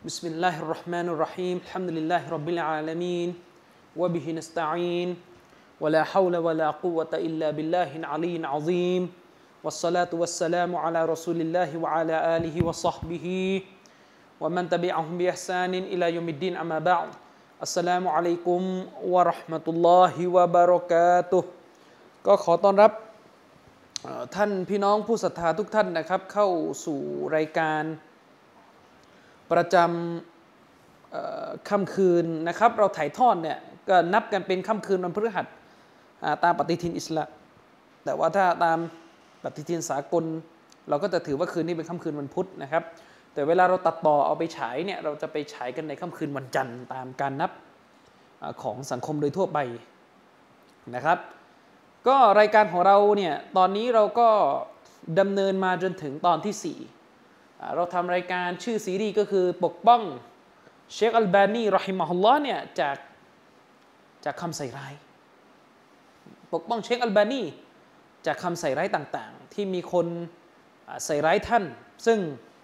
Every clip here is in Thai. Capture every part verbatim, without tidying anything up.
بسم الله الرحمن الرحيم الحمد لله رب العالمين وبه نستعين ولا حول ولا قوة إلا بالله العلي العظيم والصلاة والسلام على رسول الله وعلى آله وصحبه ومن تبعهم بإحسان إلى يوم الدين أما بعد السلام عليكم ورحمة الله وبركاته ก็ขอต้อนรับท่านพี่น้องผู้ศรัทธาทุกท่านนะครับเข้าสู่รายการประจำค่ำคืนนะครับเราถ่ายทอดเนี่ยก็นับกันเป็นค่ำคืนวันพฤหัสตามปฏิทินอิสลามแต่ว่าถ้าตามปฏิทินสากลเราก็จะถือว่าคืนนี้เป็นค่ำคืนวันพุธนะครับแต่เวลาเราตัดต่อเอาไปฉายเนี่ยเราจะไปฉายกันในค่ำคืนวันจันทร์ตามการนับของสังคมโดยทั่วไปนะครับก็รายการของเราเนี่ยตอนนี้เราก็ดำเนินมาจนถึงตอนที่สี่เราทำรายการชื่อซีรีส์ก็คือปกป้องเชคอัลบานีรอฮิมะฮุลลอฮ์เนี่ยจากจากคำใส่ร้ายปกป้องเชคอัลบานีจากคำใส่ร้ายต่างๆที่มีคนใส่ร้ายท่านซึ่ง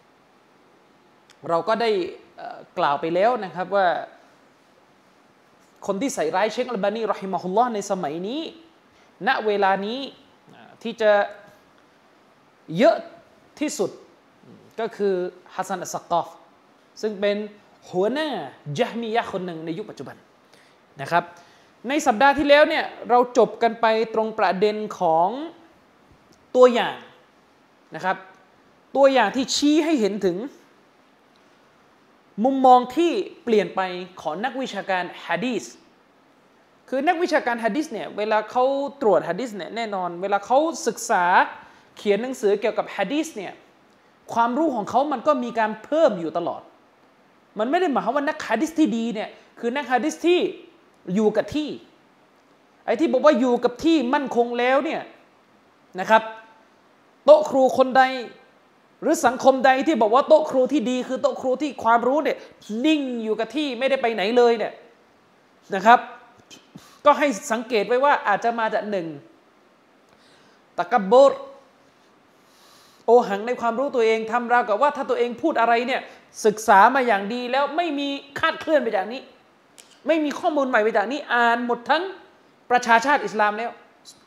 เราก็ได้กล่าวไปแล้วนะครับว่าคนที่ใส่ร้ายเชคอัลบานีรอฮิมะฮุลลอฮ์ในสมัยนี้ณเวลานี้ที่จะเยอะที่สุดก็คือฮัสซันอัสซักกอฟซึ่งเป็นหัวหน้าญะฮ์มียะห์คนหนึ่งในยุคปัจจุบันนะครับในสัปดาห์ที่แล้วเนี่ยเราจบกันไปตรงประเด็นของตัวอย่างนะครับตัวอย่างที่ชี้ให้เห็นถึงมุมมองที่เปลี่ยนไปของนักวิชาการหะดีษคือนักวิชาการหะดีษเนี่ยเวลาเขาตรวจหะดีษเนี่ยแน่นอนเวลาเขาศึกษาเขียนหนังสือเกี่ยวกับหะดีษเนี่ยความรู้ของเขามันก็มีการเพิ่มอยู่ตลอดมันไม่ได้หมายความว่านักหะดีษที่ดีเนี่ยคือนักหะดีษที่อยู่กับที่ไอ้ที่บอกว่าอยู่กับที่มั่นคงแล้วเนี่ยนะครับโต๊ะครูคนใดหรือสังคมใดที่บอกว่าโต๊ะครูที่ดีคือโต๊ะครูที่ความรู้เนี่ยนิ่งอยู่กับที่ไม่ได้ไปไหนเลยเนี่ยนะครับก็ให้สังเกตไว้ว่าอาจจะมาจากหนึ่งตะกับบรโอหังในความรู้ตัวเองทำราวกับว่าถ้าตัวเองพูดอะไรเนี่ยศึกษามาอย่างดีแล้วไม่มีคาดเคลื่อนไปจากนี้ไม่มีข้อมูลใหม่ไปจากนี้อ่านหมดทั้งประชาชาติอิสลามแล้ว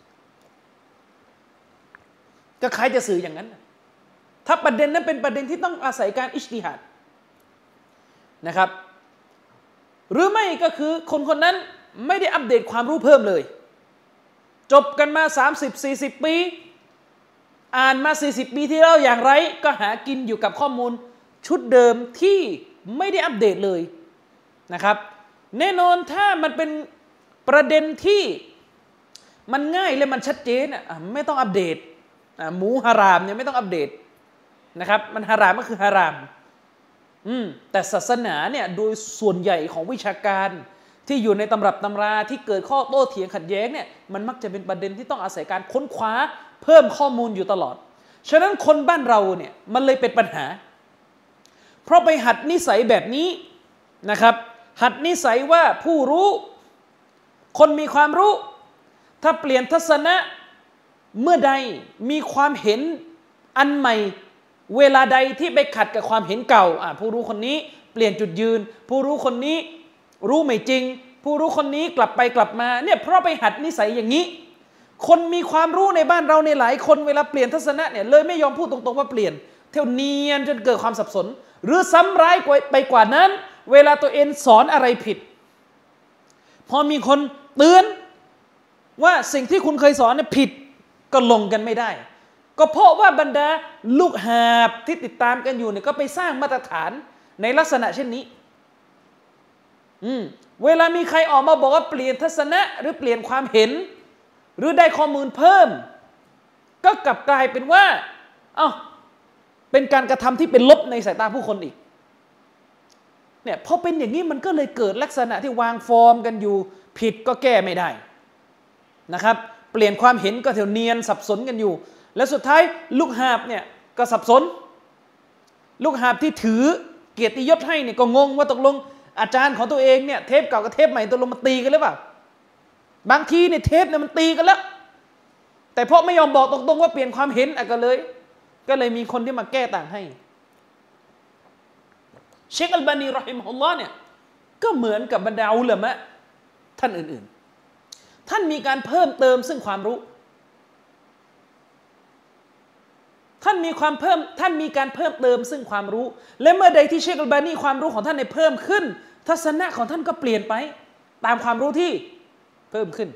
ก็ใครจะสื่ออย่างนั้นถ้าประเด็นนั้นเป็นประเด็นที่ต้องอาศัยการอิจติฮาดนะครับหรือไม่ก็คือคนคนนั้นไม่ได้อัปเดตความรู้เพิ่มเลยจบกันมา สามสิบสี่สิบ ปีอ่านมาสี่สิบปีที่แล้วอย่างไรก็หากินอยู่กับข้อมูลชุดเดิมที่ไม่ได้อัปเดตเลยนะครับแน่นอนถ้ามันเป็นประเด็นที่มันง่ายและมันชัดเจนอ่ะไม่ต้องอัปเดตหมูฮารามเนี่ยไม่ต้องอัปเดตนะครับมันฮารามก็คือฮารามอืมแต่ศาสนาเนี่ยโดยส่วนใหญ่ของวิชาการที่อยู่ในตำรับตำราที่เกิดข้อโต้เถียงขัดแย้งเนี่ยมันมักจะเป็นประเด็นที่ต้องอาศัยการค้นคว้าเพิ่มข้อมูลอยู่ตลอดฉะนั้นคนบ้านเราเนี่ยมันเลยเป็นปัญหาเพราะไปหัดนิสัยแบบนี้นะครับหัดนิสัยว่าผู้รู้คนมีความรู้ถ้าเปลี่ยนทัศนะเมื่อใดมีความเห็นอันใหม่เวลาใดที่ไปขัดกับความเห็นเก่าอ่ะผู้รู้คนนี้เปลี่ยนจุดยืนผู้รู้คนนี้รู้ไม่จริงผู้รู้คนนี้กลับไปกลับมาเนี่ยเพราะไปหัดนิสัยอย่างนี้คนมีความรู้ในบ้านเราในหลายคนเวลาเปลี่ยนทัศนะเนี่ยเลยไม่ยอมพูดตรงๆว่าเปลี่ยนเที่ยวเนียนจนเกิดความสับสนหรือซ้ำร้ายไปกว่านั้นเวลาตัวเองสอนอะไรผิดพอมีคนเตือนว่าสิ่งที่คุณเคยสอนเนี่ยผิดก็ลงกันไม่ได้ก็เพราะว่าบรรดาลูกหาบที่ติดตามกันอยู่เนี่ยก็ไปสร้างมาตรฐานในลักษณะเช่นนี้อืมเวลามีใครออกมาบอกว่าเปลี่ยนทัศนะหรือเปลี่ยนความเห็นหรือได้ข้อมูลเพิ่มก็กลับกลายเป็นว่าเอ้าเป็นการกระทำที่เป็นลบในสายตาผู้คนอีกเนี่ยพอเป็นอย่างนี้มันก็เลยเกิดลักษณะที่วางฟอร์มกันอยู่ผิดก็แก้ไม่ได้นะครับเปลี่ยนความเห็นก็เถียวเนียนสับสนกันอยู่และสุดท้ายลูกหาบเนี่ยก็สับสนลูกหาบที่ถือเกียรติยศให้เนี่ยก็งงว่าตกลงอาจารย์ของตัวเองเนี่ยเทปเก่ากับเทปใหม่ตกลงมาตีกันหรือเปล่าบางทีเนี่ยเทปเนี่ยมันตีกันแล้วแต่เพราะไม่ยอมบอกตรงๆว่าเปลี่ยนความเห็นอ่ะก็เลยก็เลยมีคนที่มาแก้ต่างให้เชคอัลบานีรอฮิมฮุลลอฮ์เนี่ยก็เหมือนกับบรรดาอุลามะท่านอื่นๆท่านมีการเพิ่มเติมซึ่งความรู้ท่านมีความเพิ่มท่านมีการเพิ่มเติมซึ่งความรู้และเมื่อใดที่เชคอัลบานีความรู้ของท่านเนี่ยเพิ่มขึ้นทัศนะของท่านก็เปลี่ยนไปตามความรู้ที่เพิ่มขึ้น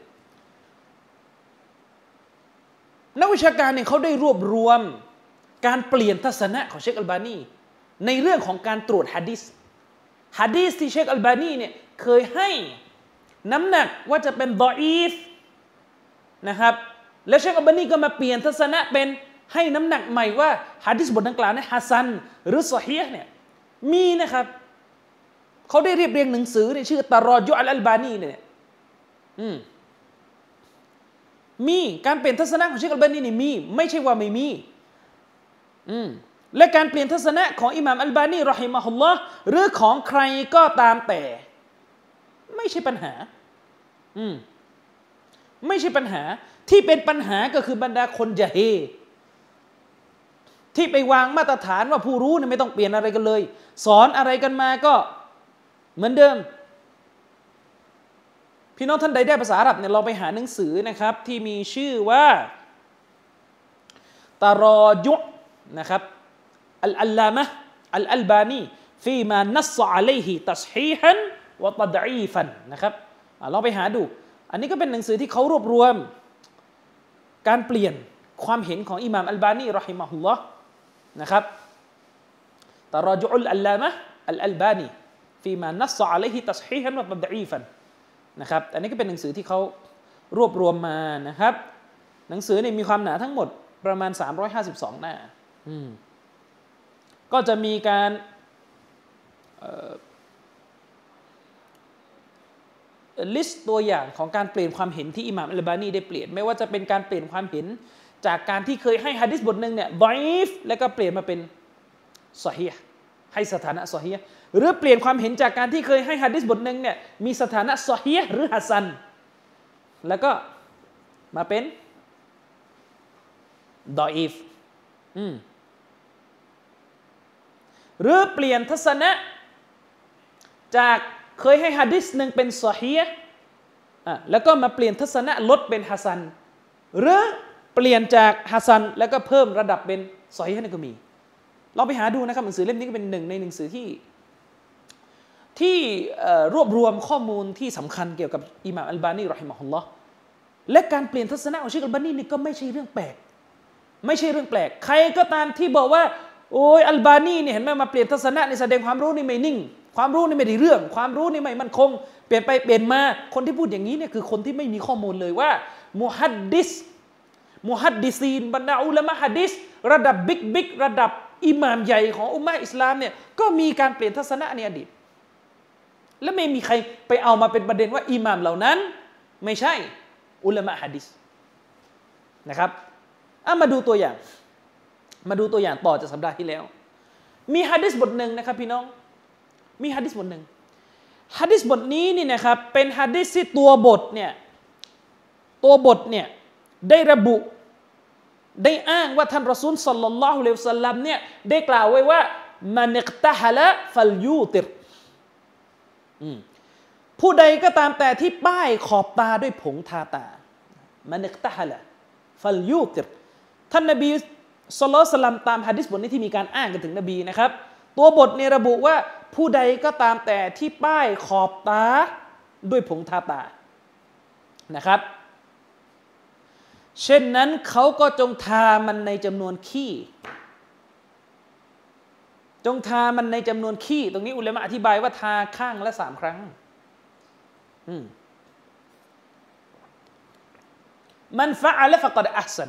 นักวิชาการเนี่ยเขาได้รวบรวมการเปลี่ยนทัศนะของเชคอัลบานีในเรื่องของการตรวจหะดีษหะดีษที่เชคอัลบานีเนี่ยเคยให้น้ำหนักว่าจะเป็นฎออีฟนะครับและเชคอัลบานีก็มาเปลี่ยนทัศนะเป็นให้น้ำหนักใหม่ว่าหะดีษบทดังกล่าวเนี่ยฮัสซันหรือซอฮีฮ์เนี่ยมีนะครับเขาได้เรียบเรียงหนังสือในชื่อตารอจุอัลอัลบานีเนี่ยอืมมีการเปลี่ยนทัศนะของเชคอัลบานีนี่มีไม่ใช่ว่าไม่มีอืมและการเปลี่ยนทัศนะของอิหม่ามอัลบานีรอฮิมะฮุลลอฮ์หรือของใครก็ตามแต่ไม่ใช่ปัญหาอืมไม่ใช่ปัญหาที่เป็นปัญหาก็คือบรรดาคนยะเฮที่ไปวางมาตรฐานว่าผู้รู้เนี่ยไม่ต้องเปลี่ยนอะไรกันเลยสอนอะไรกันมาก็เหมือนเดิมพี่น้องท่านใดได้ภาษาอาหรับเนี่ยเราไปหาหนังสือนะครับที่มีชื่อว่าตารอจุนะครับอัลอัลลามะอัลอัลบานีฟีมานัสอะลัยฮิตัศฮีฮันวะตัดอีฟันนะครับลองไปหาดูอันนี้ก็เป็นหนังสือที่เขารวบรวมการเปลี่ยนความเห็นของอิหม่ามอัลบานีรอฮิมะฮุลลอฮ์นะครับตารอจุอัลอัลลามะอัลอัลบานีฟีมานัสอะลัยฮิตัศฮีฮันวะตัดอีฟันนะครับอันนี้ก็เป็นหนังสือที่เขารวบรวมมานะครับหนังสือเนี่ยมีความหนาทั้งหมดประมาณสามร้อยห้าสิบสองหน้าอืมก็จะมีการลิสต์ตัวอย่างของการเปลี่ยนความเห็นที่อิหม่ามอัลบานีได้เปลี่ยนไม่ว่าจะเป็นการเปลี่ยนความเห็นจากการที่เคยให้หะดีษบทหนึ่งเนี่ยฎออีฟแล้วก็เปลี่ยนมาเป็นซอฮีฮ์ให้สถานะซอฮีฮ์หรือเปลี่ยนความเห็นจากการที่เคยให้หะดีษบทหนึ่งเนี่ยมีสถานะซอฮีฮ์หรือฮัสซันแล้วก็มาเป็นฎออีฟอืมหรือเปลี่ยนทัศนะจากเคยให้หะดีษหนึ่งเป็นซอฮีฮ์อ่ะแล้วก็มาเปลี่ยนทัศนะลดเป็นฮัสซันหรือเปลี่ยนจากฮัสซันแล้วก็เพิ่มระดับเป็นซอฮีฮ์นั่นก็มีเราไปหาดูนะครับหนังสือเล่มนี้ก็เป็นหนึ่งในหนังสือที่ที่รวบรวมข้อมูลที่สำคัญเกี่ยวกับอิหม่ามอัลบานีรอฮิมะฮุลลอฮ์และการเปลี่ยนทัศนะของเชคอัลบานีนี่ก็ไม่ใช่เรื่องแปลกไม่ใช่เรื่องแปลกใครก็ตามที่บอกว่าโอ้ยอัลบานีเนี่ยเห็นไหมมาเปลี่ยนทัศนะในแสดงความรู้นี่ไม่นิ่งความรู้นี่ไม่ได้เรื่องความรู้นี่ไม่มั่นคงเปลี่ยนไปเปลี่ยนมาคนที่พูดอย่างนี้เนี่ยคือคนที่ไม่มีข้อมูลเลยว่ามุฮัดดิษมุฮัดดิซีนบรรดาอุลามะฮะดีษระดับบิ๊กบิ๊กระดับอิหม่ามใหญ่ของอุมมะฮ์อิสลามเนี่ยก็มีการเปลี่ยนทัศนะในอดีตและไม่มีใครไปเอามาเป็นประเด็นว่าอิหม่ามเหล่านั้นไม่ใช่อุลามะฮะดีษนะครับอ่ะมาดูตัวอย่างมาดูตัวอย่างต่อจากสัปดาห์ที่แล้วมีหะดีษบทหนึ่งนะครับพี่น้องมีหะดีษบทหนึ่งหะดีษบทนี้นี่นะครับเป็นหะดีษที่ตัวบทเนี่ยตัวบทเนี่ยได้ระบุได้อ้างว่าท่านรอซูลศ็อลลัลลอฮุอะลัยฮิวะซัลลัมเนี่ยได้กล่าวไว้ว่ามันอิกตะฮะละฟัลยูติรผู้ใดก็ตามแต่ที่ป้ายขอบตาด้วยผงทาตามันอิกตะฮะละฟัลยูติรท่านนบีศ็อลลัลลอฮุอะลัยฮิวะซัลลัมตามหะดีษบทนี้ที่มีการอ้างกันถึงนบีนะครับตัวบทเนี่ยระบุว่าผู้ใดก็ตามแต่ที่ป้ายขอบตาด้วยผงทาตานะครับเช่นนั้นเขาก็จงทามันในจำนวนขี้จงทามันในจำนวนขี้ตรงนี้อุลามะอธิบายว่าทาข้างละสามครั้งมันฟะอะละฟะกอดอัฮซัน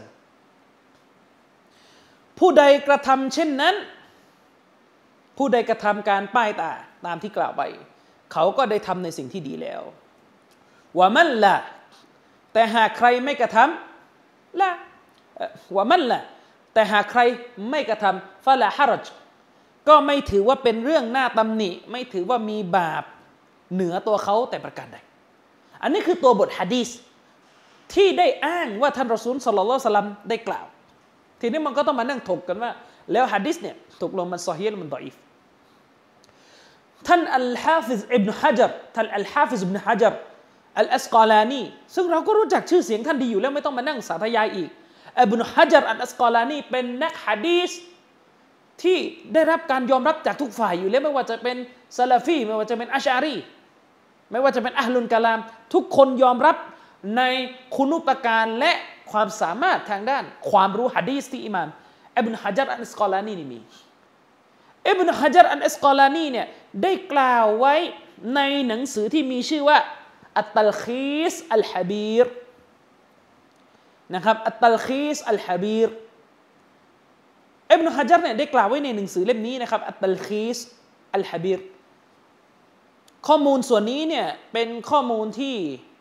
ผู้ใดกระทำเช่นนั้นผู้ใดกระทำการป้ายตาตามที่กล่าวไปเขาก็ได้ทำในสิ่งที่ดีแล้วว่ามันละแต่หากใครไม่กระทำละว่ามันละแต่หากใครไม่กระทำฟะลาฮะรัจก็ไม่ถือว่าเป็นเรื่องน่าตำหนิไม่ถือว่ามีบาปเหนือตัวเขาแต่ประการใดอันนี้คือตัวบทหะดีษที่ได้อ้างว่าท่านรอซูลศ็อลลัลลอฮุอะลัยฮิวะซัลลัมได้กล่าวทีนี้มันก็ต้องมานั่งถกกันว่าแล้วหะดีษเนี่ยตกลงมันซอฮีฮ์หรือมันฎออีฟท่านอัลฮาฟิซอิบนุฮะญัรท่านอัลฮาฟิซอิบนุฮะญัรอัลอัสกอลานีซึ่งเราก็รู้จักชื่อเสียงท่านดีอยู่แล้วไม่ต้องมานั่งสาธยายอีกอิบนุฮะญัรอัลอัสกอลานีเป็นนักหะดีษที่ได้รับการยอมรับจากทุกฝ่ายอยู่แล้วไม่ว่าจะเป็นซะลาฟีไม่ว่าจะเป็นอัชอะรีไม่ว่าจะเป็นอะห์ลุลกะลามทุกคนยอมรับในคุณูปการและความสามารถทางด้านความรู้หะดีษที่อิหม่ามอิบนุฮะญัรอัลอัสกอลานีนี่มีอิบนุฮะญัรอัลอัสกอลานีเนี่ยได้กล่าวไว้ในหนังสือที่มีชื่อว่าอัตตัลคีสอัลฮะบีรนะครับอัตตัลคีสอัลฮะบีรอิบนุฮะญัรเนี่ยได้กล่าวไว้ในหนังสือเล่มนี้นะครับอัตตัลคีสอัลฮะบีรข้อมูลส่วนนี้เนี่ยเป็นข้อมูลที่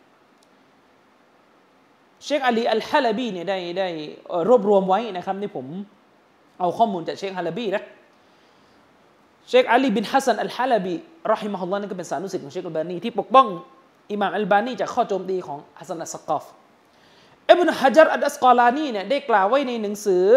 เชคอาลีอัลฮะลาบีเนี่ยได้ได้รวบรวมไว้นะครับนี่ผมเอาข้อมูลจากเชคฮะลาบีนะเชคอาลีบินฮัสซันอัลฮะลาบีเราะฮิมะฮุลลอฮ์นี่ก็เป็นสานุสิทธิ์ของเชคอัลบานีที่ปกป้องอิหม่ามอัลบานีจากข้อโจมตีของฮัสซันอัสซักกอฟอิบนุฮะญัรอัลอัสกอลานีเนี่ยได้กล่าวไว้ในหนังสือ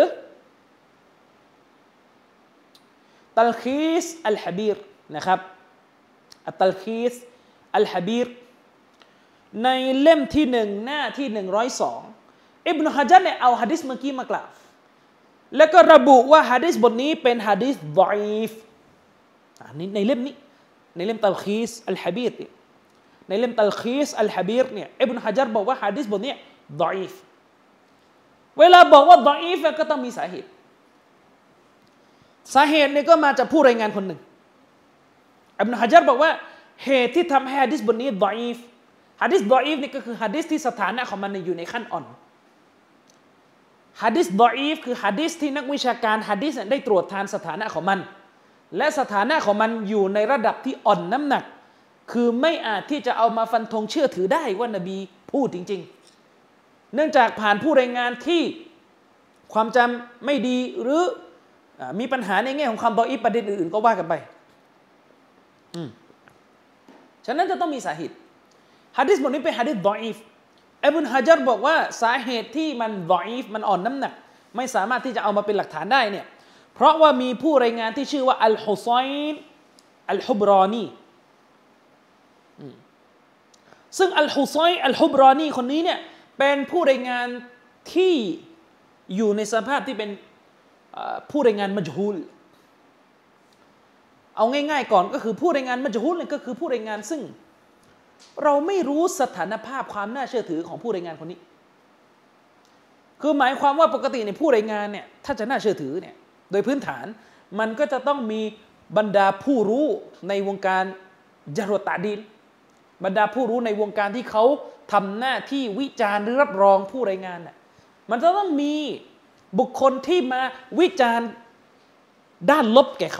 ตัลคีสอัลฮะบีรนะครับอัตตัลคีสอัลฮะบีรในเล่มที่หนึ่งหน้าที่หนึ่งร้อยสองอิบนุฮะญัรเนี่ยเอาหะดีษเมื่อกี้มากล่าวแล้วก็ระบุว่าหะดีษบทนี้เป็นหะดีษฎออีฟอันนี้ในเล่มนี้ในเล่มตัลคีสอัลฮะบีรในเล่มตัลคีสอัลฮะบีรเนี่ยอิบนุฮะญัรบอกว่าหะดีษบทนี้ฎออีฟเวลาบอกว่าฎออีฟก็ต้องมีสาเหตุสาเหตุเนี่ยก็มาจากผู้รายงานคนหนึ่งอิบนุฮะญัรบอกว่าเหตุที่ทำให้หะดีษบทนี้ฎออีฟหะดีษฎออีฟนี่ก็คือหะดีษที่สถานะของมันอยู่ในขั้นอ่อนหะดีษฎออีฟคือหะดีษที่นักวิชาการหะดีษได้ตรวจทานสถานะของมันและสถานะของมันอยู่ในระดับที่อ่อนน้ำหนักคือไม่อาจที่จะเอามาฟันธงเชื่อถือได้ว่านบีพูดจริงๆเนื่องจากผ่านผู้รายงานที่ความจำไม่ดีหรือมีปัญหาในแง่ของความฎออีฟประเด็นอื่นๆก็ว่ากันไปอืมฉะนั้นจะต้องมีสาเหตุหะดีษบทนี้เป็นหะดีษฎออีฟอิบนุฮะญัรบอกว่าสาเหตุที่มันฎออีฟมันอ่อนน้ำหนักไม่สามารถที่จะเอามาเป็นหลักฐานได้เนี่ยเพราะว่ามีผู้รายงานที่ชื่อว่าอัลฮุซัยน์อัลฮุบรอนีซึ่งอัลฮุซัยน์อัลฮุบรอนีคนนี้เนี่ยเป็นผู้รายงานที่อยู่ในสภาพที่เป็นผู้รายงานมัจฮูลเอาง่ายๆก่อนก็คือผู้รายงานมัจฮูลเนี่ยก็คือผู้รายงานซึ่งเราไม่รู้สถานภาพความน่าเชื่อถือของผู้รายงานคนนี้คือหมายความว่าปกติในผู้รายงานเนี่ยถ้าจะน่าเชื่อถือเนี่ยโดยพื้นฐานมันก็จะต้องมีบรรดาผู้รู้ในวงการญะรอตะดีลบรรดาผู้รู้ในวงการที่เขาทำหน้าที่วิจารณ์หรือรับรองผู้รายงานน่ะมันจะต้องมีบุคคลที่มาวิจารณ์ด้านลบแก่เขา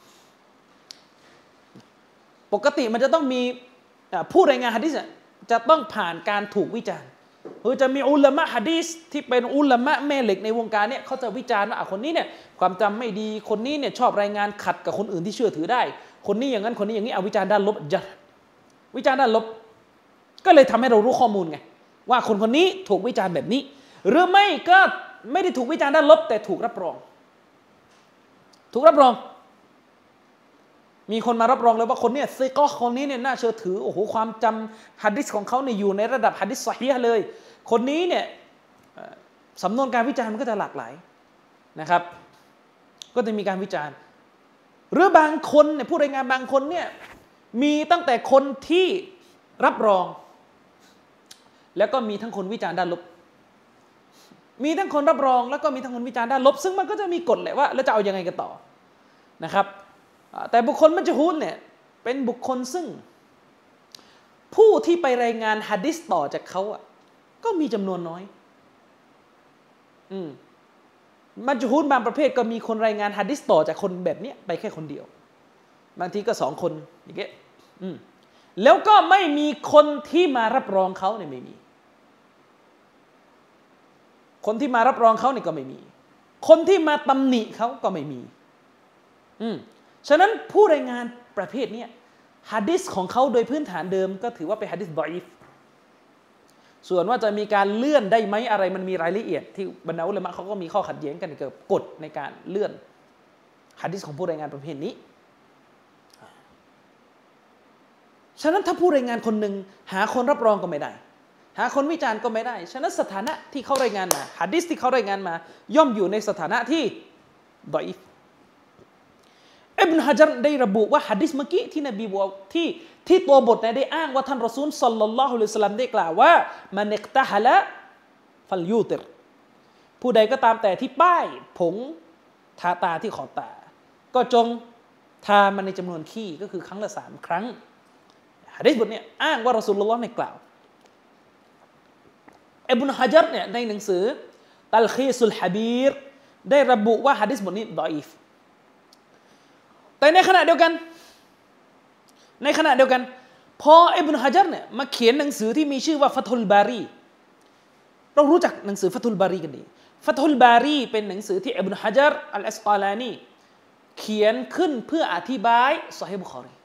ปกติมันจะต้องมีผู้รายงานหะดีษจะต้องผ่านการถูกวิจารณ์คือจะมีอุลามะหะดีษที่เป็นอุลามะแม่เหล็กในวงการเนี่ยเขาจะวิจารณ์ว่าคนนี้เนี่ยความจำไม่ดีคนนี้เนี่ยชอบรายงานขัดกับคนอื่นที่เชื่อถือได้คนนี้อย่างนั้นคนนี้อย่างนี้เอาวิจารณ์ด้านลบจะวิจารณ์ด้านลบก็เลยทำให้เรารู้ข้อมูลไงว่าคนคนนี้ถูกวิจารณ์แบบนี้หรือไม่ก็ไม่ได้ถูกวิจารณ์ด้านลบแต่ถูกรับรองถูกรับรองมีคนมารับรองเลยว่าคนเนี้ยซิกอคนนี้เนี่ยน่าเชื่อถือโอ้โหความจำหะดีษของเขาเนี่ยอยู่ในระดับหะดีษซอฮีฮ์เลยคนนี้เนี่ยสำนวนการวิจารณ์มันก็จะหลากหลายนะครับก็จะมีการวิจารณ์หรือบางคนเนี่ยผู้รายงานบางคนเนี่ยมีตั้งแต่คนที่รับรองแล้วก็มีทั้งคนวิจารณ์ด้านลบมีทั้งคนรับรองแล้วก็มีทั้งคนวิจารณ์ด้านลบซึ่งมันก็จะมีกฎแหละว่าแล้วจะเอายังไงกันต่อนะครับแต่บุคคลมัจฮูลเนี่ยเป็นบุคคลซึ่งผู้ที่ไปรายงานหะดีษต่อจากเขาอ่ะก็มีจำนวนน้อยอืมมัจฮูลบางประเภทก็มีคนรายงานหะดีษต่อจากคนแบบนี้ไปแค่คนเดียวบางทีก็สองคนอย่างเงี้ยอืมแล้วก็ไม่มีคนที่มารับรองเขาเนี่ยไม่มีคนที่มารับรองเขาเนี่ยก็ไม่มีคนที่มาตำหนิเขาก็ไม่มีอืมฉะนั้นผู้รายงานประเภทนี้หะดีษของเขาโดยพื้นฐานเดิมก็ถือว่าเป็นหะดีษฎออีฟส่วนว่าจะมีการเลื่อนได้ไหมอะไรมันมีรายละเอียดที่บรรดาอุลามะเขาก็มีข้อขัดแย้งกันเกี่ยวกับกฎในการเลื่อนหะดีษของผู้รายงานประเภทนี้ฉะนั้นถ้าผู้รายงานคนหนึ่งหาคนรับรองก็ไม่ได้หาคนวิจารณ์ก็ไม่ได้ฉะนั้นสถานะที่เขารายงานมาหะดีษที่เขารายงานมาย่อมอยู่ในสถานะที่ดออีฟอิบนุฮะญัรได้ระบุว่าหะดีษเมื่อกี้ที่นบีบอกที่ที่ตัวบทเนี่ยได้อ้างว่าท่านรอซูลศ็อลลัลลอฮุอะลัยฮิวะซัลลัมได้กล่าวว่ามันอิกตะฮะละฟัลยูติรผู้ใดก็ตามแต่ที่ป้ายผงทาตาที่ขอบตาก็จงทามันในจำนวนขี้ก็คือครั้งละสามครั้งหะดีษบทนี้อ้างว่ารอซูลุลลอฮ์ได้กล่าวอิบนุฮะญัรเนี่ยในหนังสือตัลคีซุลฮะบีรได้ระบุว่าหะดีษบทนี้ดออีฟแต่ในขณะเดียวกันในขณะเดียวกันพออิบนุฮะญัรเนี่ยมาเขียนหนังสือที่มีชื่อว่าฟัตุลบารีเรารู้จักหนังสือฟัตุลบารีกันดีฟัตุลบารีเป็นหนังสือที่อิบนุฮะญัรอัลอัสกอลานีเขียนขึ้นเพื่ออธิบายซอฮีฮ์บุคอรี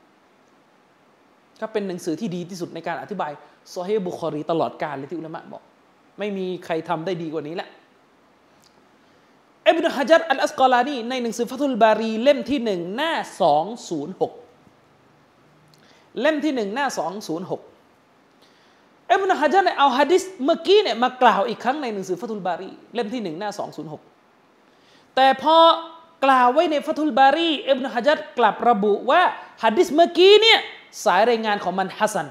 ก็เป็นหนังสือที่ดีที่สุดในการอธิบายซอฮีฮ์บุคอรีตลอดกาลเลยที่อุลามะบอกไม่มีใครทำได้ดีกว่านี้แหละอิบนุฮะญัรอัลอัสกอลานีในหนังสือฟัตุลบารีเล่มที่หนึ่งหน้าสองร้อยหกเล่มที่หนึ่งหน้าสองร้อยหกอิบนุฮะญัรเนี่ยเอาหะดีษเมื่อกี้เนี่ยมากล่าวอีกครั้งในหนังสือฟัตุลบารีเล่มที่หนึ่งหน้าสองร้อยหกแต่พอกล่าวไว้ในฟัตุลบารีอิบนุฮะญัรกลับระบุว่าหะดีษเมื่อกี้เนี่ยสายรายงานของมันฮัสซัน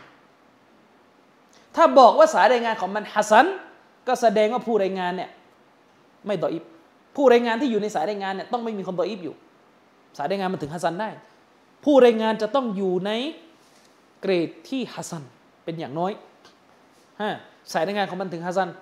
ถ้าบอกว่าสายรายงานของมันฮัสซันก็แสดงว่าผู้รายงานเนี่ยไม่ดออีฟผู้รายงานที่อยู่ในสายรายงานเนี่ยต้องไม่มีคนดออีฟอยู่สายรายงานมันถึงฮัสซันได้ผู้รายงานจะต้องอยู่ในเกรดที่ฮัสซันเป็นอย่างน้อยฮะสายรายงานของมันถึงฮัสซัน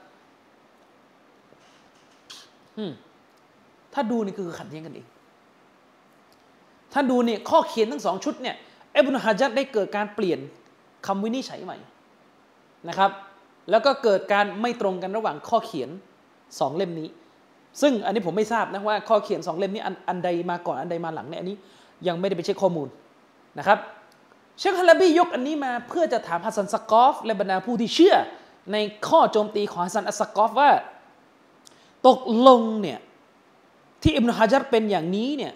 อืมถ้าดูนี่คือขัดแย้งกันเองถ้าดูเนี่ยข้อเขียนทั้งสองชุดเนี่ยอิบนุฮะญัรได้เกิดการเปลี่ยนคำวินิจฉัยใหม่นะครับแล้วก็เกิดการไม่ตรงกันระหว่างข้อเขียนสองเล่มนี้ซึ่งอันนี้ผมไม่ทราบนะว่าข้อเขียนสองเล่มนี้อันอันใดมาก่อนอันใดมาหลังเนี่ยอันนี้ยังไม่ได้ไปเช็คข้อมูลนะครับเชคฮะลาบียกอันนี้มาเพื่อจะถามฮัสซันซักกอฟและบรรดาผู้ที่เชื่อในข้อโจมตีของฮัสซันอัสซักกอฟว่าตกลงเนี่ยที่อิบนุฮะญัรเป็นอย่างนี้เนี่ย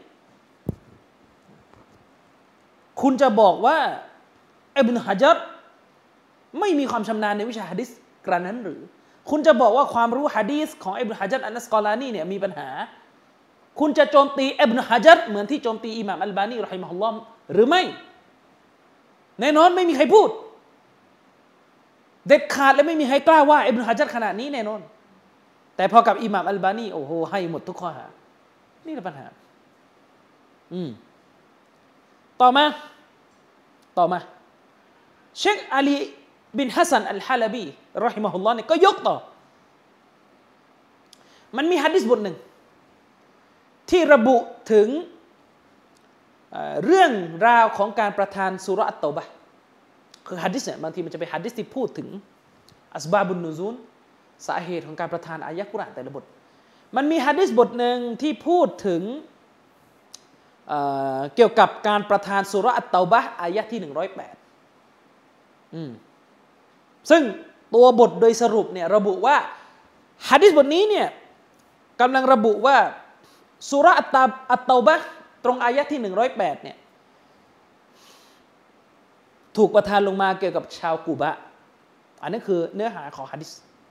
คุณจะบอกว่าอิบนุฮะญัรไม่มีความชำนาญในวิชาหะดีษกระนั้นหรือคุณจะบอกว่าความรู้หะดีษของอิบนุฮะญัรอัลอัสกอลานีเนี่ยมีปัญหาคุณจะโจมตีอิบนุฮะญัรเหมือนที่โจมตีอิหม่ามอัลบานีรอฮิมะฮุลลอฮ์หรือไม่แน่นอนไม่มีใครพูดเด็ดขาดและไม่มีใครกล้าว่าอิบนุฮะญัรขนาดนี้แน่นอนแต่พอกับอิหม่ามอัลบานีโอ้โหให้หมดทุกข้อหานี่แหละปัญหาอืมต่อมาต่อมาเชคอาลีบินฮัสซันอัลฮะลาบีรอฮิมะฮุลลอฮ์เนี่ยก็ยกต่อมันมีหะดีษบทหนึ่งที่ระบุถึงเรื่องราวของการประทานซูเราะห์อัตเตาบะห์คือหะดีษเนี่ยบางทีมันจะเป็นหะดีษที่พูดถึงอัสบาบุนนูซูลสาเหตุของการประทานอายะห์กุรอานแต่ละบทมันมีหะดีษบทหนึ่งที่พูดถึงเอ่อเกี่ยวกับการประทานซูเราะห์อัตเตาบะห์อายะห์ที่หนึ่งร้อยแปดอืมซึ่งตัวบทโดยสรุปเนี่ยระบุว่าหะดีษบทนี้เนี่ยกำลังระบุว่าซูเราะห์อัตตาอัตเตาบะห์ตรงอายะห์ที่หนึ่งร้อยแปดเนี่ยถูกประทานลงมาเกี่ยวกับชาวกูบะอันนี้คือเนื้อหาของหะดีษ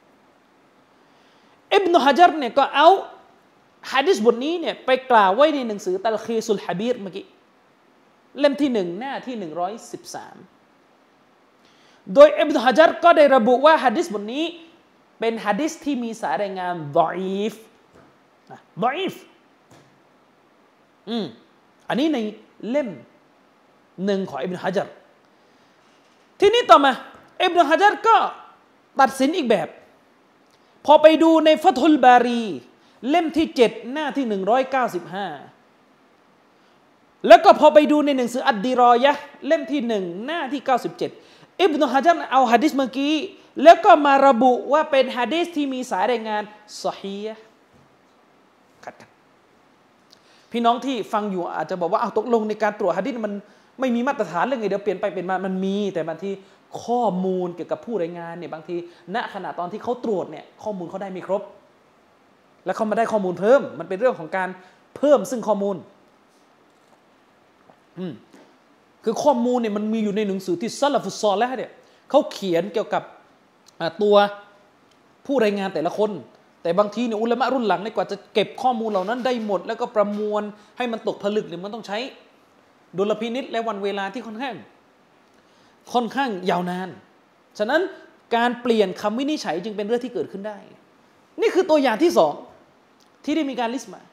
อิบนุฮะญัรเนี่ยก็เอาหะดีษบทนี้เนี่ยไปกล่าวไว้ในหนังสือตัลคีซุลฮะบีรเมื่อกี้เล่มที่หนึ่งหน้าที่หนึ่งร้อยสิบสามโดยอิบนุฮะญัรก็ได้ระบุว่าหะดีษบทนี้เป็นหะดีษที่มีสายรายงานฎออีฟนะฎออีฟอืมอันนี้ในเล่มหนึ่งของอิบนุฮะญัรทีนี้ต่อมาอิบนุฮะญัรก็ตัดสินอีกแบบพอไปดูในฟัตุลบารีเล่มที่เจ็ดหน้าที่หนึ่งร้อยเก้าสิบห้าแล้วก็พอไปดูในหนังสืออัดดีรอยะห์เล่มที่หนึ่งหน้าที่เก้าสิบเจ็ดอิบนุฮะญัรเอาหะดีษเมื่อกี้แล้วก็มาระบุว่าเป็นหะดีษที่มีสายรายงานซอฮีฮ์ขัดกันพี่น้องที่ฟังอยู่อาจจะบอกว่าเอาตกลงในการตรวจหะดีษมันไม่มีมาตรฐานเรื่องไงเดี๋ยวเปลี่ยนไปเปลี่ยนมามันมีแต่บางทีข้อมูลเกี่ยวกับผู้รายงานเนี่ยบางทีณขณะตอนที่เขาตรวจเนี่ยข้อมูลเขาได้ไม่ครบแล้วเขามาได้ข้อมูลเพิ่มมันเป็นเรื่องของการเพิ่มซึ่งข้อมูลอืมคือข้อมูลเนี่ยมันมีอยู่ในหนังสือที่ซะลาฟุซซอลิห์เนี่ยเขาเขียนเกี่ยวกับตัวผู้รายงานแต่ละคนแต่บางทีเนี่ยอุลามะรุ่นหลังเนี่ยกว่าจะเก็บข้อมูลเหล่านั้นได้หมดแล้วก็ประมวลให้มันตกผลึกเนี่ยมันต้องใช้ดุลพินิจและวันเวลาที่ค่อนข้างค่อนข้างยาวนานฉะนั้นการเปลี่ยนคำวินิจฉัยจึงเป็นเรื่องที่เกิดขึ้นได้นี่คือตัวอย่างที่สองที่ได้มีการลิสต์มา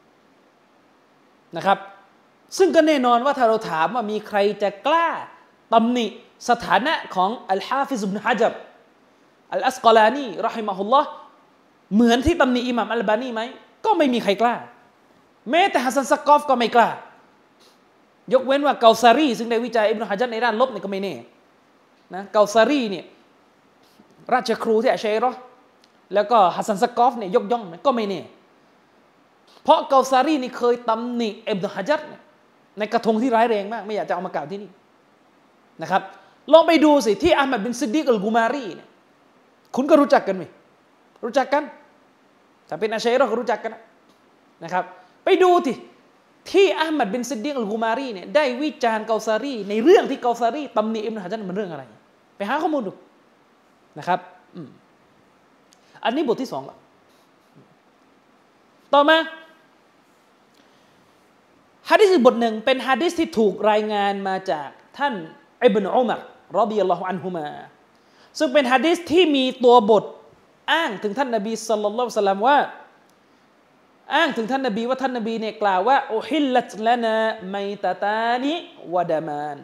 นะครับซึ่งก็แน่นอนว่าถ้าเราถามว่ามีใครจะกล้าตำหนิสถานะของอัลฮาฟิซ อิบนุ ฮะญัรอัลอัสกอลานีเราะฮิมะฮุลลอฮ์เหมือนที่ตำหนิอิหม่ามอัลบานีไหมก็ไม่มีใครกล้าแม้แต่ฮัสซันซักกอฟก็ไม่กล้ายกเว้นว่าเกาซารีซึ่งได้วิจัยอิบนุ ฮะญัรในด้านลบเนี่ยก็ไม่แน่นะเกาซารีเนี่ยราชครูที่อัชชัยเราะห์แล้วก็ฮัสซันซักกอฟเนี่ยยกย่องไหมก็ไม่แน่เพราะเกาซารีนี่เคยตำหนิอิบนุ ฮะญัรเนี่ยในกระทงที่ร้ายแรงมากไม่อยากจะเอามากล่าวที่นี่นะครับลองไปดูสิที่อะห์มัดบินซิดดีกอัลกุมารีเนี่ยคุณก็รู้จักกันไหมรู้จักกันถ้าเป็นอัชชัยเราะห์ก็รู้จักกันนะครับไปดูที่ที่อะห์มัดบินซิดดีกอัลกุมารีเนี่ยได้วิจารณ์เกาซารีในเรื่องที่เกาซารีตำหนิอิบนุ ฮะญัรมันเรื่องอะไรไปหาข้อมูลดูนะครับอันนี้บทที่สองละต่อมาหะดีษอีกบทหนึ่งเป็นหะดีษที่ถูกรายงานมาจากท่านอิบนุอุมัรรอฎิยัลลอฮุอันฮุมาซึ่งเป็นหะดีษที่มีตัวบทอ้างถึงท่านนบีศ็อลลัลลอฮุอะลัยฮิวะซัลลัมว่าอ้างถึงท่านนบีว่าท่านนบีเนี่ยกล่าวว่าอุฮิลลัตลานาไมตะตานิวะดามาน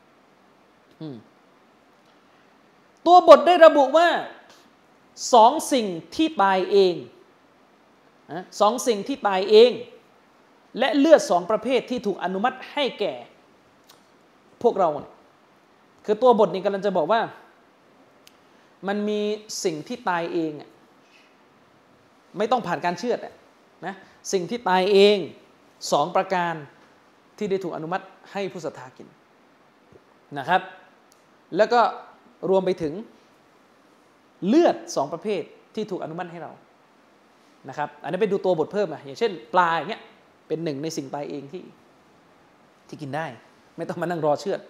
ตัวบทได้ระบุว่าสองสิ่งที่ตายเองสองสิ่งที่ตายเองและเลือดสองประเภทที่ถูกอนุมัติให้แก่พวกเราคือตัวบทนี้กำลังจะบอกว่ามันมีสิ่งที่ตายเองไม่ต้องผ่านการเชือดนะสิ่งที่ตายเองสองประการที่ได้ถูกอนุมัติให้ผู้ศรัทธากินนะครับแล้วก็รวมไปถึงเลือดสองประเภทที่ถูกอนุมัติให้เรานะครับอันนี้ไปดูตัวบทเพิ่มอ่ะอย่างเช่นปลาอย่างเงี้ยเป็นหนึ่งในสิ่งตายเองที่ที่กินได้ไม่ต้องมานั่งรอเชือด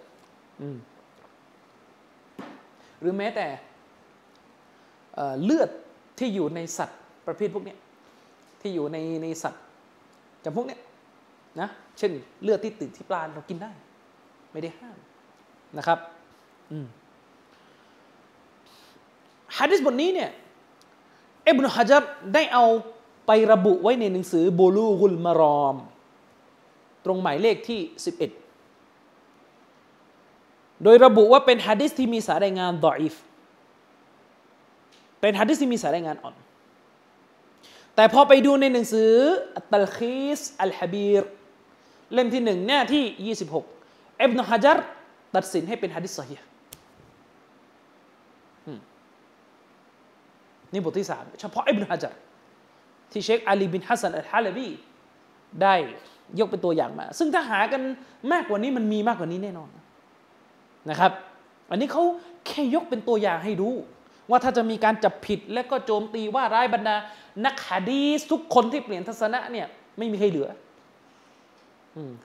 หรือแม้แต่เอ่อเลือดที่อยู่ในสัตว์ประเภทพวกนี้ที่อยู่ในในสัตว์จำพวกนี้นะเช่นเลือดที่ติดที่ปลาเรากินได้ไม่ได้ห้ามนะครับอืมหะดีษบทนี้เนี่ยอิบนุ ฮะญัรได้เอาไประบุไว้ในหนังสือบูลูกุลมารอมตรงหมายเลขที่สิบเอ็ดโดยระบุว่าเป็นหะดีษที่มีสายรายงานฎออีฟเป็นหะดีษที่มีสายรายงานอ่อนแต่พอไปดูในหนังสืออัตตัลคีสอัลฮะบีรเล่มที่หนึ่งหน้าที่ยี่สิบหกอิบนุ ฮะญัรตัดสินให้เป็นหะดีษซอฮีฮ์นี่บทที่สามเฉพาะอิบนุ ฮะญัรที่เชคอาลีบินฮัสซันอัลฮะลาบีได้ยกเป็นตัวอย่างมาซึ่งถ้าหากันมากกว่านี้มันมีมากกว่านี้แน่นอนนะครับอันนี้เขาแค่ยกเป็นตัวอย่างให้ดูว่าถ้าจะมีการจับผิดและก็โจมตีว่าร้ายบรรดานักหะดีษทุกคนที่เปลี่ยนทัศนะเนี่ยไม่มีใครเหลืออืม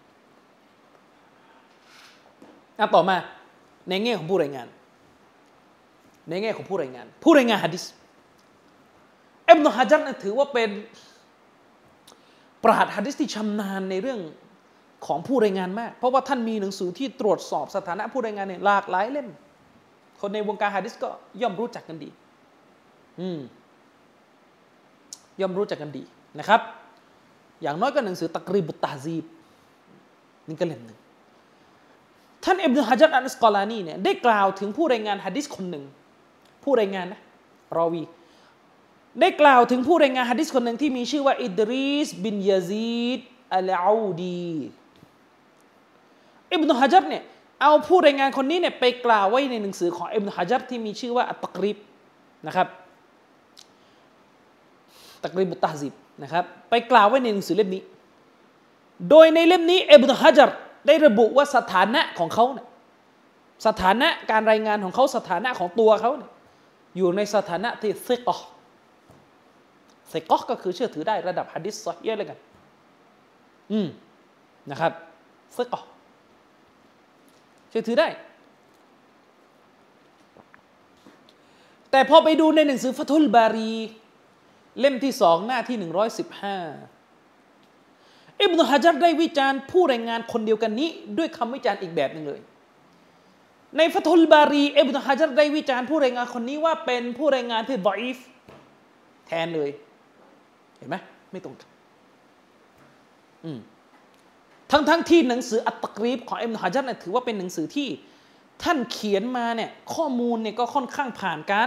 อ่ะต่อมาในแง่ของผู้รายงานในแง่ของผู้รายงานผู้รายงานหะดีษอิบนุ ฮะญัรถือว่าเป็นปราชญ์หะดีษที่ชำนาญในเรื่องของผู้รายงานมากเพราะว่าท่านมีหนังสือที่ตรวจสอบสถานะผู้รายงานเนี่ยหลากหลายเล่มคนในวงการหะดีษก็ย่อมรู้จักกันดีอืมย่อมรู้จักกันดีนะครับอย่างน้อยก็หนังสือตักรีบุตตะซีบนี่ก็เล่มหนึ่งท่านอิบนุ ฮะญัรอัลอัสกอลานีเนี่ยได้กล่าวถึงผู้รายงานหะดีษคนหนึ่งผู้รายงานนะรอวีได้กล่าวถึงผู้รายงานหะดีษคนหนึ่งที่มีชื่อว่าอิดรีสบินยะซีดอัลอูดีอิบนุ ฮะญัรเนี่ยเอาผู้รายงานคนนี้เนี่ยไปกล่าวไว้ในหนังสือของอิบนุ ฮะญัรที่มีชื่อว่าอัตตักรีบนะครับตักรีบุตตะซีบนะครับไปกล่าวไว้ในหนังสือเล่มนี้โดยในเล่มนี้อิบนุ ฮะญัรได้ระบุว่าสถานะของเขาเนี่ยสถานะการรายงานของเขาสถานะของตัวเขาเนี่ยอยู่ในสถานะที่ซิกอห์ซิกอห์ก็คือเชื่อถือได้ระดับหะดีษซอฮีฮ์เลยกันอืมนะครับซิกอห์เชื่อถือได้แต่พอไปดูในหนังสือฟัตุลบารีเล่มที่สองหน้าที่หนึ่งร้อยสิบห้าอิบนุฮะญัรได้วิจารณ์ผู้รายงานคนเดียวกันนี้ด้วยคำวิจารณ์อีกแบบหนึ่งเลยในฟัตุลบารีอิบนุฮะญัรได้วิจารณ์ผู้รายงานคนนี้ว่าเป็นผู้รายงานที่ฎออีฟแทนเลยเห็นไหมไม่ตรงกันอืมทั้งทั้งที่หนังสืออัตตักรีบของอิบนุฮะญัรเนี่ยถือว่าเป็นหนังสือที่ท่านเขียนมาเนี่ยข้อมูลเนี่ยก็ค่อนข้างผ่านการ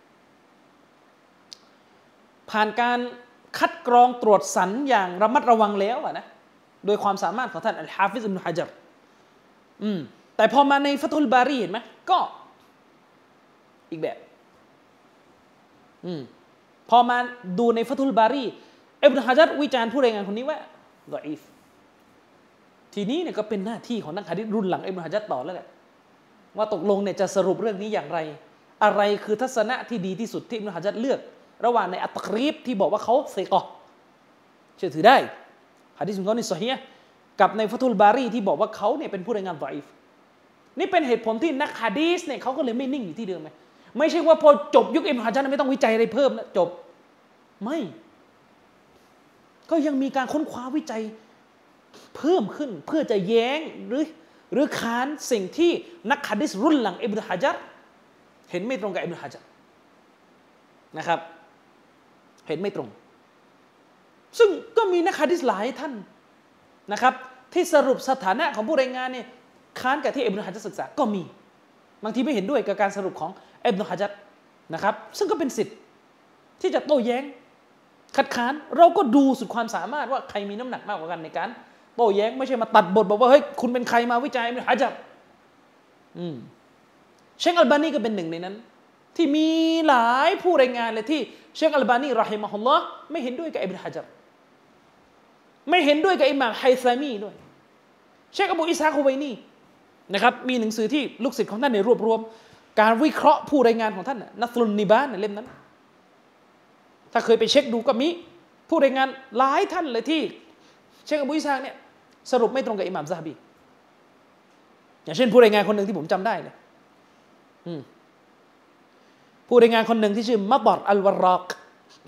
ผ่านการคัดกรองตรวจสรรอย่างระมัดระวังแล้วอะนะโดยความสามารถของท่านอัลฮาฟิซอิบนุฮะญัรอืมแต่พอมาในฟัตุลบารีเห็นไหมก็อีกแบบอืมพอมาดูในฟัตุลบารีอิบนุฮะญัรวิจารณ์ผู้รายงานคนนี้ว่าฎออีฟทีนี้เนี่ยก็เป็นหน้าที่ของนักหะดีษรุ่นหลังอิบนุฮะญัรต่อแล้วแหละว่าตกลงเนี่ยจะสรุปเรื่องนี้อย่างไรอะไรคือทัศนะที่ดีที่สุดที่อิบนุฮะญัรเลือกระหว่างในอัตตักรีบที่บอกว่าเขาซิกอฮ์เชื่อถือได้หะดีษของเขานี่ซอฮีฮ์กับในฟัตุลบารีที่บอกว่าเขาเนี่ยเป็นผู้รายงานฎออีฟนี่เป็นเหตุผลที่นักหะดีษเนี่ยเขาก็เลยไม่นิ่งอยู่ที่เดิมไงไม่ใช่ว่าพอจบยุคอิบนุฮะญัรไม่ต้องวิจัยอะไรเพิ่มนะจบไม่ก็ยังมีการค้นคว้าวิจัยเพิ่มขึ้นเพื่อจะแย้งหรือหรือค้านสิ่งที่นักหะดีษรุ่นหลังอิบนุฮะญัรเห็นไม่ตรงกับอิบนุฮะญัรนะครับเห็นไม่ตรงซึ่งก็มีนักหะดีษหลายท่านนะครับที่สรุปสถานะของผู้รายงานเนี่ยค้านกับที่อิบนุฮะญัรศึกษาก็มีบางทีไม่เห็นด้วยกับการสรุปของอิบนุฮะญัรนะครับซึ่งก็เป็นสิทธิ์ที่จะโต้แย้งคัดค้านเราก็ดูสุดความสามารถว่าใครมีน้ำหนักมากกว่ากันในการโต้แย้งไม่ใช่มาตัดบทบอกว่าเฮ้ยคุณเป็นใครมาวิจัยอิบนุฮะญัรอืมเชคอัลบานีก็เป็นหนึ่งในนั้นที่มีหลายผู้รายงานเลยที่เชคอัลบานีเราะฮิมะฮุลลอฮ์ไม่เห็นด้วยกับอิบนุฮะญัรไม่เห็นด้วยกับอิหม่ามไฮซามีด้วยเชคอบูอิสฮากฮุวัยนีนะครับมีหนังสือที่ลูกศิษย์ของท่านเนี่ยรวบรวมการวิเคราะห์ผู้รายงานของท่านนัสรุนนิบานในเล่มนั้นถ้าเคยไปเช็คดูก็มีผู้รายงานหลายท่านเลยที่เชคอบูอิสฮากเนี่ยสรุปไม่ตรงกับอิหม่ามซะฮะบีอย่างเช่นผู้รายงานคนหนึ่งที่ผมจำได้เลยอืมผู้รายงานคนหนึ่งที่ชื่อมัตรอัลวะรอก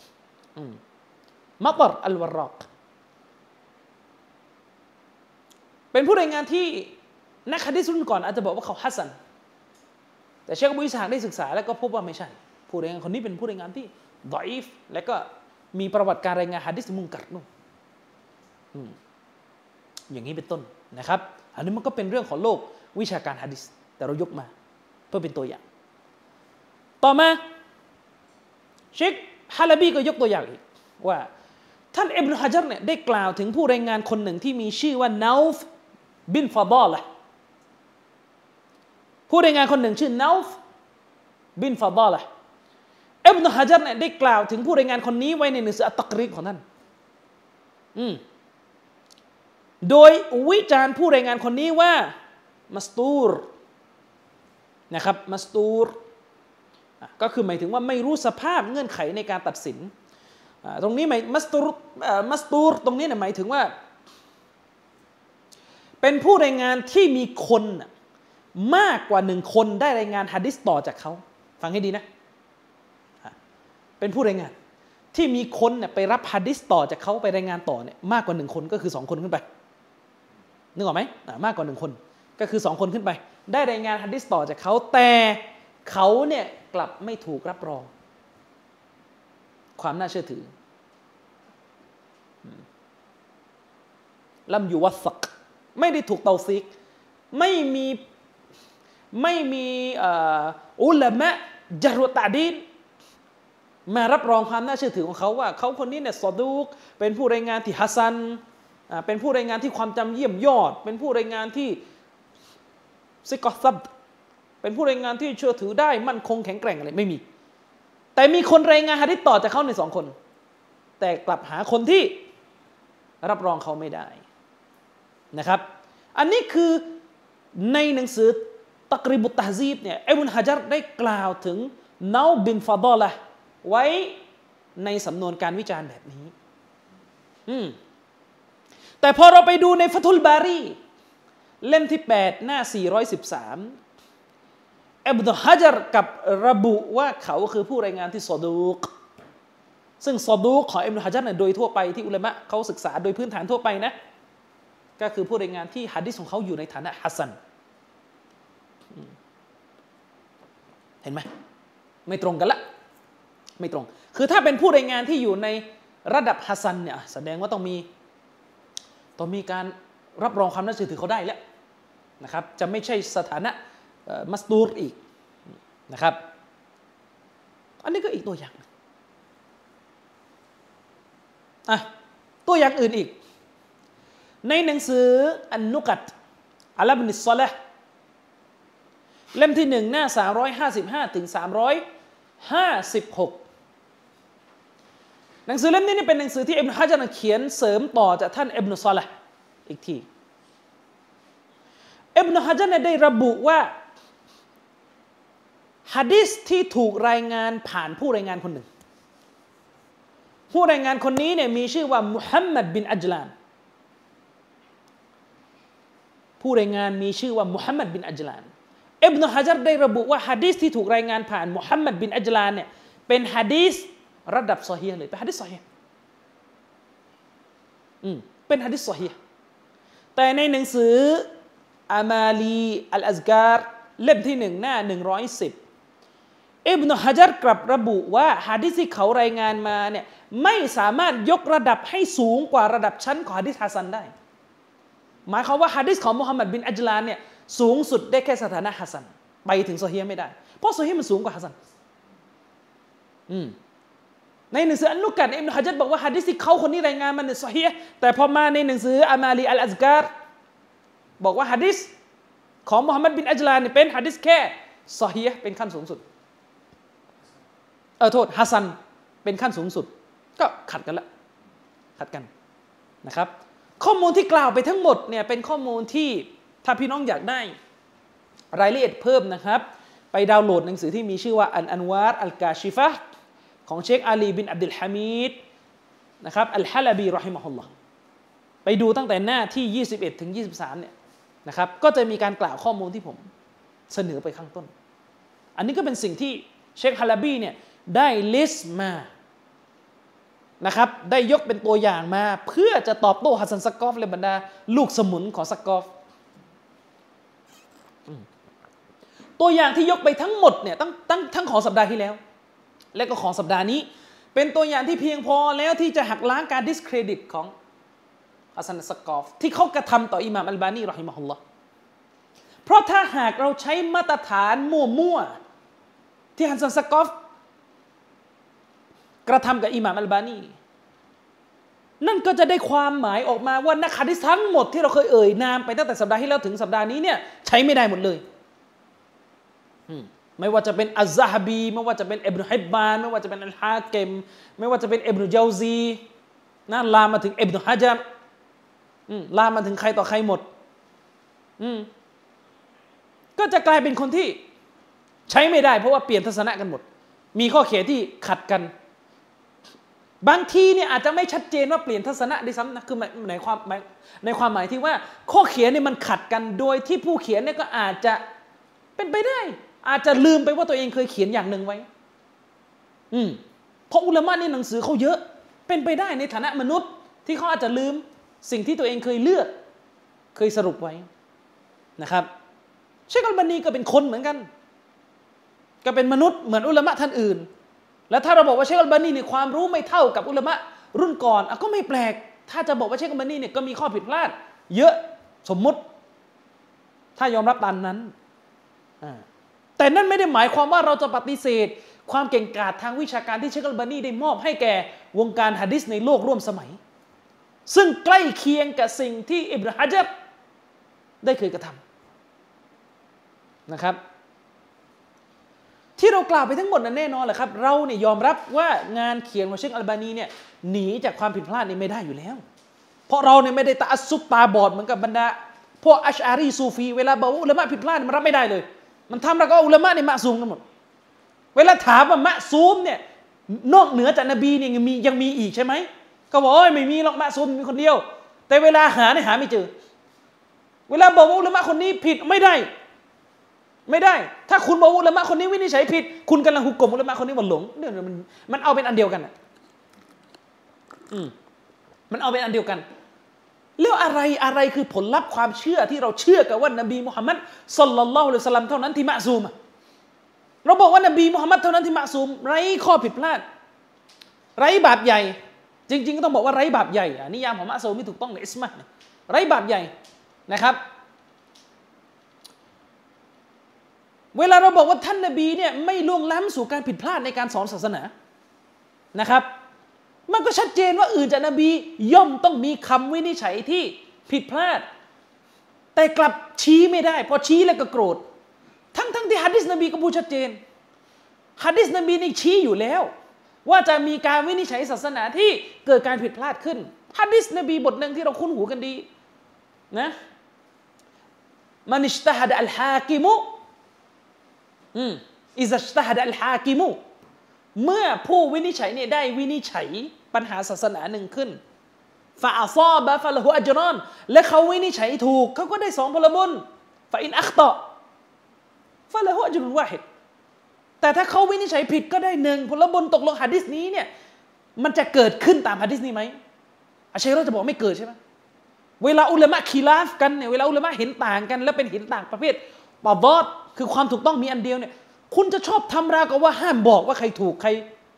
มัตรอัลวะรอกเป็นผู้รายงานที่นักหะดีษรุ่นก่อนอาจจะบอกว่าเขาฮัสซันแต่เชคอบูอิสฮากได้ศึกษาแล้วก็พบว่าไม่ใช่ผู้รายงานคนนี้เป็นผู้รายงานที่ฎออีฟและก็มีประวัติการรายงานหะดีษมุนกัรนู่นอย่างนี้เป็นต้นนะครับอันนี้มันก็เป็นเรื่องของโลกวิชาการหะดีษแต่เรายกมาเพื่อเป็นตัวอย่างต่อมาเชคฮาลาบีก็ยกตัวอย่างอีกว่าท่านอิบนุฮะญัรเนี่ยได้กล่าวถึงผู้รายงานคนหนึ่งที่มีชื่อว่านาฟบินฟาดอละห์ผู้รายงานคนหนึ่งชื่อนาฟบินฟาดอละห์อิบนุฮะญัรเนี่ยได้กล่าวถึงผู้รายงานคนนี้ไว้ในหนังสืออัตตักรีบของท่านอืมโดยวิจารณ์ผู้รายงานคนนี้ว่ามัสตูรนะครับมัสตูรก็คือหมายถึงว่าไม่รู้สภาพเงื่อนไขในการตัดสินตรงนี้หมายมัสตูรมัสตูรตรงนี้เนี่ยหมายถึงว่าเป็นผู้รายงานที่มีคนมากกว่าหนึ่งคนได้รายงานหะดีษต่อจากเขาฟังให้ดีนะเป็นผู้รายงานที่มีคนเนี่ยไปรับหะดีษต่อจากเขาไปรายงานต่อเนี่ยมากกว่าหนึ่งคนก็คือสองคนขึ้นไปนึกออกไหมมากกว่าหนึ่งคนก็คือสองคนขึ้นไปได้รายงานหะดีษต่อจากเขาแต่เขาเนี่ยกลับไม่ถูกรับรองความน่าเชื่อถือลัมยูวัสซักไม่ได้ถูกเตาซีกไม่มีไม่มีอุลามะญะรอตะดีลมารับรองความน่าเชื่อถือของเขาว่าเขาคนนี้เนี่ยซอดูกเป็นผู้รายงานที่ฮัสซันเป็นผู้รายงานที่ความจำเยี่ยมยอดเป็นผู้รายงานที่ซิกอซับเป็นผู้รายงานที่เชื่อถือได้มั่นคงแข็งแกร่งอะไรไม่มีแต่มีคนรายงานหะดีษต่อจากเขาในสองคนแต่กลับหาคนที่รับรองเขาไม่ได้นะครับอันนี้คือในหนังสือตักรีบุตตะฮซีบเนี่ยอิบนุฮะญัรได้กล่าวถึงนาฟบินฟาดอละห์ไว้ในสำนวนการวิจารณ์แบบนี้อืมแต่พอเราไปดูในฟัตุลบารีเล่มที่แปดหน้าสี่ร้อยสิบสามอิบนุฮะญัรกับระบุว่าเขาคือผู้รายงานที่ซอดูกซึ่งซอดูกของอิบนุฮะญัรเนี่ยโดยทั่วไปที่อุลามะเขาศึกษาโดยพื้นฐานทั่วไปนะก็คือผู้รายงานที่หะดีษของเขาอยู่ในฐานะฮัสซันเห็นไหมไม่ตรงกันละไม่ตรงคือถ้าเป็นผู้รายงานที่อยู่ในระดับฮัสซันเนี่ยแสดงว่าต้องมีต้องมีการรับรองความน่าเชื่อถือเขาได้แล้วนะครับจะไม่ใช่สถานะมัสตูรอีกนะครับอันนี้ก็อีกตัวอย่างอ่ะตัวอย่างอื่นอีกในหนังสืออันนุกัตอัลบินิสซอละห์เล่มที่หนึ่งหน้าสามร้อยห้าสิบห้าถึงสามร้อยห้าสิบหกหนังสือเล่มนี้เป็นหนังสือที่อิบนุฮะญัรเขียนเสริมต่อจากท่านอิบนุซอละห์อีกทีอิบนุฮะญัรได้ระบุว่าหะดีษที่ถูกรายงานผ่านผู้รายงานคนหนึ่งผู้รายงานคนนี้เนี่ยมีชื่อว่ามุฮัมมัดบินอัจลานผู้รายงานมีชื่อว่ามุฮัมมัดบินอัจลานอิบนุฮะญัรได้ระบุว่าหะดีษที่ถูกรายงานผ่านมุฮัมมัดบินอัจลานเนี่ยเป็นหะดีษระดับซอฮีฮ์เลยเป็นหะดีษซอฮีฮ์อืมเป็นหะดีษซอฮีฮ์แต่ในหนังสืออามาลีอัลอัซการเล่มที่หนึ่งหน้าหนึ่งร้อยสิบอิบนุฮะญัรกลับระบุว่าหะดีษที่เขารายงานมาเนี่ยไม่สามารถยกระดับให้สูงกว่าระดับชั้นของหะดีษฮัสซันได้หมายความว่าหะดีษของมุฮัมมัดบินอัจลานเนี่ยสูงสุดได้แค่สถานะฮัสซันไปถึงซอฮีฮ์ไม่ได้เพราะซอฮีฮ์มันสูงกว่าฮัสซันอืมในหนังสืออันนุกัตอิบนุฮะญัรบอกว่าหะดีษที่เขาคนนี้รายงานมันเนี่ยซอฮีฮ์แต่พอมาในหนังสืออามาลีอัลอัซการบอกว่าหะดีษของมุฮัมมัดบินอัจลานเนี่ยเป็นหะดีษแค่ซอฮีฮ์เป็นขั้นสูงสุดเออโทษฮัสซันเป็นขั้นสูงสุดก็ขัดกันละขัดกันนะครับข้อมูลที่กล่าวไปทั้งหมดเนี่ยเป็นข้อมูลที่ถ้าพี่น้องอยากได้รายละเอียดเพิ่มนะครับไปดาวน์โหลดหนังสือที่มีชื่อว่าอันอันวาร์อัลกาชิฟะห์ของเชคอาลีบินอับดุลฮามิดนะครับอัลฮะลาบีรอฮิมะฮุลลอฮ์ไปดูตั้งแต่หน้าที่ยี่สิบเอ็ดถึงยี่สิบสามเนี่ยนะครับก็จะมีการกล่าวข้อมูลที่ผมเสนอไปข้างต้นอันนี้ก็เป็นสิ่งที่เชคฮะลาบีเนี่ยได้ลิสต์มานะครับได้ยกเป็นตัวอย่างมาเพื่อจะตอบโต้ฮัสซันซักกอฟและบรรดาลูกสมุนของซักกอฟตัวอย่างที่ยกไปทั้งหมดเนี่ยตั้งตั้งทั้งของสัปดาห์ที่แล้วและก็ของสัปดาห์นี้เป็นตัวอย่างที่เพียงพอแล้วที่จะหักล้างการดิสเครดิตของฮัสซันซักกอฟที่เขากระทำต่ออิหม่ามอัลบานีรอฮิมะฮุลลอฮ์เพราะถ้าหากเราใช้มาตรฐานมั่วๆที่ฮัสซันซักกอฟกระทำกับอิหม่ามอัลบานีนั่นก็จะได้ความหมายออกมาว่านักหะดีษทั้งหมดที่เราเคยเอ่ยนามไปตั้งแต่สัปดาห์ที่แล้วถึงสัปดาห์นี้เนี่ยใช้ไม่ได้หมดเลยไม่ว่าจะเป็นอัซซะฮะบีไม่ว่าจะเป็นอิบนุฮิบบานไม่ว่าจะเป็นอัลฮากิมไม่ว่าจะเป็นอิบนุญาวซีนั่นลามมาถึงอิบนุฮะญัรลามมาถึงใครต่อใครหมดก็จะกลายเป็นคนที่ใช้ไม่ได้เพราะว่าเปลี่ยนทัศนะกันหมดมีข้อเขียนที่ขัดกันบางทีเนี่ยอาจจะไม่ชัดเจนว่าเปลี่ยนทัศนะด้วยซ้ำนะคือในความในความหมายที่ว่าข้อเขียนเนี่ยมันขัดกันโดยที่ผู้เขียนเนี่ยก็อาจจะเป็นไปได้อาจจะลืมไปว่าตัวเองเคยเขียนอย่างหนึ่งไว้อืมเพราะอุลามะในหนังสือเขาเยอะเป็นไปได้ในฐานะมนุษย์ที่เขาอาจจะลืมสิ่งที่ตัวเองเคยเลือกเคยสรุปไว้นะครับเชคอัลบานีก็เป็นคนเหมือนกันก็เป็นมนุษย์เหมือนอุลามะท่านอื่นแล้วถ้าเราบอกว่าเชคอัลบานีเนี่ยความรู้ไม่เท่ากับอุลามะรุ่นก่อนก็ไม่แปลกถ้าจะบอกว่าเชคอัลบานีเนี่ยก็มีข้อผิดพลาดเยอะสมมุติถ้ายอมรับตามนั้นแต่นั่นไม่ได้หมายความว่าเราจะปฏิเสธความเก่งกาจทางวิชาการที่เชคอัลบานีได้มอบให้แก่วงการหะดีษในโลกร่วมสมัยซึ่งใกล้เคียงกับสิ่งที่อิบนุฮะญัรได้เคยกระทำนะครับที่เรากล่าวไปทั้งหมดนั้นแน่นอนแหละครับเราเนี่ยยอมรับว่างานเขียนของเชคอัลบานีเนี่ยหนีจากความผิดพลาดนี่ไม่ได้อยู่แล้วเพราะเราเนี่ยไม่ได้ตะอัสซุบตาบอดเหมือนกับบรรดาพวกอัชอารีซูฟีเวลาบอกอุลามะผิดพลาดมันรับไม่ได้เลยมันทำแล้วก็อุลามะเนี่ยมะซูมกันหมดเวลาถามว่ามะซูมเนี่ยนอกเหนือจากนบีเนี่ยยังมียังมีอีกใช่ไหมก็บอกโอ้ยไม่มีหรอกมะซูมมีคนเดียวแต่เวลาหาเนี่ยหาไม่เจอเวลาบอกว่าอุลามะคนนี้ผิดไม่ได้ไม่ได้ถ้าคุณบอกว่าอุลามะคนนี้วินิจฉัยผิดคุณกำลังหุกกลมอุลามะคนนี้ว่าหลงเนี่ยมันมันเอาเป็นอันเดียวกันอ่ะอืมมันเอาเป็นอันเดียวกันแล้วอะไรอะไรคือผลลัพธ์ความเชื่อที่เราเชื่อกันว่านบีมุฮัมมัดศ็อลลัลลอฮุอะลัยฮิวะซัลลัมเท่านั้นที่มะซูมเราบอกว่านบีมุฮัมมัดเท่านั้นที่มะซูมไร้ข้อผิดพลาดไร้บาปใหญ่จริงๆก็ต้องบอกว่าไร้บาปใหญ่อ่ะนิยามของมะซูมไม่ถูกต้องในอิสมะห์ไร้บาปใหญ่นะครับเวลาเราบอกว่าท่านนบีเนี่ยไม่ล่วงล้ำสู่การผิดพลาดในการสอนศาสนานะครับมันก็ชัดเจนว่าอื่นจากนบีย่อมต้องมีคำวินิจฉัยที่ผิดพลาดแต่กลับชี้ไม่ได้พอชี้แล้วก็โกรธทั้งทั้งที่หะดีษนบีก็พูดชัดเจนหะดีษนบีนี่ชี้อยู่แล้วว่าจะมีการวินิจฉัยศาสนาที่เกิดการผิดพลาดขึ้นหะดีษนบีบทหนึ่งที่เราคุ้นหูกันดีนะมันอิจตะฮะดะอัลฮากิมุอืมอิซะอิจตะฮะดะอัลฮากิมุเมื่อผู้วินิจฉัยเนี่ยได้วินิจฉัยปัญหาศาสนาหนึ่งขึ้นฟะอัศอบะฟะละฮุอัจรอนและเขาวินิจฉัยถูกเขาก็ได้สองผลบุญฟะอินอัคตอฟะละฮุอัจรุนวาฮิดแต่ถ้าเขาวินิจฉัยผิดก็ได้หนึ่งผลบุญตกลงหะดีษนี้เนี่ยมันจะเกิดขึ้นตามหะดีษนี้ไหมอะชัยเราจะบอกไม่เกิดใช่ไหมเวลาอุลามะคีลาฟกันเนี่ยเวลาอุลามะเห็นต่างกันแล้วเป็นเห็นต่างประเภทตะฎอดคือความถูกต้องมีอันเดียวเนี่ยคุณจะชอบทำราวกับว่าห้ามบอกว่าใครถูกใคร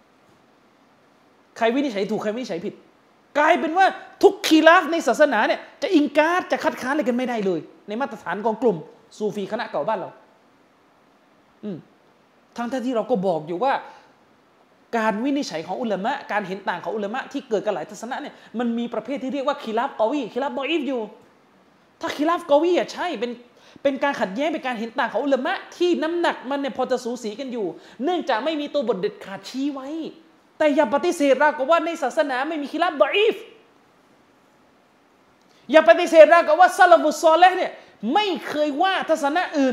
ใครวินิจฉัยถูกใครวินิจฉัยผิดกลายเป็นว่าทุกคีลาฟในศาสนาเนี่ยจะอิงการ์จะคัดค้านอะไรกันไม่ได้เลยในมาตรฐานของกลุ่มซูฟีคณะเก่าบ้านเราอืมทั้งที่เราก็บอกอยู่ว่าการวินิจฉัยของอุลามะการเห็นต่างของอุลามะที่เกิดกันหลายทัศนะเนี่ยมันมีประเภทที่เรียกว่าคีลาฟกอวีคีลาฟดออีฟอยู่ถ้าคีลาฟกอวีอ่ะใช่เป็นเป็นการขัดแย้งเป็นการเห็นต่างของอุลามะที่น้ำหนักมันเนี่ยพอจะสูสีกันอยู่เนื่องจากไม่มีตัวบทเด็ดขาดชี้ไว้แต่อย่าปฏิเสธราวกับว่าในศาสนาไม่มีคีลาฟดออีฟอย่าปฏิเสธราวกับว่าซะละฟุศอลิห์เนี่ยไม่เคยว่าทัศนะอื่น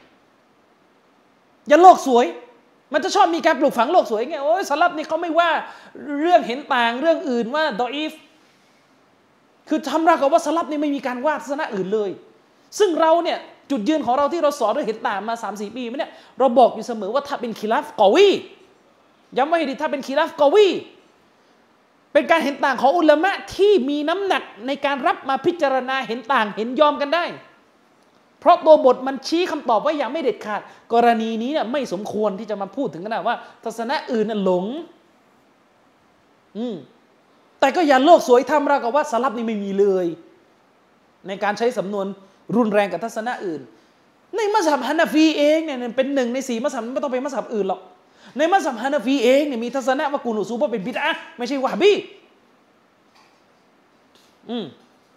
อย่าโลกสวยมันจะชอบมีการปลูกฝังโลกสวยไงโอ้ยสลับนี่เขาไม่ว่าเรื่องเห็นต่างเรื่องอื่นว่าดออีฟคือทำราวกับว่าสลับนี่ไม่มีการว่าทัศนะอื่นเลยซึ่งเราเนี่ยจุดยืนของเราที่เราสอนเราเห็นต่างมา สามสี่ ปีมาเนี่ยเราบอกอยู่เสมอว่าถ้าเป็นคีลาฟกอวีย้ำไว้ให้ดีถ้าเป็นคีลาฟกอวีเป็นการเห็นต่างของอุลามะที่มีน้ำหนักในการรับมาพิจารณาเห็นต่างเห็นยอมกันได้เพราะตัวบทมันชี้คำตอบไว้อย่างไม่เด็ดขาดกรณีนี้เนี่ยไม่สมควรที่จะมาพูดถึงขนาดว่าทัศนะอื่นน่ะหลงอืมแต่ก็อย่าโลกสวยทำราวกับว่าสลับนี่ไม่มีเลยในการใช้สำนวนรุนแรงกับทัศนะอื่นในมัซฮับฮานาฟีเองเนี่ยเป็นหนึ่งในสี่มัซฮับไม่ต้องไปมัซฮับอื่นหรอกในมัซฮับฮานาฟีเองเนี่ยมีทัศนะว่ากูนูซูบะเป็นบิดอะห์ไม่ใช่วะฮ์บีอืม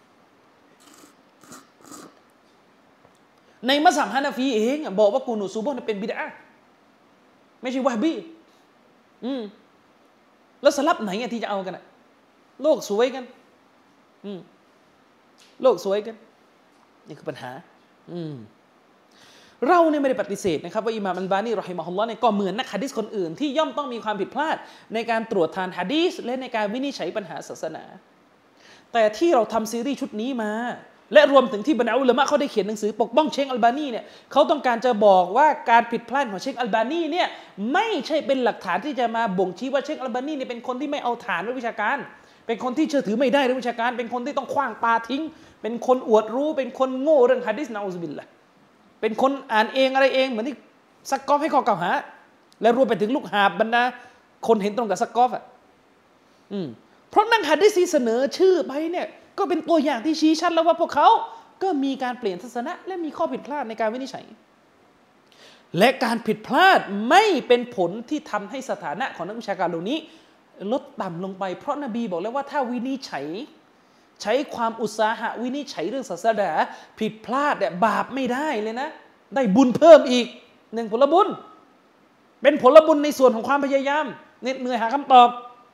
ในมัซฮับฮานาฟีเองบอกว่ากูนูซูบะเป็นบิดอะห์ไม่ใช่วะฮ์บีอืมแล้วสลับไหนที่จะเอากันอะโลกสวยกันอืมโลกสวยกันนี่คือปัญหาอืมเราเนี่ยไม่ได้ปฏิเสธนะครับว่าอิหม่ามอัลบานีรอฮิมะฮุลลอฮ์เนี่ยก็เหมือนนักหะดีษคนอื่นที่ย่อมต้องมีความผิดพลาดในการตรวจทานหะดีษและในการวินิจฉัยปัญหาศาสนาแต่ที่เราทำซีรีส์ชุดนี้มาและรวมถึงที่บรรดาอุลามะเขาได้เขียนหนังสือปกป้องเชคอัลบานีเนี่ยเขาต้องการจะบอกว่าการผิดพลาดของเชคอัลบานีเนี่ยไม่ใช่เป็นหลักฐานที่จะมาบ่งชี้ว่าเชคอัลบานีเนี่ยเป็นคนที่ไม่เอาฐานวิชาการเป็นคนที่เชื่อถือไม่ได้เรื่องวิชาการเป็นคนที่ต้องขว้างปาทิ้งเป็นคนอวดรู้เป็นคนโง่เรื่องหะดีษนะอูซุบิลละเป็นคนอ่านเองอะไรเองเหมือนที่ซักกอฟให้ข้อกล่าวหาและรวมไปถึงลูกหาบบรรดาคนเห็นตรงกับซักกอฟอ่ะอืมเพราะนักหะดีษที่เสนอชื่อไปเนี่ยก็เป็นตัวอย่างที่ชี้ชัดแล้วว่าพวกเขาก็มีการเปลี่ยนทัศนะและมีข้อผิดพลาดในการวินิจฉัยและการผิดพลาดไม่เป็นผลที่ทำให้สถานะของนักวิชาการเหล่านี้ลดต่ำลงไปเพราะนบีบอกแล้วว่าถ้าวินิจฉัยใช้ความอุตสาหะวินิจฉัยเรื่องศาสนาผิดพลาดเนี่ยบาปไม่ได้เลยนะได้บุญเพิ่มอีกหนึ่งผลบุญเป็นผลบุญในส่วนของความพยายามเหน็ดเหนื่อยหาคำตอบ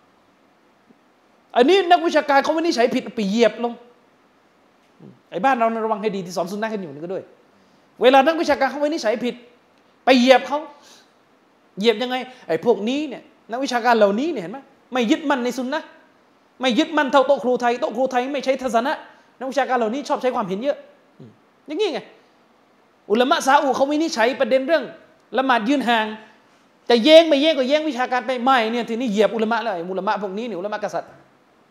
อันนี้นักวิชาการเขาวินิจฉัยผิดไปเหยียบลงไอ้บ้านเราระวังให้ดีที่สอนซุนนะห์กันอยู่นี่ก็ด้วยเวลานักวิชาการเขาวินิจฉัยผิดไปเหยียบเขาเหยียบยังไงไอ้พวกนี้เนี่ยนักวิชาการเหล่านี้เนี่ยเห็นไหมไม่ยึดมั่นในซุนนะห์ไม่ยึดมั่นเท่าโต๊ะครูไทยโต๊ะครูไทยไม่ใช้ทัศนะนักวิชาการเหล่านี้ชอบใช้ความเห็นเยอะอย่างนี้ไงอุลามะซาอุเขาวินิจฉัยประเด็นเรื่องละหมาดยืนห่างจะแย้งไม่แย้งก็แย้งวิชาการไปไม่เนี่ยทีนี้เหยียบอุลามะเลยอุลามะพวกนี้เนี่ยอุลามะกษัตริย์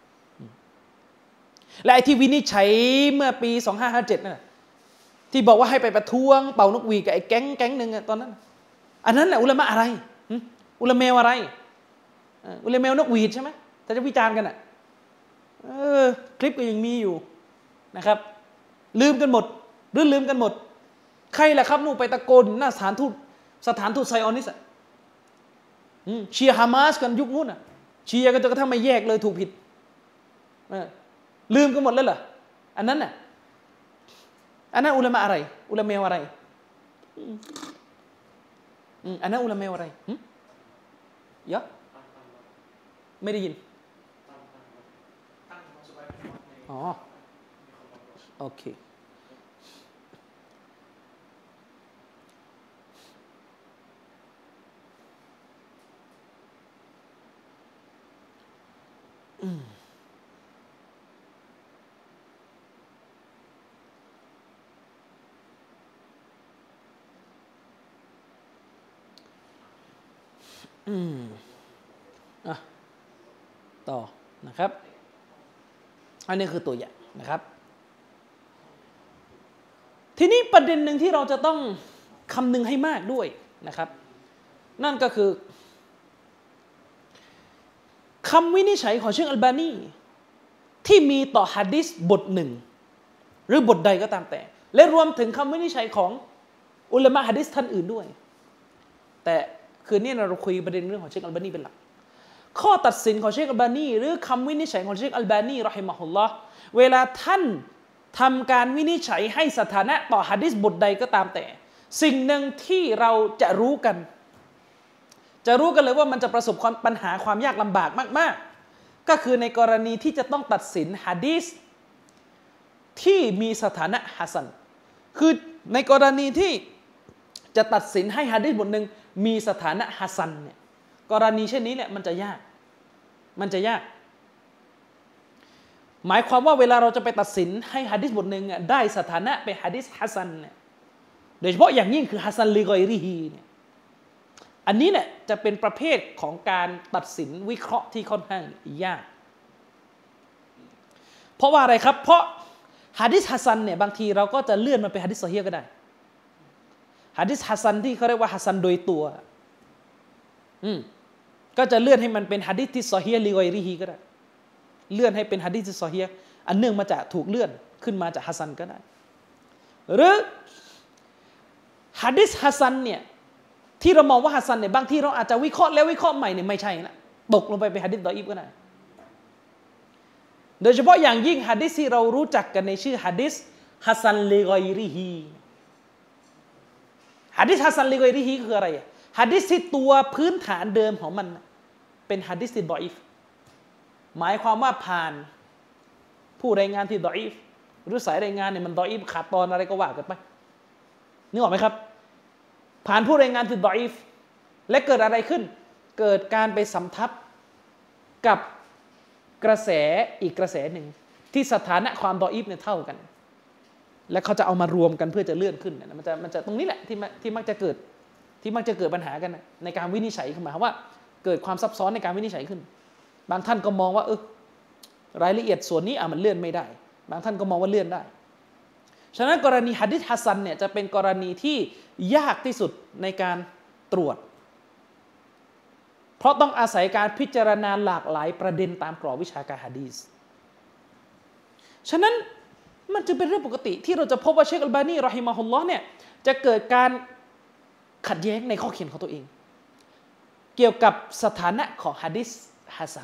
และไอ้ที่วินิจฉัยเมื่อปีสองพันห้าร้อยห้าสิบเจ็ดนั่นที่บอกว่าให้ไปประท้วงเป่านกหวีดกับไอ้แก๊งแก๊งนึงตอนนั้นอันนั้นแหละอุลามะอะไรอุลามะอะไรอุลามะนกหวีดใช่ไหมถ้าจะวิจารณ์กันอ่ะเออคลิปก็ยังมีอยู่นะครับลืมกันหมดหรือลืมกันหมดใครล่ะครับนู่นไปตะโกนหน้าสถานทูตสถานทูตไซออนิสต์เชียร์ฮามาสกันยุคนู้นอ่ะเชียร์กันจนกระทั่งไม่แยกเลยถูกผิดลืมกันหมดแล้วเหรออันนั้นน่ะอันนั้นอุลามะอะไรอุลามะอะไรอันนั้นอุลามะอะไรยะไม่ได้ยินอ๋อโอเคอืมอืมอ่ะต่อนะครับอันนี้คือตัวอย่างนะครับทีนี้ประเด็นหนึ่งที่เราจะต้องคำนึงให้มากด้วยนะครับนั่นก็คือคำวินิจฉัยของเชคอัลบานีที่มีต่อหะดีษบทหนึ่งหรือบทใดก็ตามแต่และรวมถึงคำวินิจฉัยของอุลามะหะดีษท่านอื่นด้วยแต่คืนนี้เราคุยประเด็นเรื่องของเชคอัลบานีเป็นหลักข้อตัดสินของเชคอัลบานีหรือคำวินิจฉัยของเชคอัลบานีเราะฮิมะฮุลลอฮ์เวลาท่านทำการวินิจฉัยให้สถานะต่อหะดีษบทใดก็ตามแต่สิ่งหนึ่งที่เราจะรู้กันจะรู้กันเลยว่ามันจะประสบความปัญหาความยากลำบากมากๆก็คือในกรณีที่จะต้องตัดสินหะดีษที่มีสถานะฮัสซันคือในกรณีที่จะตัดสินให้หะดีษบทหนึ่งมีสถานะฮัสซันเนี่ยกรณีเช่นนี้แหละมันจะยากมันจะยากหมายความว่าเวลาเราจะไปตัดสินให้หะดีษบทหนึ่งได้สถานะเป็นหะดีษฮัสซันเนี่ยโดยเฉพาะอย่างยิ่งคือฮัสซันลิกอยริฮีเนี่ยอันนี้เนี่ยจะเป็นประเภทของการตัดสินวิเคราะห์ที่ค่อนข้างยากเพราะว่าอะไรครับเพราะหะดีษฮัสซันเนี่ยบางทีเราก็จะเลื่อนมาเป็นหะดีษซอฮีฮ์ก็ได้หะดีษฮัสซันที่เขาเรียกว่าฮัสซันโดยตัวอืมก็จะเลื่อนให้มันเป็นหะดีษที่ซอฮีฮ์ลิกอยริฮีก็ได้เลื่อนให้เป็นหะดีษที่ซอฮีฮ์อันเนื่องมาจากถูกเลื่อนขึ้นมาจากฮัสซันก็ได้หรือหะดีษฮัสซันเนี่ยที่เรามองว่าฮัสซันเนี่ยบางทีเราอาจจะวิเคราะห์แล้ววิเคราะห์ใหม่เนี่ยไม่ใช่นะตกลงไปเป็นหะดีษดออีฟก็ได้โดยเฉพาะอย่างยิ่งหะดีษที่เรารู้จักกันในชื่อหะดีษฮัสซันลิกอยริฮีหะดีษฮัสซันลิกอยริฮีคืออะไรอ่ะหะดีษที่ตัวพื้นฐานเดิมของมันเป็นหะดีษที่ดออีฟหมายความว่าผ่านผู้รายงานที่ดออีฟหรือสายรายงานเนี่ยมันดออีฟขาดตอนอะไรก็ว่ากันไปนึกออกไหมครับผ่านผู้รายงานที่ดออีฟและเกิดอะไรขึ้นเกิดการไปสำทับกับกระแสอีกกระแสหนึ่งที่สถานะความดออีฟเนี่ยเท่ากันและเขาจะเอามารวมกันเพื่อจะเลื่อนขึ้นนะมันจะมันจะตรงนี้แหละที่ที่มักจะเกิดที่มักจะเกิดปัญหากันนะในการวินิจฉัยขึ้นมาว่าเกิดความซับซ้อนในการวินิจฉัยขึ้นบางท่านก็มองว่าเออรายละเอียดส่วนนี้อ่ะมันเลื่อนไม่ได้บางท่านก็มองว่าเลื่อนได้ฉะนั้นกรณีหะดีษฮัสซันเนี่ยจะเป็นกรณีที่ยากที่สุดในการตรวจเพราะต้องอาศัยการพิจารณาหลากหลายประเด็นตามกรอบวิชาการหะดีษฉะนั้นมันจะเป็นเรื่องปกติที่เราจะพบว่าเชคอัลบานีเราะฮิมะฮุลลอฮ์เนี่ยจะเกิดการขัดแย้งในข้อเขียนของตัวเองเกี่ยวกับสถานะของหะดีษฮัสซัน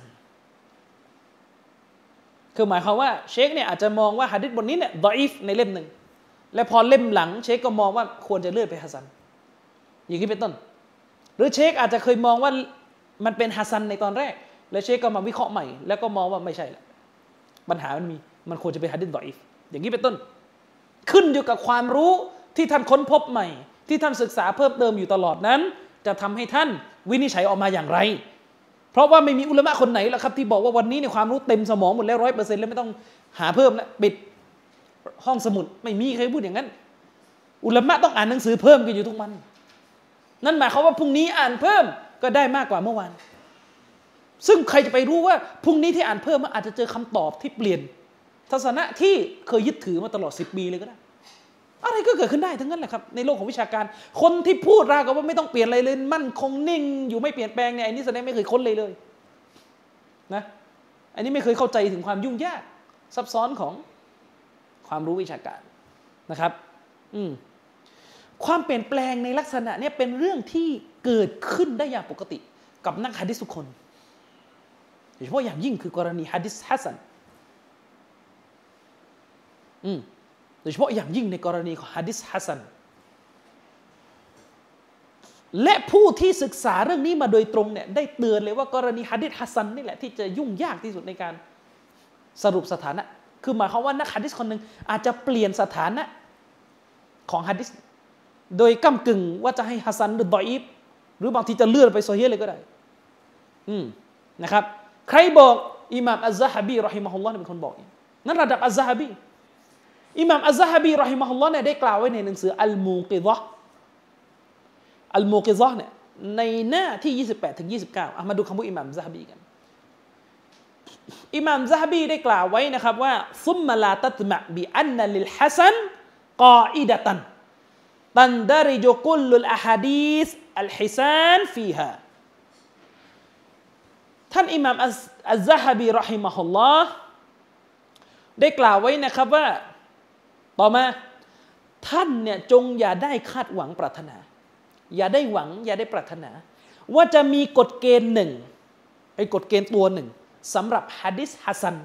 คือหมายความว่าเชคเนี่ยอาจจะมองว่าหะดีษบทนี้เนี่ยดออีฟในเล่มหนึ่งและพอเล่มหลังเชคก็มองว่าควรจะเลื่อนไปฮัสซันอย่างนี้เป็นต้นหรือเชคอาจจะเคยมองว่ามันเป็นฮัสซันในตอนแรกแล้วเชคก็มาวิเคราะห์ใหม่แล้วก็มองว่าไม่ใช่ละปัญหามันมีมันควรจะเป็นหะดีษดออีฟอย่างนี้เป็นต้นขึ้นอยู่กับความรู้ที่ท่านค้นพบใหม่ที่ท่านศึกษาเพิ่มเติมอยู่ตลอดนั้นจะทำให้ท่านวินิจฉัยออกมาอย่างไรเพราะว่าไม่มีอุลามะคนไหนหรอกครับที่บอกว่าวันนี้เนี่ยความรู้เต็มสมองหมดแล้วร้อยเปอร์เซ็นต์แล้วไม่ต้องหาเพิ่มแล้วปิดห้องสมุดไม่มีใครพูดอย่างนั้นอุลามะต้องอ่านหนังสือเพิ่มกันอยู่ทุกวันนั่นหมายความว่าพรุ่งนี้อ่านเพิ่มก็ได้มากกว่าเมื่อวานซึ่งใครจะไปรู้ว่าพรุ่งนี้ที่อ่านเพิ่มมันอาจจะเจอคำตอบที่เปลี่ยนทัศนะที่เคยยึดถือมาตลอดสิบปีเลยก็ได้อะไรก็เกิดขึ้นได้ทั้งนั้นแหละครับในโลกของวิชาการคนที่พูดราวกับว่าไม่ต้องเปลี่ยนอะไรเลยมั่นคงนิ่งอยู่ไม่เปลี่ยนแปลงเนี่ยอันนี้แสดงไม่เคยค้นเลยเลยนะอันนี้ไม่เคยเข้าใจถึงความยุ่งยากซับซ้อนของความรู้วิชาการนะครับอืมความเปลี่ยนแปลงในลักษณะนี้เป็นเรื่องที่เกิดขึ้นได้อย่างปกติกับนักหะดีษทุกคนโดยเฉพาะอย่างยิ่งคือกรณีหะดีษฮัสซันอืมโดยเฉพาะอย่างยิ่งในกรณีของหะดีษฮัสซันและผู้ที่ศึกษาเรื่องนี้มาโดยตรงเนี่ยได้เตือนเลยว่ากรณีหะดีษฮัสซันนี่แหละที่จะยุ่งยากที่สุดในการสรุปสถานะคือหมายความว่านักหะดีษคนหนึ่งอาจจะเปลี่ยนสถานะของหะดีษโดยก้ำกึ่งว่าจะให้ฮัสซันหรือฎออีฟหรือบางทีจะเลื่อนไปซอฮีฮ์เลยก็ได้อืมนะครับใครบอกอิหม่ามอัซซะฮะบีเราะฮิมะฮุลลอฮ์เป็นคนบอกนั่นระดับอัซซะฮะบีอิหม่ามอัซซะฮะบีเราะฮิมะฮุลลอฮ์เนี่ยได้กล่าวไว้ในหนังสืออัลมูกิซะห์อัลมูกิซะห์เนี่ยในหน้าที่ยี่สิบแปดถึงยี่สิบเก้าอ่ะมาดูคำพูดอิหม่ามซะฮะบีกันอิหม่ามซะฮะบีได้กล่าวไว้นะครับว่าซุมมะลาตัตมะบิอันนะลิลฮัสซันกออิดะตันตันดาริจุกุลลุลอะฮะดีษอัลฮิซานฟีฮาท่านอิหม่ามอัซซะฮะบีเราะฮิมะฮุลลอฮ์ได้กล่าวไว้นะครับว่าต่อมาท่านเนี่ยจงอย่าได้คาดหวังปรารถนาอย่าได้หวังอย่าได้ปรารถนาว่าจะมีกฎเกณฑ์หนึ่งไอ้กฎเกณฑ์ตัวหนึ่งสำหรับหะดีษฮัสซัน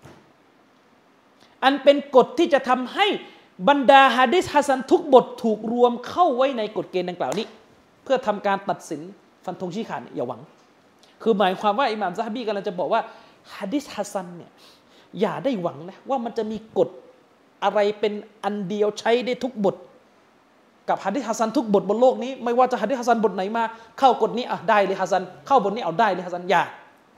อันเป็นกฎที่จะทำให้บรรดาหะดีษฮัสซันทุกบทถูกรวมเข้าไว้ในกฎเกณฑ์ดังกล่าวนี้เพื่อทำการตัดสินฟันธงชี้ขาดอย่าหวังคือหมายความว่าอิหม่ามซะฮะบีกำลังจะบอกว่าหะดีษฮัสซันเนี่ยอย่าได้หวังนะว่ามันจะมีกฎอะไรเป็นอันเดียวใช้ได้ทุกบทกับหะดีษฮัสซันทุกบทบนโลกนี้ไม่ว่าจะหะดีษฮัสซันบทไหนมาเข้ากฎนี้อ่ะได้เลยฮัสซันเข้าบทนี้เอาได้เลยฮัสซันอย่า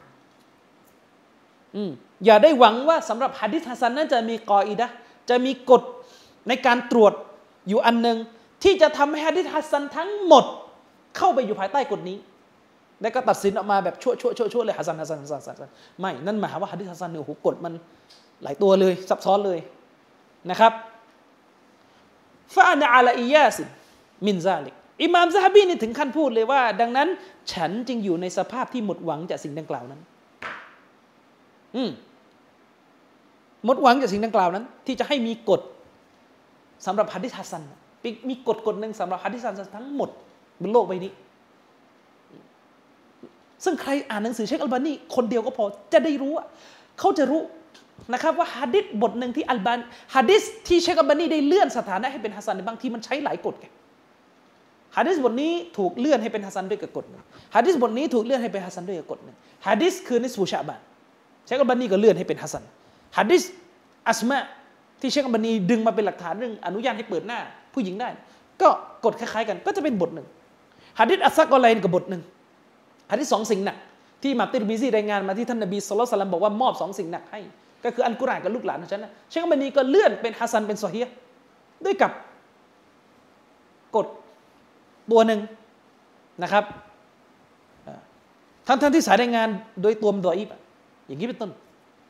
อืมอย่าได้หวังว่าสำหรับหะดีษฮัสซันนั้นจะมีกออิดะห์จะมีกฎในการตรวจอยู่อันหนึ่งที่จะทำให้หะดีษฮัสซันทั้งหมดเข้าไปอยู่ภายใต้กฎนี้แล้วก็ตัดสินออกมาแบบชั่วชั่วชั่วชั่วเลยฮัสซันฮัสซันฮัสซันฮัสซันไม่นั่นหมายความว่าหะดีษฮัสซันเนี่ยโอ้โหกฎมันหลายตัวเลยซับซ้อนเลยนะครับฟะอะนะอะลาอิยาซิมินซาลิกอิหม่ามซะฮะบีนี่ถึงขั้นพูดเลยว่าดังนั้นฉันจึงอยู่ในสภาพที่หมดหวังจากสิ่งดังกล่าวนั้นอืมหมดหวังจากสิ่งดังกล่าวนั้นที่จะให้มีกฎสำหรับหะดีษฮัสซันมีกฎกฎหนึ่งสำหรับหะดีษฮัสซันทั้งหมดบนโลกใบนี้ซึ่งใครอ่านหนังสือเชคอัลบานีคนเดียวก็พอจะได้รู้ว่าเขาจะรู้นะครับว่าหะดีษบทหนึ่งที่อัลบานีหะดีษที่เชคอัลบานีได้เลื่อนสถานะให้เป็นฮัสซันในบางทีมันใช้หลายกฎไงหะดีษบทนี้ถูกเลื่อนให้เป็นฮัสซันด้วยกับกฎหนึ่งหะดีษบทนี้ถูกเลื่อนให้เป็นฮัสซันด้วยกับกฎหนึ่งหะดีษคือนิสฟุชะบานเชคอัลบานีก็เลื่อนให้เป็นฮัสซันหะดีษอัสมาที่เชคอัลบานีดึงมาเป็นหลักฐานเรื่องอนุญาตให้เปิดหน้าผู้หญิงได้ก็กฎคล้ายๆกันก็จะเป็นบทหนึ่งหะดีษอัสซักอลัยน์กับบทหนึ่งหะดีษสองสิ่งหนักที่อิหม่ามติรมิซีรายงานมาที่ท่านนบีศ็อลลัลลอฮุอะลัยฮิวะซัลลัมบอกว่ามอบสองสิ่งหนักให้ก็คืออัลกุรอานกับลูกหลานของฉันนะเชคอัลบานีก็เลื่อนเป็นฮัสซันเป็นซอฮีฮ์ด้วยกับกฎตัวหนึ่งนะครับทั้งท่านที่สายรายงานโดยตัวมันดออีฟอย่างนี้เป็นต้น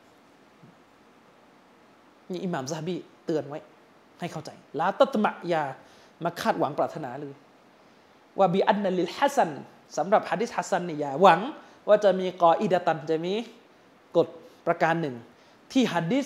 นี่อิหม่ามซะฮะบีเตือนไว้ให้เข้าใจลาตัตมะอย่ามาคาดหวังปรารถนาเลยว่าบิอันนะลิลฮัสซันสำหรับหะดีษฮัสซันเนี่ยอย่าหวังว่าจะมีกออิดะตันจะมีกฎประการหนึ่งที่หะดีษ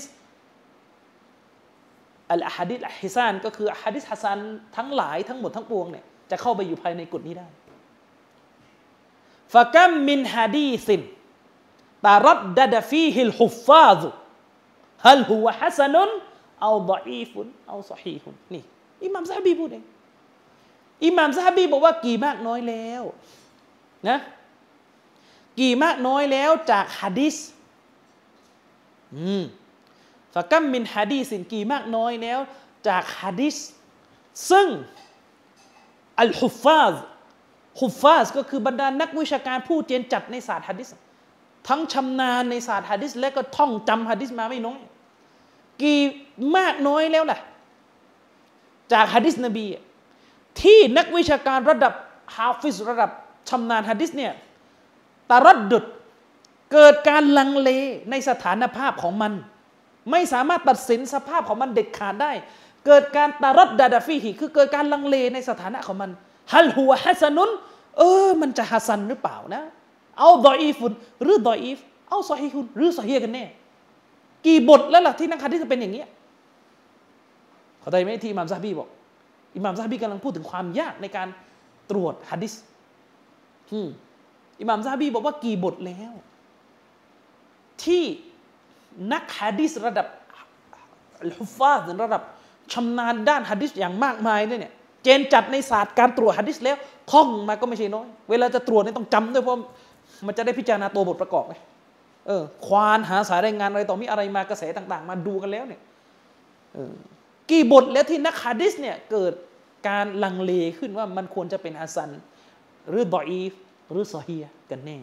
อัลอะฮะดีษอัลฮิซานก็คือหะดีษฮัสซันทั้งหลายทั้งหมดทั้งปวงเนี่ยจะเข้าไปอยู่ภายในกฎนี้ได้ฟะกัมมินฮะดีซินตารัดดะดะฟีฮิลฮุฟฟาซฮัลฮุวะฮัสนุนเอาฎออีฟุนเอาซอฮีฮุนนี่อิหม่ามซะฮะบีพูดเองอิหม่ามซะฮะบีบอกว่ากี่มากน้อยแล้วนะกี่มากน้อยแล้วจากหะดีษอืมฟะกัมมินหะดีซินกี่มากน้อยแล้วจากหะดีษซึ่งอัลฮุฟฟาซฮุฟฟาซก็คือบรรดานักวิชาการผู้เจนจัดในศาสตร์หะดีษทั้งชำนาญในศาสตร์หะดีษและก็ท่องจำหะดีษมาไม่น้อยกี่มากน้อยแล้วล่ะจากหะดีษนบีที่นักวิชาการระดับฮาฟิซระดับชำนาญหะดีษเนี่ยตะรัดดุดเกิดการลังเลในสถานภาพของมันไม่สามารถตัดสินสภาพของมันเด็ดขาดได้เกิดการตะรัดดะดะฟีฮิคือเกิดการลังเลในสถานะของมันฮัลฮุวะฮัสนุนเออมันจะฮัสซันหรือเปล่านะเอาดออีฟุนหรือดออีฟเอาซอฮีฮุนหรือซอฮีฮ์กันแน่กี่บทแล้วล่ะที่นักหะดีษจะเป็นอย่างนี้เข้าใจไหมที่อิหม่ามซะฮ์บีบอกอิหม่ามซะฮ์บีกำลังพูดถึงความยากในการตรวจหะดีษอืมอิหม่ามซะฮ์บีบอกว่ากี่บทแล้วที่นักหะดีษระดับอัลฮุฟฟาซระดับชำนาญด้านหะดีษอย่างมากมายเนี่ยเจนจัดในศาสตร์การตรวจหะดีษแล้วท่องมาก็ไม่ใช่น้อยเวลาจะตรวจนี่ต้องจำด้วยเพราะมันจะได้พิจารณาตัวบทประกอบไงเออควานหาสายรายงานอะไรต่อมีอะไรมากระแสต่างๆมาดูกันแล้วเนี่ยเออกี่บทแล้วที่นักหะดีษเนี่ยเกิดการลังเลขึ้นว่ามันควรจะเป็นฮัสซันหรือดออีฟหรือซอฮีฮ์กันแน่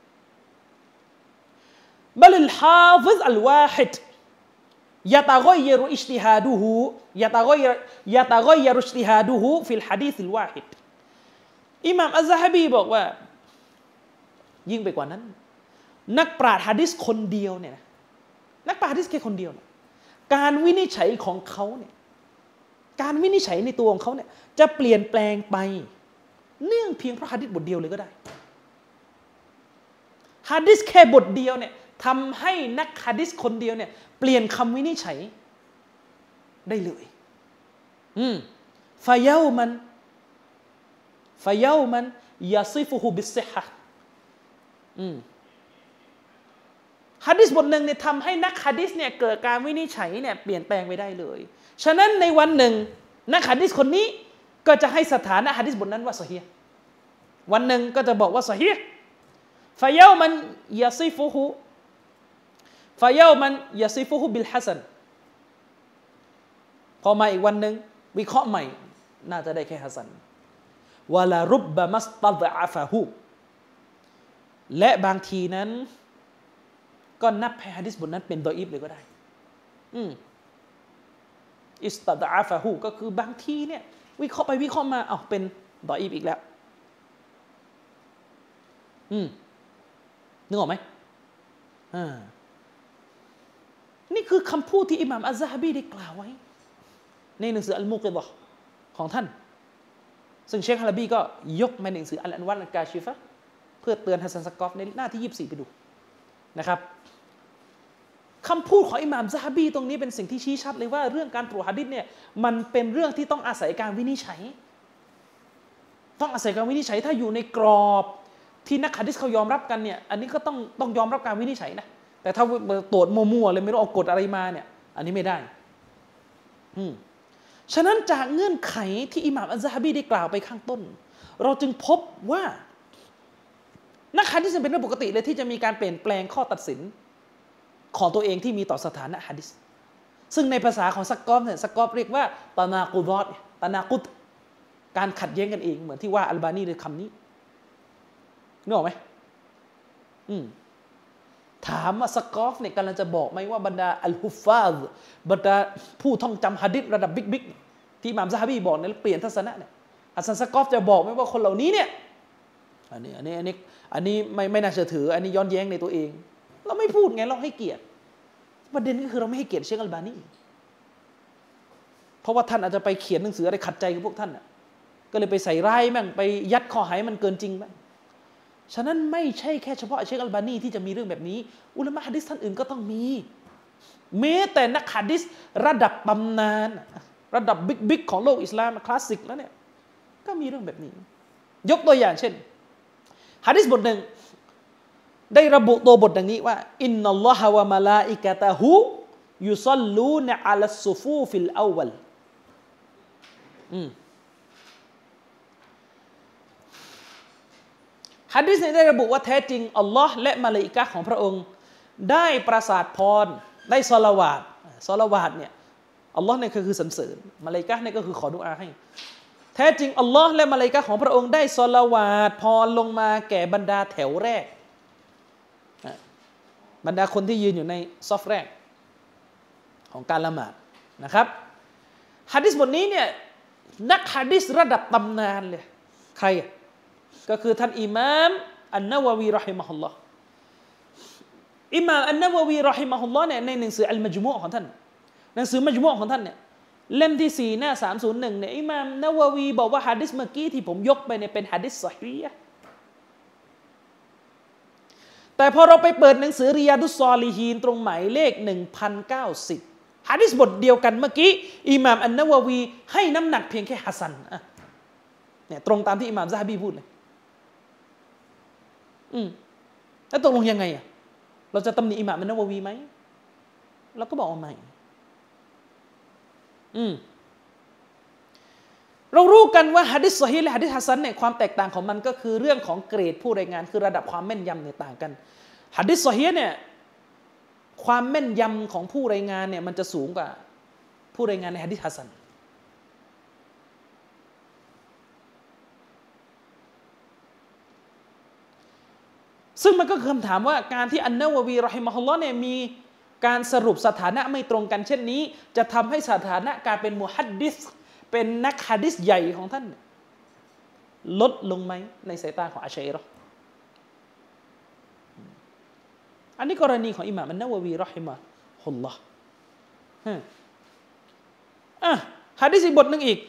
บลิลฮาฟิซอัลวาฮิดยะตะฆอยยรุอิจติฮาดุฮูยะตะฆอยยะตะฆอยยรุอิจติฮาดุฮูฟิลหะดีษอัลวาฮิดอิหม่ามอัซซะฮะบีบอกว่ายิ่งไปกว่านั้นนักปราชญ์หะดีษคนเดียวเนี่ยนักปราชญ์หะดีษแค่คนเดียวเนี่ยการวินิจฉัยของเขาเนี่ยการวินิจฉัยในตัวของเขาเนี่ยจะเปลี่ยนแปลงไปเนื่องเพียงเพราะหะดีษบทเดียวเลยก็ได้หะดีษแค่บทเดียวเนี่ยทำให้นักหะดีษคนเดียวเนี่ยเปลี่ยนคำวินิจฉัยได้เลยอืมฟะเยามันฟะเยามันยาซิฟุฮุบิสซิฮะห์อืมหะดีษบทหนึ่งเนี่ยทำให้นักหะดีษเนี่ยเกิดการวินิจฉัยเนี่ยเปลี่ยนแปลงไปได้เลยฉะนั้นในวันหนึ่งนักหะดีษคนนี้ก็จะให้สถานะหะดีษบทนั้นว่าซอฮีฮ์วันหนึ่งก็จะบอกว่าซอฮีฮ์ฟะเยามันยาซิฟุฮุฟะเยามันยาซิฟุฮุบิลฮัสซันพอมาอีกวันหนึ่งวิเคราะห์ใหม่น่าจะได้แค่ฮัสซันวะลารุบบะมัสตัฎอะฟะฮุและบางทีนั้นก็นับให้หะดีษบทนั้นเป็นดออีฟเลยก็ได้อืมอิสตัฎอะฟะฮุก็คือบางทีเนี่ยวิเคราะห์ไปวิเคราะห์มาอ้าวเป็นดออีฟอีกแล้วอืมนึกออกไหมอ่านี่คือคำพูดที่อิหม่ามอัซซะฮะบีได้กล่าวไว้ในหนังสืออัลมุกิฎะห์ของท่านซึ่งเชคฮะลาบีก็ยกมาในหนังสืออัลอันวารุลกาชิฟะห์เพื่อเตือนฮัสซันซักกอฟในหน้าที่ยี่สิบสี่ไปดูนะครับคำพูดของอิหม่ามซะฮะบีตรงนี้เป็นสิ่งที่ชี้ชัดเลยว่าเรื่องการตรวจหะดีษเนี่ยมันเป็นเรื่องที่ต้องอาศัยการวินิจฉัยต้องอาศัยการวินิจฉัยถ้าอยู่ในกรอบที่นักหะดีษเขายอมรับกันเนี่ยอันนี้ก็ต้องต้องยอมรับการวินิจฉัยนะแต่ถ้าตรวจมั่วๆเลยไม่รู้เอากฎอะไรมาเนี่ยอันนี้ไม่ได้อืมฉะนั้นจากเงื่อนไขที่อิหม่ามอัซซะฮะบีได้กล่าวไปข้างต้นเราจึงพบว่านักหะดีษเป็นเรื่องปกติเลยที่จะมีการเปลี่ยนแปลงข้อตัดสินของตัวเองที่มีต่อสถานะหะดีษซึ่งในภาษาของซักกอฟเนี่ยซักกอฟเรียกว่าตะนากุฎอตตะนากุฎการขัดแย้งกันเองเหมือนที่ว่าอัลบานีในคำนี้นึกออกไหมอืมถามว่าซักกอฟเนี่ยกำลังจะบอกไหมว่าบรรดาอัลฮุฟฟาซบรรดาผู้ท่องจำหะดีษระดับบิ๊กๆที่อิหม่ามซะฮะบีบอกเนี่ยเปลี่ยนทัศนะเนี่ยฮัสซันซักกอฟจะบอกไหมว่าคนเหล่านี้เนี่ยอันนี้อันนี้อันนี้อันนี้ไม่ไม่น่าเชื่อถืออันนี้ย้อนแย้งในตัวเองเราไม่พูดไงเราให้เกียรติประเด็นก็คือเราไม่ให้เกียรติเชคอัลบานีเพราะว่าท่านอาจจะไปเขียนหนังสืออะไรขัดใจกับพวกท่านน่ะก็เลยไปใส่ร้ายมั่งไปยัดข้อหามันเกินจริงบ้างฉะนั้นไม่ใช่แค่เฉพาะเชคอัลบานีที่จะมีเรื่องแบบนี้อุลามะหะดีษท่านอื่นก็ต้องมีแม้แต่นักหะดีษระดับตำนานระดับบิ๊กๆของโลกอิสลามคลาสสิกแล้วเนี่ยก็มีเรื่องแบบนี้ยกตัวอย่างเช่นหะดีษบทหนึ่งได้ระบุตัวบทดังนี้ว่าอินนัลลอฮะวะมะลาอิกะตะฮูยุศ็อลลูนอะลัสซุฟูฟิลเอาวัลอืมหะดีษนี้ได้ระบุว่าแท้จริงอัลลอฮ์และมลาอิกะฮ์ของพระองค์ได้ประสาทพรได้ศอลาวาตศอลาวาตเนี่ยอัลลอฮ์เนี่ยคือสรรเสริญมลาอิกะฮ์เนี่ยก็คือขอดุอาให้แท้จริงอัลลอฮ์และมลาอิกะฮ์ของพระองค์ได้ศอลาวาตพรลงมาแก่บรรดาแถวแรกบรรดาคนที่ยืนอยู่ในซอฟแรกของการละหมาดนะครับหะดีษบทนี้เนี่ยนักหะดีษระดับตำนานเลยใครก็คือท่านอิหม่ามอันนะวะวีเราะฮิมะฮุลลอฮ์อิหม่ามอันนะวะวีเราะฮิมะฮุลลอฮ์เนี่ยในหนังสืออัลมัจมูอ์ของท่านหนังสือมัจมูอ์ของท่านเนี่ยเล่มที่สี่หน้าสามร้อยหนึ่งเนี่ยอิหม่ามนะวะวีบอกว่าหะดีษเมื่อกี้ที่ผมยกไปเนี่ยเป็นหะดีษซอฮีฮ์แต่พอเราไปเปิดหนังสือริยาดุสซอลิฮีนตรงหมายเลขหนึ่งพันเก้าสิบหะดีษบทเดียวกันเมื่อกี้อิหม่ามอันนะวะวีให้น้ำหนักเพียงแค่ฮัสซันอ่ะเนี่ยตรงตามที่อิหม่ามซะฮะบีพูดเลยอืมแล้วตกลงยังไงอ่ะเราจะตำหนิอิหม่ามอันนะวะวีไหมเราก็บอกว่าไม่อืมเรารู้กันว่าหะดีษซอฮีฮ์และหะดีษฮัสซันเนี่ยความแตกต่างของมันก็คือเรื่องของเกรดผู้รายงานคือระดับความแม่นยำเนี่ยต่างกันหะดีษซอฮีฮ์เนี่ยความแม่นยำของผู้รายงานเนี่ยมันจะสูงกว่าผู้รายงานในหะดีษฮัสซันซึ่งมันก็คือคำถามว่าการที่อันนะวะวีเราะฮิมะฮุลลอฮ์เนี่ยมีการสรุปสถานะไม่ตรงกันเช่นนี้จะทำให้สถานะการเป็นมุฮัดดิษเป็นนักหะดีษใหญ่ของท่านลดลงไหมในสายตาของอัชอะอิเราะห์อันนี้กรณีของอิหม่ามอันนะวะวีเราะฮิมะฮุลลอฮ์อ่ะหะดีษอีกบทหนึ่งอีก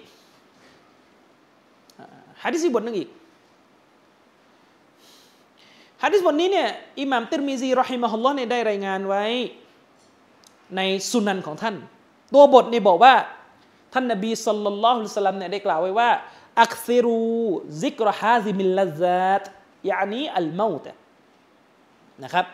หะดีษอีกบทหนึ่งอีกหะดีษบทนี้เนี่ยอิหม่ามติรมิซีเราะฮิมะฮุลลอฮ์เนี่ยได้รายงานไว้ในสุนันของท่านตัวบทนี่บอกว่าท่านนบีศ็อลลัลลอฮุอะลัยฮิวะซัลลัมเนี่ยได้กล่าวไว้ว่าอักซิรูซิกรฮาซิมิลลัซซาตยะนีอัลเมาตนะครับ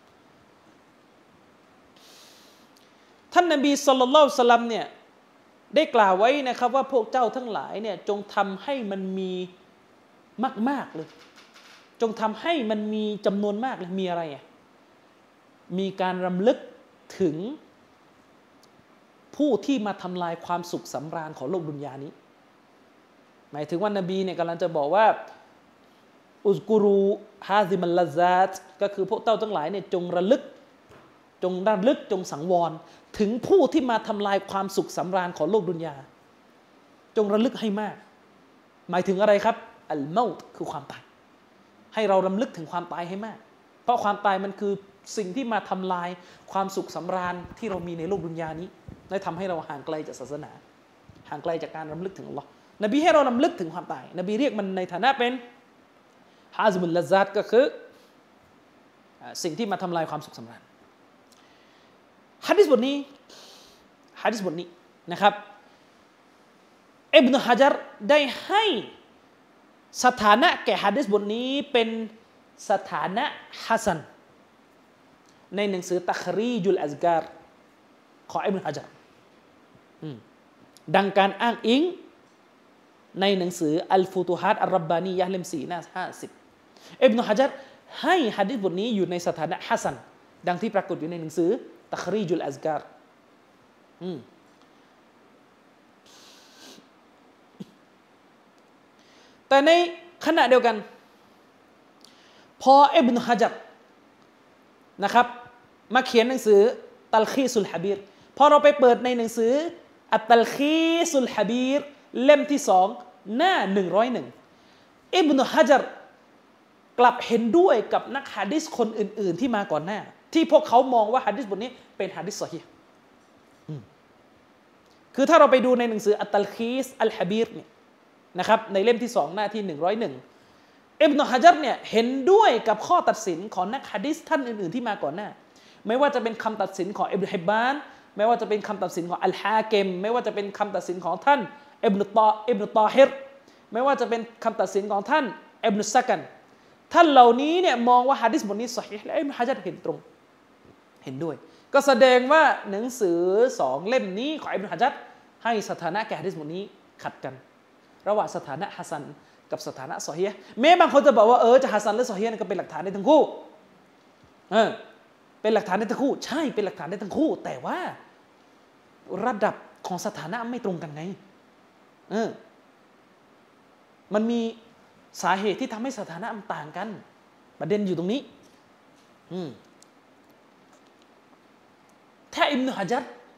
ท่านนบีศ็อลลัลลอฮุอะลัยฮิวะซัลลัมเนี่ยได้กล่าวไว้นะครับว่าพวกเจ้าทั้งหลายเนี่ยจงทำให้มันมีมากๆเลยจงทำให้มันมีจำนวนมากเลยมีอะไรอ่ะมีการรำลึกถึงผู้ที่มาทำลายความสุขสำราญของโลกดุนยานี้หมายถึงว่านบีเนี่ยกำลังจะบอกว่าอุซกุรูฮาซิมัลลาซาตก็คือพวกเจ้าทั้งหลายเนี่ยจงระลึกจงระลึกจงสังวรถึงผู้ที่มาทำลายความสุขสำราญของโลกดุนยาจงระลึกให้มากหมายถึงอะไรครับอัลเมาต์คือความตายให้เรารำลึกถึงความตายให้มากเพราะความตายมันคือสิ่งที่มาทำลายความสุขสำราญที่เรามีในโลกดุนยานี้และทำให้เราห่างไกลจากศาสนาห่างไกลจากการรำลึกถึงอัลลอฮ์นบีให้เรารำลึกถึงความตายนบีเรียกมันในฐานะเป็นฮาซิมุลลาซาตก็คือสิ่งที่มาทำลายความสุขสำราญหะดีษบทนี้หะดีษบทนี้นะครับอิบนุฮะญัรได้ให้สถานะแก่หะดีษบทนี้เป็นสถานะฮัสซันในหนังสือตัครีจุลอัซการของอิบนุฮะญัรดังการอ้างอิงในหนังสืออัลฟุตุฮัตอัลรับบานียะห์เล่มสี่หน้าห้าสิบอิบนุฮะญัรให้หะดีษบทนี้อยู่ในสถานะฮัสซันดังที่ปรากฏอยู่ในหนังสือตัครีจุลอัซการแต่ในขณะเดียวกันพออิบนุฮะญัรนะครับมาเขียนหนังสือตัลคีซุลฮะบีรพอเราไปเปิดในหนังสืออัตตัลคีซุลฮะบีรเล่มที่สองหน้าหนึ่งร้อยเอ็ดอิบนุฮะญัรกลับเห็นด้วยกับนักหะดีษคนอื่นๆที่มาก่อนหน้าที่พวกเขามองว่าหะดีษบทนี้เป็นหะดีษซอฮีฮ์คือถ้าเราไปดูในหนังสืออัตตัลคีซอัลฮะบีรเนี่ยนะครับในเล่มที่สองหน้าที่หนึ่งร้อยเอ็ดอิบนุฮะญัรเนี่ยเห็นด้วยกับข้อตัดสินของนักหะดีษท่านอื่นๆที่มาก่อนหน้าไม่ว่าจะเป็นคำตัดสินของอิบนุฮิบบานไม่ว่าจะเป็นคำตัดสินของอัลฮากิมไม่ว่าจะเป็นคำตัดสินของท่านอิบนุตออิบนุตอฮิรไม่ว่าจะเป็นคำตัดสินของท่านอิบนุซะกันท่านเหล่านี้เนี่ยมองว่าหะดีษบทนี้ซอฮีฮ์และอิบนุฮะญัรเห็นตรงเห็นด้วยก็แสดงว่าหนังสือสองเล่มนี้ของอิบนุฮะญัรให้สถานะแก่หะดีษบทนี้ขัดกันระหว่างสถานะฮัสซันกับสถานะซอฮีฮ์แม้บางคนจะบอกว่าเออจะฮัสซันหรือซอฮีฮ์ก็เป็นหลักฐานได้ทั้งคู่เออเป็นหลักฐานได้ทั้งคู่ใช่เป็นหลักฐานได้ทั้งคู่แต่ว่าระดับของสถานะไม่ตรงกันไงเออมันมีสาเหตุที่ทำให้สถานะมันต่างกันประเด็นอยู่ตรงนี้อืมถ้าอิบนุฮะญัร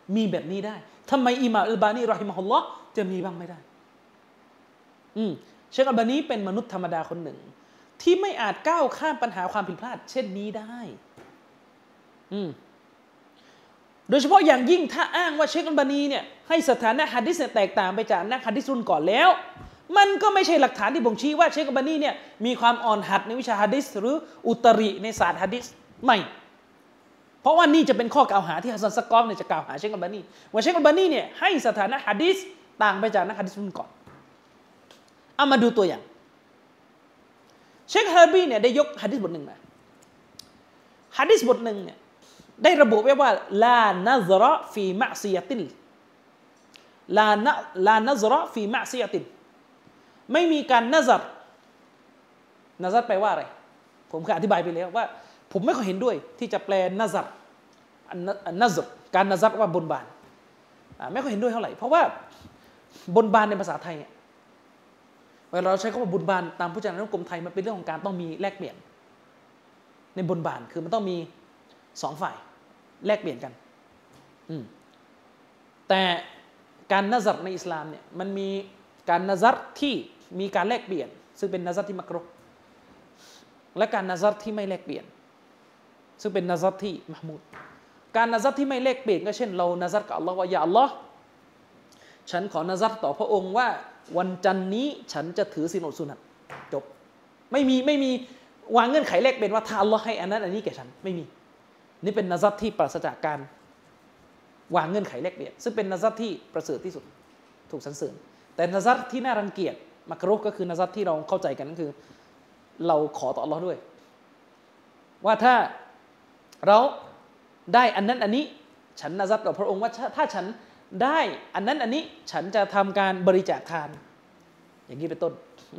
มีแบบนี้ได้ทำไมอิหม่ามอัลบานีรอฮิมะฮุลลอฮ์จะมีบ้างไม่ได้อืมเชคอัลบานีเป็นมนุษย์ธรรมดาคนหนึ่งที่ไม่อาจก้าวข้ามปัญหาความผิดพลาดเช่นนี้ได้อืมโดยเฉพาะอย่างยิ่งถ้าอ้างว่าเชคอัลบานีเนี่ยให้สถานะหะดีษเนี่ยแตกต่างไปจากนักหะดีษรุ่นก่อนแล้วมันก็ไม่ใช่หลักฐานที่บ่งชี้ว่าเชคอัลบานีเนี่ยมีความอ่อนหัดในวิชาหะดีษหรืออุตริในศาสตร์หะดีษไม่เพราะว่านี่จะเป็นข้อกล่าวหาที่ฮัสซันซักกอฟเนี่ยจะกล่าวหาเชคอัลบานีว่าเชคอัลบานีเนี่ยให้สถานะหะดีษต่างไปจากนักหะดีษรุ่นก่อนเอามาดูตัวอย่างเชคฮาบีเนี่ยได้ยกหะดีษบทหนึ่งมาหะดีษบทหนึ่งเนี่ยได้ระบุไว้ว่าลานะซเราะฟีมะซิยะตินลานะลานะซเราะฟีมะซิยะตินไม่มีการนะซัรนะซัรแปลว่าอะไรผมเคยอธิบายไปแล้วว่าผมไม่ค่อยเห็นด้วยที่จะแปลนะซัรอันนะซรการนะซัรว่าบนบานไม่ค่อยเห็นด้วยเท่าไหร่เพราะว่าบนบานในภาษาไทยเนี่ยเวลาเราใช้คำว่าบนบานตามพจนานุกรมไทยมันเป็นเรื่องของการต้องมีแลกเปลี่ยนในบนบานคือมันต้องมีสองฝ่ายแลกเปลี่ยนกันอืมแต่การนะซัรในอิสลามเนี่ยมันมีการนะซัรที่มีการแลกเปลี่ยนซึ่งเป็นนะซัรที่มักรุฮ์และการนะซัรที่ไม่แลกเปลี่ยนซึ่งเป็นนะซัรที่มะห์มูดการนะซัรที่ไม่แลกเปลี่ยนก็เช่นเรานะซัรกับอัลลอฮ์ว่ายาอัลลอฮ์ฉันขอนะซัรต่อพระองค์ว่าวันจันทร์นี้ฉันจะถือศีลอดสุนัตจบไม่มีไม่มีวางเงื่อนไขแลกเปลี่ยนว่าถ้าอัลลอฮ์ให้อันนั้นอันนี้แก่ฉันไม่มีนี่เป็นนะซัรที่ปราศจากการวางเงื่อนไขแลกเปลี่ยนซึ่งเป็นนะซัรที่ประเสริฐที่สุดถูกสรรเสริญแต่นะซัรที่น่ารังเกียจมักรุฮ์ก็คือนะซัรที่เราเข้าใจกันก็คือเราขอต่ออัลลอฮ์ด้วยว่าถ้าเราได้อันนั้นอันนี้ฉันนะซัรต่อพระองค์ว่าถ้าฉันได้อันนั้นอันนี้ฉันจะทำการบริจาคทานอย่างนี้เป็นต้น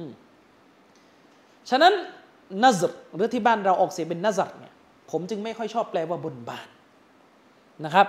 ฉะนั้นนะซรหรือที่บ้านเราออกเสียงเป็นนะซัรเนี่ยผมจึงไม่ค่อยชอบแปลว่าบนบานนะครับ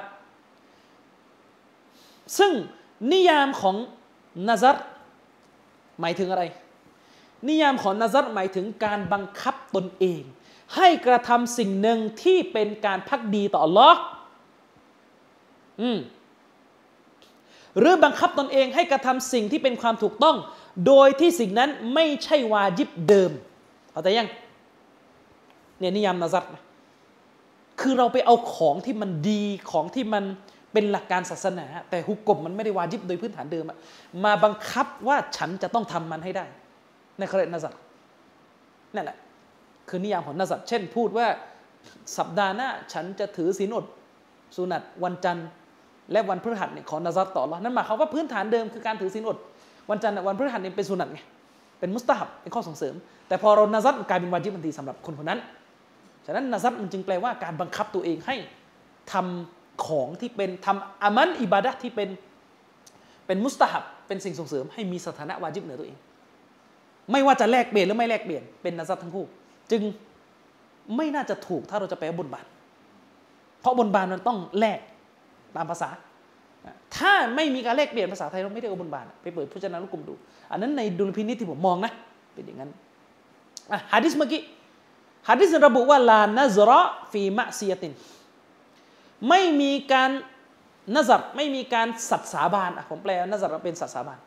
ซึ่งนิยามของนะซัรหมายถึงอะไรนิยามของนะซัรหมายถึงการบังคับตนเองให้กระทำสิ่งหนึ่งที่เป็นการภักดีต่ออัลลอฮ์อืมหรือบังคับตนเองให้กระทำสิ่งที่เป็นความถูกต้องโดยที่สิ่งนั้นไม่ใช่วาญิบเดิมเข้าใจยังเนี่ยนิยามนะซัรคือเราไปเอาของที่มันดีของที่มันเป็นหลักการศาสนาแต่ฮุกกลมมันไม่ได้วาญิบโดยพื้นฐานเดิมมาบังคับว่าฉันจะต้องทำมันให้ได้ในเขาเรียกนะซัรนั่นแหละคือนิยามของนะซัรเช่นพูดว่าสัปดาห์หน้าฉันจะถือศีลอดสุนัตวันจันทร์และวันพฤหัสเนี่ยขอนะซัรต่ออัลเลาะห์นั่นหมายความว่าพื้นฐานเดิมคือการถือศีลอดวันจันทร์วันพฤหัสเนี่ยเป็นสุนัตไงเป็นมุสตะฮับเป็นข้อส่งเสริมแต่พอเรานะซัรกลายเป็นวาญิบทันทีสำหรับคนคนนั้นฉะนั้นนะซัรมันจึงแปลว่าการบังคับตัวเองให้ทำของที่เป็นทำอามันอิบาดะห์ที่เป็นเป็นมุสตะฮับเป็นสิ่งส่งเสริมให้มีสถานะวาญิบเหนือตัวเองไม่ว่าจะแลกเปลี่ยนหรือไม่แลกเปลี่ยนเป็นนะซัรทั้งคู่จึงไม่น่าจะถูกถ้าเราจะแปลบนบานเพราะบนบานมันต้องแลกตามภาษาถ้าไม่มีการแลกเปลี่ยนภาษาไทยเราไม่ได้เอาบนบานไปเปิดพจนานุกรมดูอันนั้นในดุลพินิจที่ผมมองนะเป็นอย่างนั้นอ่ะหะดีษเมื่อกี้หะดีษระบุว่าลานะซเราะฟีมะซิยะตินไม่มีการนะซัรไม่มีการสัตย์สาบานอ่ะผมแปลนะซัรเป็นสัตย์สาบาน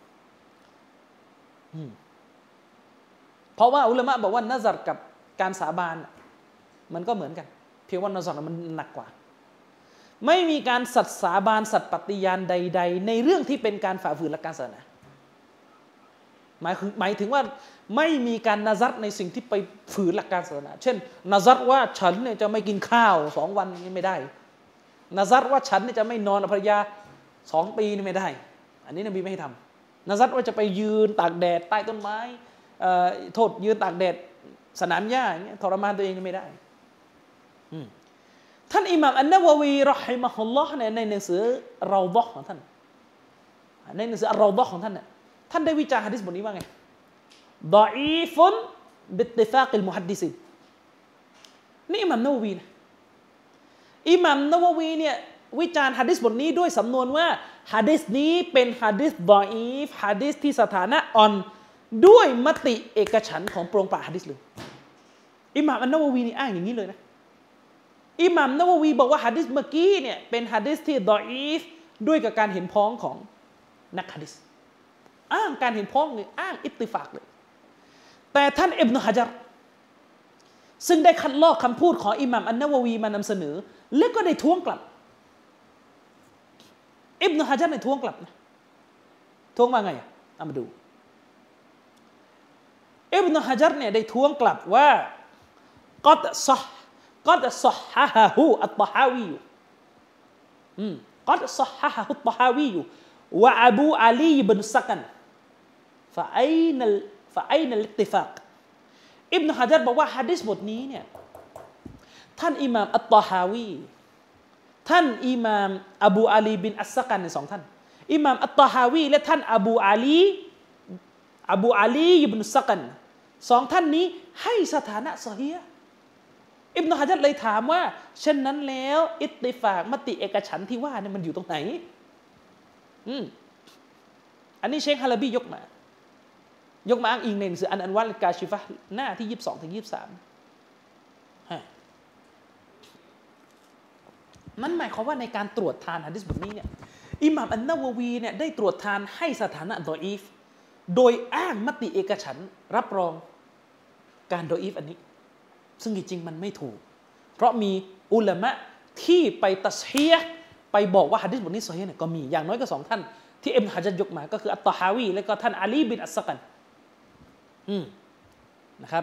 เพราะว่าอุลามะบอกว่านะซัรกับการสาบานมันก็เหมือนกันเพียงว่านะซัรมันหนักกว่าไม่มีการสัตย์สาบานสัตย์ปฏิญาณใดๆในเรื่องที่เป็นการฝ่าฝืนหลักการศาสนาหมายหมายถึงว่าไม่มีการนะซัรในสิ่งที่ไปฝืนหลักการศาสนาเช่นนะซัรว่าฉันเนี่ยจะไม่กินข้าวสองวันนี่ไม่ได้นะซัรว่าฉันเนี่ยจะไม่นอนกับภรรยาสองปีนี่ไม่ได้อันนี้นบีไม่ให้ทำนะซัรว่าจะไปยืนตากแดดใต้ต้นไม้โทษยืนตากแดดสนามหญ้าอย่างเงี้ยทรมานตัวเองไม่ได้ท่านอิหม่ามอันนะวะวีเราะฮิมะฮุลลอฮ์ในในหนังสือเราฎอฮ์ของท่านในหนังสือเราฎอฮ์ของท่านเนี่ยท่านได้วิจารณ์หะดีษบทนี้ว่าไงฎออีฟุนบิอิตติฟากิลมุฮัดดิซินนี่อิหม่ามนะวะวีนะอิหม่ามนะวะวีเนี่ยวิจารณ์หะดีษบทนี้ด้วยสำนวนว่าหะดีษนี้เป็นหะดีษฎออีฟหะดีษที่สถานะอ่อนด้วยมติเอกฉันท์ของโปร่งปราศหะดีษเลยอิหม่ามอันนะวะวีนี่อ้างอย่างนี้เลยนะอิหม่ามนะวะวีบอกว่าหะดีษเมื่อกี้เนี่ยเป็นหะดีษที่ฎออีฟด้วยกับการเห็นพ้องของนักหะดีษอ้างการเห็นพ้องเลยอ้างอิตติฟากเลยแต่ท่านอิบนุฮะญัรซึ่งได้คัดลอกคำพูดของอิหม่ามอันนะวะวีมานำเสนอแล้วก็ได้ท้วงกลับอิบนุฮะญัรได้ท้วงกลับนะท้วงว่าไงเอามาดูอิบนุฮะญัรเนี่ยได้ท้วงกลับว่ากัดซอฮกัดซอฮะฮะฮูอัตตะฮาวีอืมกัดซอฮะฮะฮุอัตตะฮาวีวะอบูอาลีบินซักันฟะอัยนัลฟะอัยนัลอิตติฟากอิบนุฮะญัรบอกว่าหะดีษบทนี้เนี่ยท่านอิหม่ามอัตตะฮาวีท่านอิหม่ามอบูอาลีบินอัสซักันในสองท่านอิหม่ามอัตตะฮาวีและท่านอบูอาลีอบูอาลีอิบนุซักันสองท่านนี้ให้สถานะซอฮีฮ์อิบนุฮะญัรเลยถามว่าเช่นนั้นแล้วอิตติฟากมติเอกฉันท์ที่ว่าเนี่ยมันอยู่ตรงไหนอืมอันนี้เชคฮาลาบียกมายกมาอ้างอิงในหนังสืออันอันวัลกาชิฟะห์หน้าที่ยี่สิบสองถึงยี่สิบสามฮะนั่นหมายความว่าในการตรวจทานหะดีษบทนี้เนี่ยอิหม่ามอันนะวะวีเนี่ยได้ตรวจทานให้สถานะดออีฟโดยอ้างมติเอกฉันท์รับรองการดออีฟอันนี้ซึ่งจริงๆมันไม่ถูกเพราะมีอุลามะที่ไปตัสฮีฮ์ไปบอกว่าหะดีษบทนี้ซอฮีฮ์เนี่ยก็มีอย่างน้อยก็สองท่านที่อิบนุฮะญัรยกมาก็คืออัตตะฮาวีและก็ท่านอาลีบินอัสซักันอืมนะครับ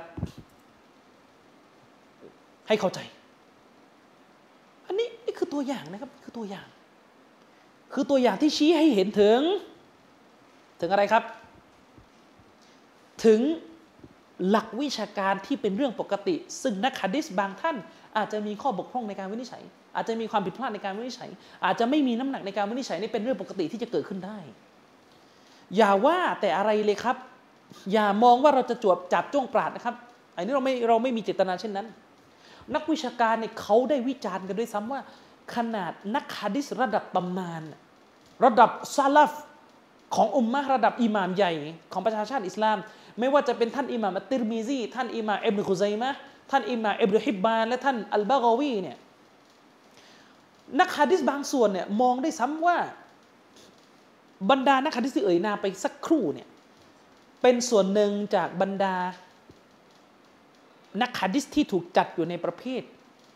ให้เข้าใจอันนี้นี่คือตัวอย่างนะครับคือตัวอย่างคือตัวอย่างที่ชี้ให้เห็นถึงถึงอะไรครับถึงหลักวิชาการที่เป็นเรื่องปกติซึ่งนักหะดีษบางท่านอาจจะมีข้อบกพร่องในการวินิจฉัยอาจจะมีความผิดพลาดในการวินิจฉัยอาจจะไม่มีน้ำหนักในการวินิจฉัยนี่เป็นเรื่องปกติที่จะเกิดขึ้นได้อย่าว่าแต่อะไรเลยครับอย่ามองว่าเราจะจวบจับจ้วงปราดนะครับอันนี้เราไม่เราไม่มีเจตนาเช่นนั้นนักวิชาการเนี่ยเขาได้วิจารณ์กันด้วยซ้ำว่าขนาดนักหะดีษระดับตำนานระดับซาลัฟของอุมมะห์ระดับอิหม่ามใหญ่ของประชาชาติอิสลามไม่ว่าจะเป็นท่านอิหม่ามอัตติรมิซีท่านอิหม่ามอิบนุคุซัยมะห์ท่านอิหม่ามอิบนุฮิบบานและท่านอัลบะกอวีเนี่ยนักหะดีษบางส่วนเนี่ยมองได้ซ้ำว่าบรรดานักหะดีษที่เอ่ยนามไปสักครู่เนี่ยเป็นส่วนหนึ่งจากบรรดานักหะดีษที่ถูกจัดอยู่ในประเภท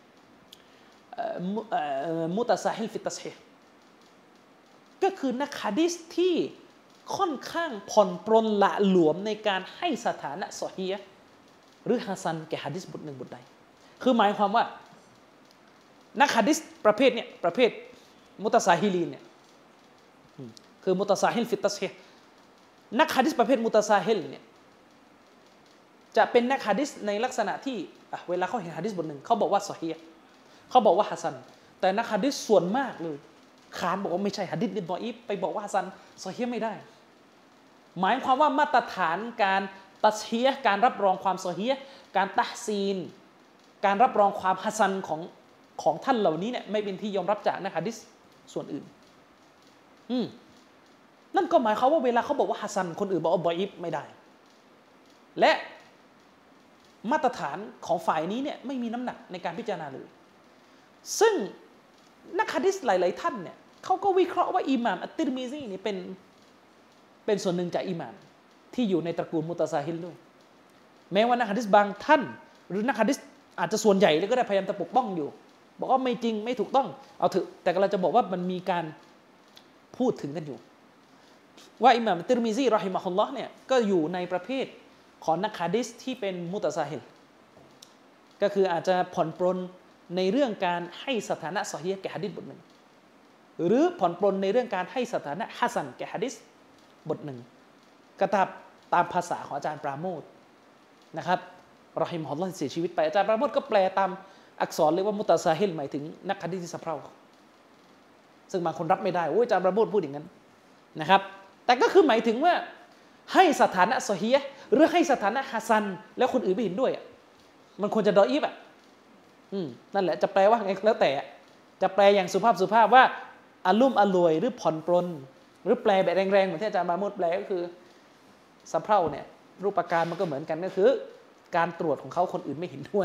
มุตะซาฮิลฟิตัสฮีฮ์ก็คือนักหะดีษที่ค่อนข้างผ่อนปรนละหลวมในการให้สถานะซอฮีฮ์หรือฮะซันแก่หะดีษบทหนึ่งบทใดคือหมายความว่านักหะดีษประเภทเนี่ยประเภทมุตะซาฮิลีนเนี่ยคือมุตะซาฮิลฟิตัสฮีฮ์นักหะดีษประเภทมุตะซาฮิลเนี่ยจะเป็นนักหะดีษในลักษณะที่เวลาเขาเห็นหะดีษบทหนึ่งเขาบอกว่าซอฮีฮ์เขาบอกว่าฮะซันแต่นักหะดีษส่วนมากเลยขานบอกว่าไม่ใช่หะดีษนี่ดออีฟไปบอกว่าฮะซันซอฮีฮ์ไม่ได้หมายความว่ามาตรฐานการตัสฮีฮ์การรับรองความซอฮีฮ์การตะห์ซีนการรับรองความฮะซันของของท่านเหล่านี้เนี่ยไม่เป็นที่ยอมรับจากนักหะดีษส่วนอื่นอืมนั่นก็หมายความว่าเวลาเขาบอกว่าฮะซันคนอื่นบอกว่าดออีฟไม่ได้และมาตรฐานของฝ่ายนี้เนี่ยไม่มีน้ำหนักในการพิจารณาเลยซึ่งนักหะดีษหลายๆท่านเนี่ยเขาก็วิเคราะห์ว่าอิหม่ามอัตติรมิซีนี่เป็นเป็นส่วนหนึ่งจากอิหม่ามที่อยู่ในตระกูลมุตะซาฮิลด้วยแม้ว่านักหะดีษบางท่านหรือนักหะดีษอาจจะส่วนใหญ่เลยก็ได้พยายามจะปกป้องอยู่บอกว่าไม่จริงไม่ถูกต้องเอาเถอะแต่เราจะบอกว่ามันมีการพูดถึงกันอยู่ว่าอิหม่ามอัตติรมิซีรอฮิมะฮุลลอฮ์เนี่ยก็อยู่ในประเภทของนักหะดีษที่เป็นมุตะซาฮิลก็คืออาจจะผ่อนปรนในเรื่องการให้สถานะซอฮีฮ์แก่หะดีษบทหนึ่งหรือผ่อนปรนในเรื่องการให้สถานะฮะซันแก่หะดีษบทหนึ่งกระทำตามภาษาของอาจารย์ปราโมทย์นะครับรอฮิมะฮุลลอฮ์เสียชีวิตไปอาจารย์ปราโมทย์ก็แปลตามอักษรเลยว่ามุตะซาฮิลหมายถึงนักหะดีษที่สะเพร่าซึ่งบางคนรับไม่ได้โอ้ยอาจารย์ปราโมทย์พูดอย่างนั้นนะครับแต่ก็คือหมายถึงว่าให้สถานะซอฮีฮ์หรือให้สถานะฮะซันแล้วคนอื่นไม่เห็นด้วยมันควรจะดออีฟอ่ะอืมนั่นแหละจะแปลว่าไงก็แล้วแต่จะแปลอย่างสุภาพสุภาพว่าอาลุ่มอร่วยหรือผ่อนปรนหรือแปลแบบแรงๆเหมือนที่อาจารย์ปราโมทย์แปลก็คือสะเพร่าเนี่ยรูปการมันก็เหมือนกันก็คือการตรวจของเขาคนอื่นไม่เห็นด้วย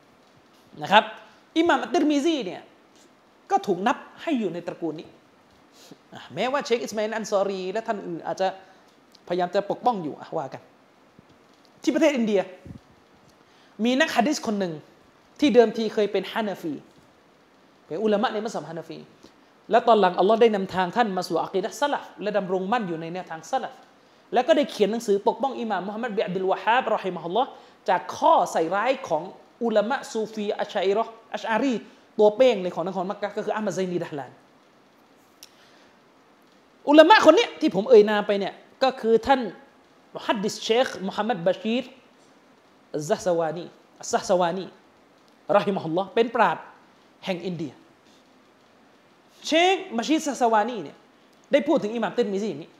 นะครับอิหม่ามอัตติรมิซีเนี่ยก็ถูกนับให้อยู่ในตระกูลนี้แม้ว่าเชคอิสมาอิลอันซอรีและท่านอื่นอาจจะพยายามจะปกป้องอยู่ว่ากันที่ประเทศอินเดียมีนักหะดีษคนหนึ่งที่เดิมทีเคยเป็นฮานาฟีเป็นอุลามะในมัสยิดฮานาฟีแล้วตอนหลังอัลลอฮ์ได้นำทางท่านมาสู่อะกีดะห์ซะลัฟและดำรงมั่นอยู่ในแนวทางซะลัฟแล้วก็ได้เขียนหนังสือปกป้องอิหม่ามมุฮัมมัดบินอับดุลวะฮาบเราะฮิมะฮุลลอฮ์จากข้อใส่ร้ายของอุลามะซูฟีอัชชัยเราะห์อัชอารีตัวเป้งเลยของนครมักกะฮ์ก็คืออะห์มัด ไซนี ดะห์ลานอุลามะคนนี้ที่ผมเอ่ยนามไปเนี่ยก็คือท่านมุฮัดดิษเชคมุฮัมมัดบะชีรอัซซะซะวานีอัซซะซะวานีเราะฮิมะฮุลลอฮ์เป็นปราชญ์แห่งอินเดียเชคบะชีรอัซซะซะวานีเนี่ยได้พูดถึงอิหม่ามติรมิซีอย่างนี้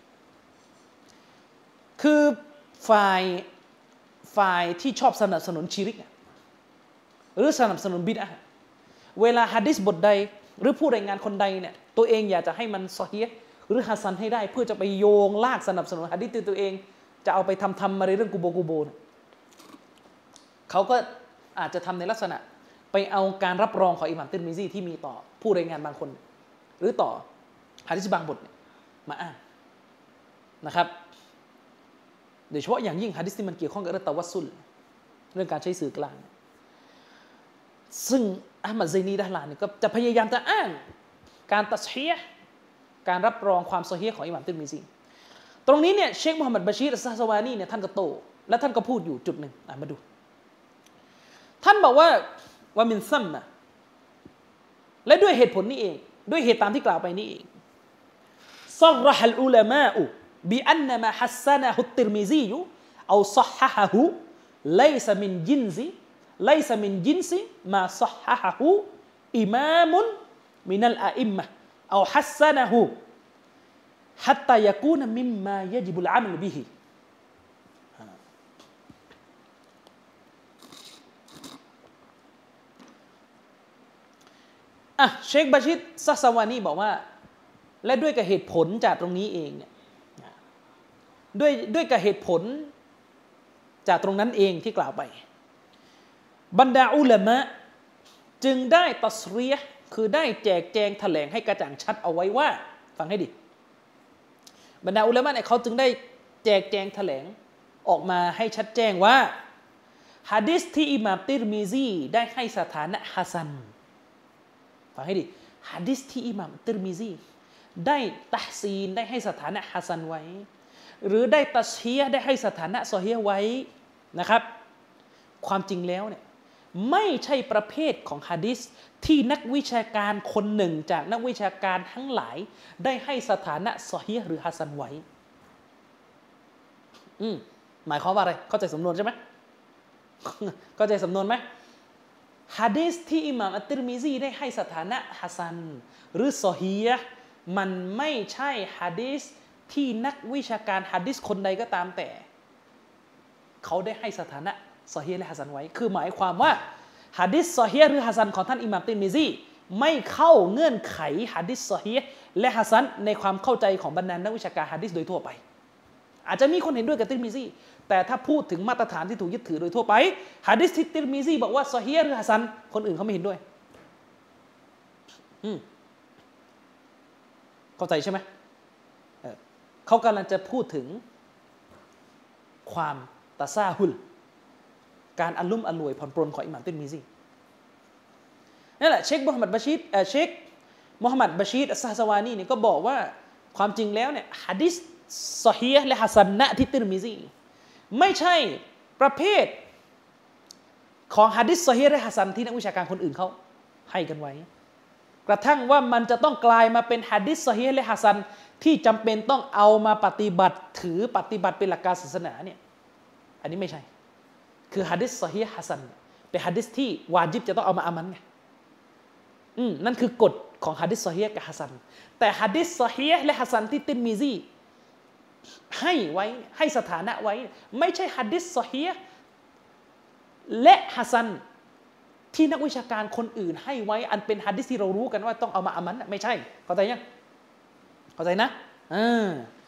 คือฝ่ายฝ่ายที่ชอบสนับสนุนชิริกหรือสนับสนุนบิดอะห์เวลาหะดีษบทใดหรือผู้รายงานคนใดเนี่ยตัวเองอยากจะให้มันซอฮีฮ์หรือฮัสซันให้ได้เพื่อจะไปโยงลากสนับสนุนหะดีษที่ตัวเองจะเอาไปทำทำมาในเรื่องกุโบกุโบเนี่ยเขาก็อาจจะทำในลักษณะไปเอาการรับรองของอิหม่ามติรมิซีที่มีต่อผู้รายงานบางคนหรือต่อหะดีษบางบทมาอ้างนะครับโดยเฉพาะอย่างยิ่งหะดีษที่มันเกี่ยวข้องกับเรื่องตะวัสซุลเรื่องการใช้สื่อกลางซึ่งอะห์มัด ไซนี ดะห์ลานเนี่ยก็จะพยายามจะอ้างการตัศฮีฮ์การรับรองความซอฮีฮ์ของอิหม่ามติรมิซีตรงนี้เนี่ยเชคมุฮัมมัดบะชีรอัซซะซะวานีเนี่ยท่านก็โตและท่านก็พูดอยู่จุดหนึ่งมาดูท่านบอกว่าว่ามินซัมมะและด้วยเหตุผลนี้เองด้วยเหตุตามที่กล่าวไปนี้เองซัรฮะลอุลามะอบิอันนะมาฮัสซะนะฮุตติรมิซีเอาศอฮฮะฮุไลซะมินจินซิไลซะมินจินซิมาศอฮฮะฮุอิมามมินัลอะอิมมะเอาฮัสซะนะฮุฮัตตายะกูนมิมมายะญิบุลอะมัลบิฮิอ่ะเชคบะชีรซะซะวานีบอกว่าและด้วยกับเหตุผลจากตรงนี้เองเนี่ยด้วยด้วยกับเหตุผลจากตรงนั้นเองที่กล่าวไปบรรดาอุลามะจึงได้ตัสรีฮ์คือได้แจกแจงแถลงให้กระจ่างชัดเอาไว้ว่าฟังให้ดีบรรดาอุลามะเนี่ยเขาจึงได้แจกแจงแถลงออกมาให้ชัดแจ้งว่าหะดีษที่อิหม่ามติรมิซีได้ให้สถานะฮัสซันฟังให้ดีหะดีษที่อิหม่ามติรมิซีได้ตะห์ซีนได้ให้สถานะฮัสซันไว้หรือได้ตัศฮีฮ์ได้ให้สถานะซอฮีฮ์ไว้นะครับความจริงแล้วเนี่ยไม่ใช่ประเภทของหะดีษที่นักวิชาการคนหนึ่งจากนักวิชาการทั้งหลายได้ให้สถานะซอฮีฮ์หรือฮัสซันไว้อืมหมายความว่าอะไรเข้าใจสำนวนใช่ไหมเข้าใจสำนวนไหมหะดีษที่อิหม่ามอัตติรมิซีได้ให้สถานะฮัสซันหรือซอฮีฮ์มันไม่ใช่หะดีษที่นักวิชาการหะดีษคนใดก็ตามแต่เขาได้ให้สถานะซอฮีฮ์และฮัสซันไว้คือหมายความว่าหะดีษซอฮีฮ์หรือฮัสซันของท่านอิหม่ามติรมิซีไม่เข้าเงื่อนไขหะดีษซอฮีฮ์และฮัสซันในความเข้าใจของบรรดานักวิชาการหะดีษโดยทั่วไปอาจจะมีคนเห็นด้วยกับติรมิซีแต่ถ้าพูดถึงมาตรฐานที่ถูกยึดถือโดยทั่วไปหะดีษที่ติรมิซีบอกว่าซอฮีฮ์หรือฮัสซันคนอื่นเขาไม่เห็นด้วยอืมเข้าใจใช่ไหมเออเขากำลังจะพูดถึงความตะซาฮุลการอลุ่มอล่วยผ่อนปรนของอิหม่ามติรมิซีนั่นแหละเชคมุฮัมมัดบะชีรเอ่อเชคมุฮัมมัดบะชีรอัซซะซะวานีเนี่ยก็บอกว่าความจริงแล้วเนี่ยหะดีษซอฮีฮ์และฮัสซันนะที่ติรมิซีไม่ใช่ประเภทของหะดีษซอฮีฮ์และฮัสซันที่นักวิชาการคนอื่นเขาให้กันไว้กระทั่งว่ามันจะต้องกลายมาเป็นหะดีษซอฮีฮ์และฮัสซันที่จำเป็นต้องเอามาปฏิบัติถือปฏิบัติเป็นหลักการศาสนาเนี่ยอันนี้ไม่ใช่คือหะดีษซอฮีฮ์ฮัสซันเป็นหะดีษที่วาญิบจะต้องเอามาอามันไงอืมนั่นคือกฎของหะดีษซอฮีฮ์กับฮัสซันแต่หะดีษซอฮีฮ์และฮัสซันที่ติรมิซีให้ไว้ให้สถานะไว้ไม่ใช่หะดีษซอฮีฮ์และฮัสซันที่นักวิชาการคนอื่นให้ไว้อันเป็นหะดีษที่เรารู้กันว่าต้องเอามาอามันไม่ใช่เข้าใจยังเข้าใจนะอ่า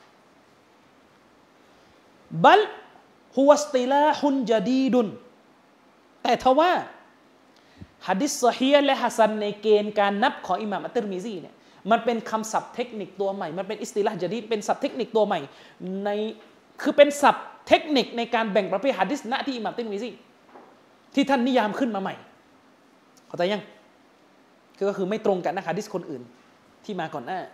บัลฮุวัสติลาฮุนญะดีดุนแต่ทว่าหะดีษซอฮีฮ์และฮัสซันในเกณฑ์การนับของอิหม่ามอัตติรมิซีเนี่ยมันเป็นคำศัพท์เทคนิคตัวใหม่มันเป็นอิสติลาห์ญะดีดเป็นศัพท์เทคนิคตัวใหม่ในคือเป็นศัพท์เทคนิคในการแบ่งประเภทหะดีษณที่อิหม่ามติรมิซีที่ท่านนิยามขึ้นมาใหม่เข้าใจยังก็คือไม่ตรงกับนักหะดีษคนอื่นที่มาก่อนหน้า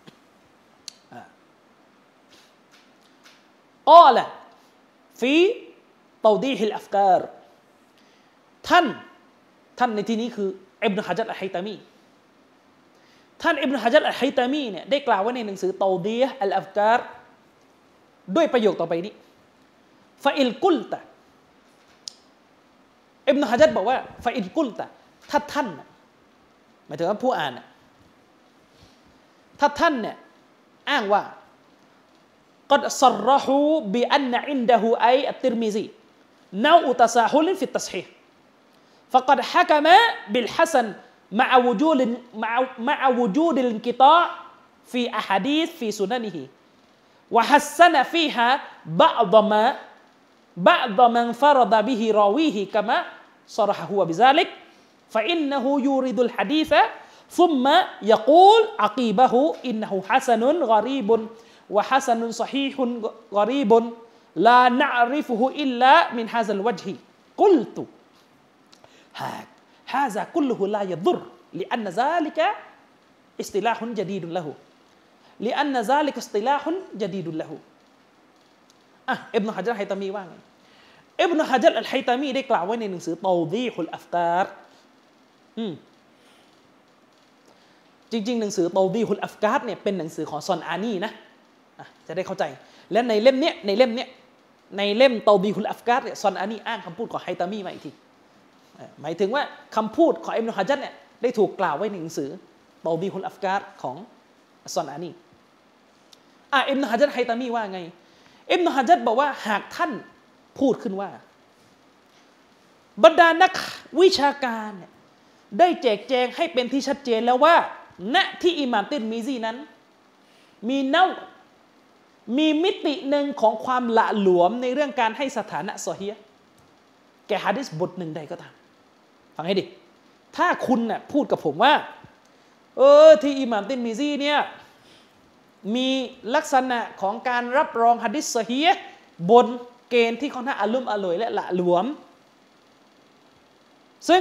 อ้อละฟีตาวดีฮิลอัฟการ์ท่านท่านในที่นี้คืออิบนุฮะญัรอัลไฮตามีท่านอิบนุฮะญัรอัลไฮตามีเนี่ยได้กล่าวไว้ในหนังสือตาวดีฮ์อัลอัฟการ์ด้วยประโยคต่อไปนี้ฟาอิลกุลตะอิบนุฮะญัรบอกว่าฟาอิลกุลตะถ้าท่านหมายถึงว่าผู้อ่านถ้าท่านเนี่ยอ้างว่าقد صرحوا بأن عنده أي الترمذي نوع تساهل في التصحيح فقد حكم بالحسن مع وجود مع مع وجود الانقطاع في أحاديث في سننه وحسن فيها بعض ما بعض من انفرد به راويه كما صرح هو بذلك فإنه يورد الحديث ثم يقول عقيبه إنه حسن غريب وحسن صحيح غريب لا نعرفه إلا من هذا الوجه قلت هذا كله لا يضر لأن ذلك اصطلاح جديد له لأن ذلك اصطلاح جديد له อ่ะอิบนุฮะญัรอัลไฮตามีว่าไงอิบนุฮะญัรอัลไฮตามีได้กล่าวไว้ในหนังสือตาวดีฮุลอัฟการ์อืมจริงๆหนังสือตาวดีฮุลอัฟการ์เนี่ยเป็นหนังสือของซอนอานีนะจะได้เข้าใจและในเล่มเนี้ยในเล่มเนี้ยในเล่มตาวดีฮุลอัฟการ์เนี่ยซอนอานีอ้างคำพูดของไฮตามีมาอีกทีหมายถึงว่าคำพูดของอิบนุฮะญัรเนี่ยได้ถูกกล่าวไว้ในหนังสือตาวดีฮุลอัฟการ์ของซอนอานีอ่ะอิบนุฮะญัรไฮตามีว่าไงอิบนุฮะญัรบอกว่าหากท่านพูดขึ้นว่าบรรดานักวิชาการเนี่ยได้แจกแจงให้เป็นที่ชัดเจนแล้วว่าณที่อิหม่ามติรมิซีนั้นมีเน่ามีมิติหนึ่งของความละหลวมในเรื่องการให้สถานะซอฮีฮ์แก่หะดีษบทหนึ่งใดก็ตามฟังให้ดีถ้าคุณน่ะพูดกับผมว่าเออที่อิหม่ามติรมิซีเนี่ยมีลักษณะของการรับรองหะดีษซอฮีฮ์บนเกณฑ์ที่ค่อนข้างอลุ่มอล่วยและละหลวมซึ่ง